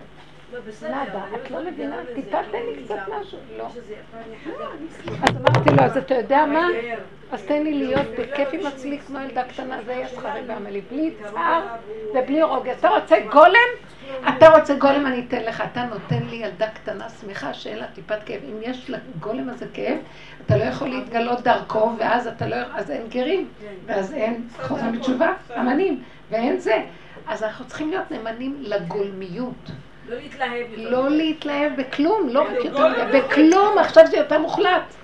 נדה, את לא מבינה? טיפה תן לי קצת משהו. לא. אז אמרתי לו, אז אתה יודע מה? אז תן לי להיות בכיף עם עצמי כמו ילדה קטנה, זה יהיה שכרי בעמלי, בלי צער ובלי רוגע. אתה רוצה גולם? אתה רוצה גולם, אני אתן לך. אתה נותן לי ילדה קטנה, שמחה, שאין לה טיפת כאב. אם יש לגולם הזה כאב, אתה לא יכול להתגלות דרכו, ואז אתה לא יכול, אז אין גרים, ואז אין חוזרים בתשובה, אמנים, ואין זה. אז אנחנו צריכים להיות נאמנים לגולמיות. לא להתלהב. לא להתלהב בכלום, לא רק יותר, בכלום, עכשיו זה יותר מוחלט.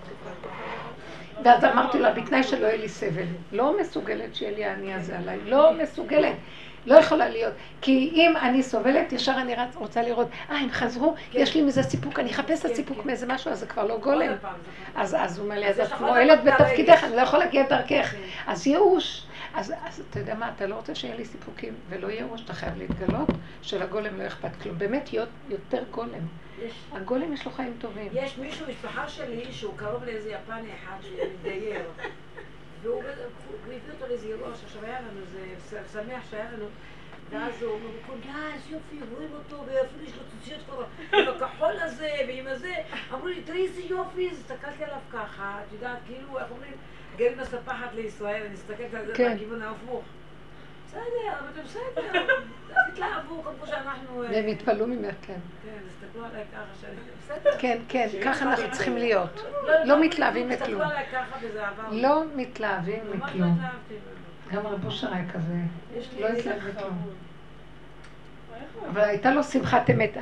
ואז אמרתי לה, בתנאי שלא יהיה לי סבל. לא מסוגלת שיהיה לי העני הזה עליי, לא מסוגלת. לא יכולה להיות. כי אם אני סובלת, ישר אני רוצה לראות, אה, הם חזרו, יש לי מזה סיפוק, אני אחפש את הסיפוק מאיזה משהו, אז זה כבר לא גולם. אז הוא אומר לי, אז את מועלת בתפקידך, אני לא יכולה להגיע דרכך. אז ייאוש. אז אתה יודע מה, אתה לא רוצה שיהיה לי סיפוקים, ולא ייאוש, אתה חייב להתגלות, שלגולם לא אכפת כלום. באמת להיות יותר גולם. הגולם יש לו חיים טובים. יש מישהו, משפחה שלי, שהוא קרוב לאיזה יפני אחד שמתגייר. והוא הביא אותו לאיזה אירוע שעכשיו היה לנו, זה שמח שהיה לנו, ואז הוא אומר, בכל גז, יופי, רואים אותו, ואפילו יש לו ציציות כבר, עם הכחול הזה, ועם הזה, אמרו לי, תראי איזה יופי, אז הסתכלתי עליו ככה, את יודעת, כאילו, איך אומרים, גרים הספחת לישראל, אני מסתכלת על זה בכיוון ההפוך. בסדר, אבל אתם בסדר, תתלהבו, כמו שאנחנו... והם התפלאו ממך, כן. כן, הסתכלו עליי ככה שאני... בסדר. כן, כן, ככה אנחנו צריכים להיות. לא מתלהבים מכלום. לא מתלהבים מכלום. גם רב אושר היה כזה, לא התלהב מכלום. אבל הייתה לו שמחת אמת.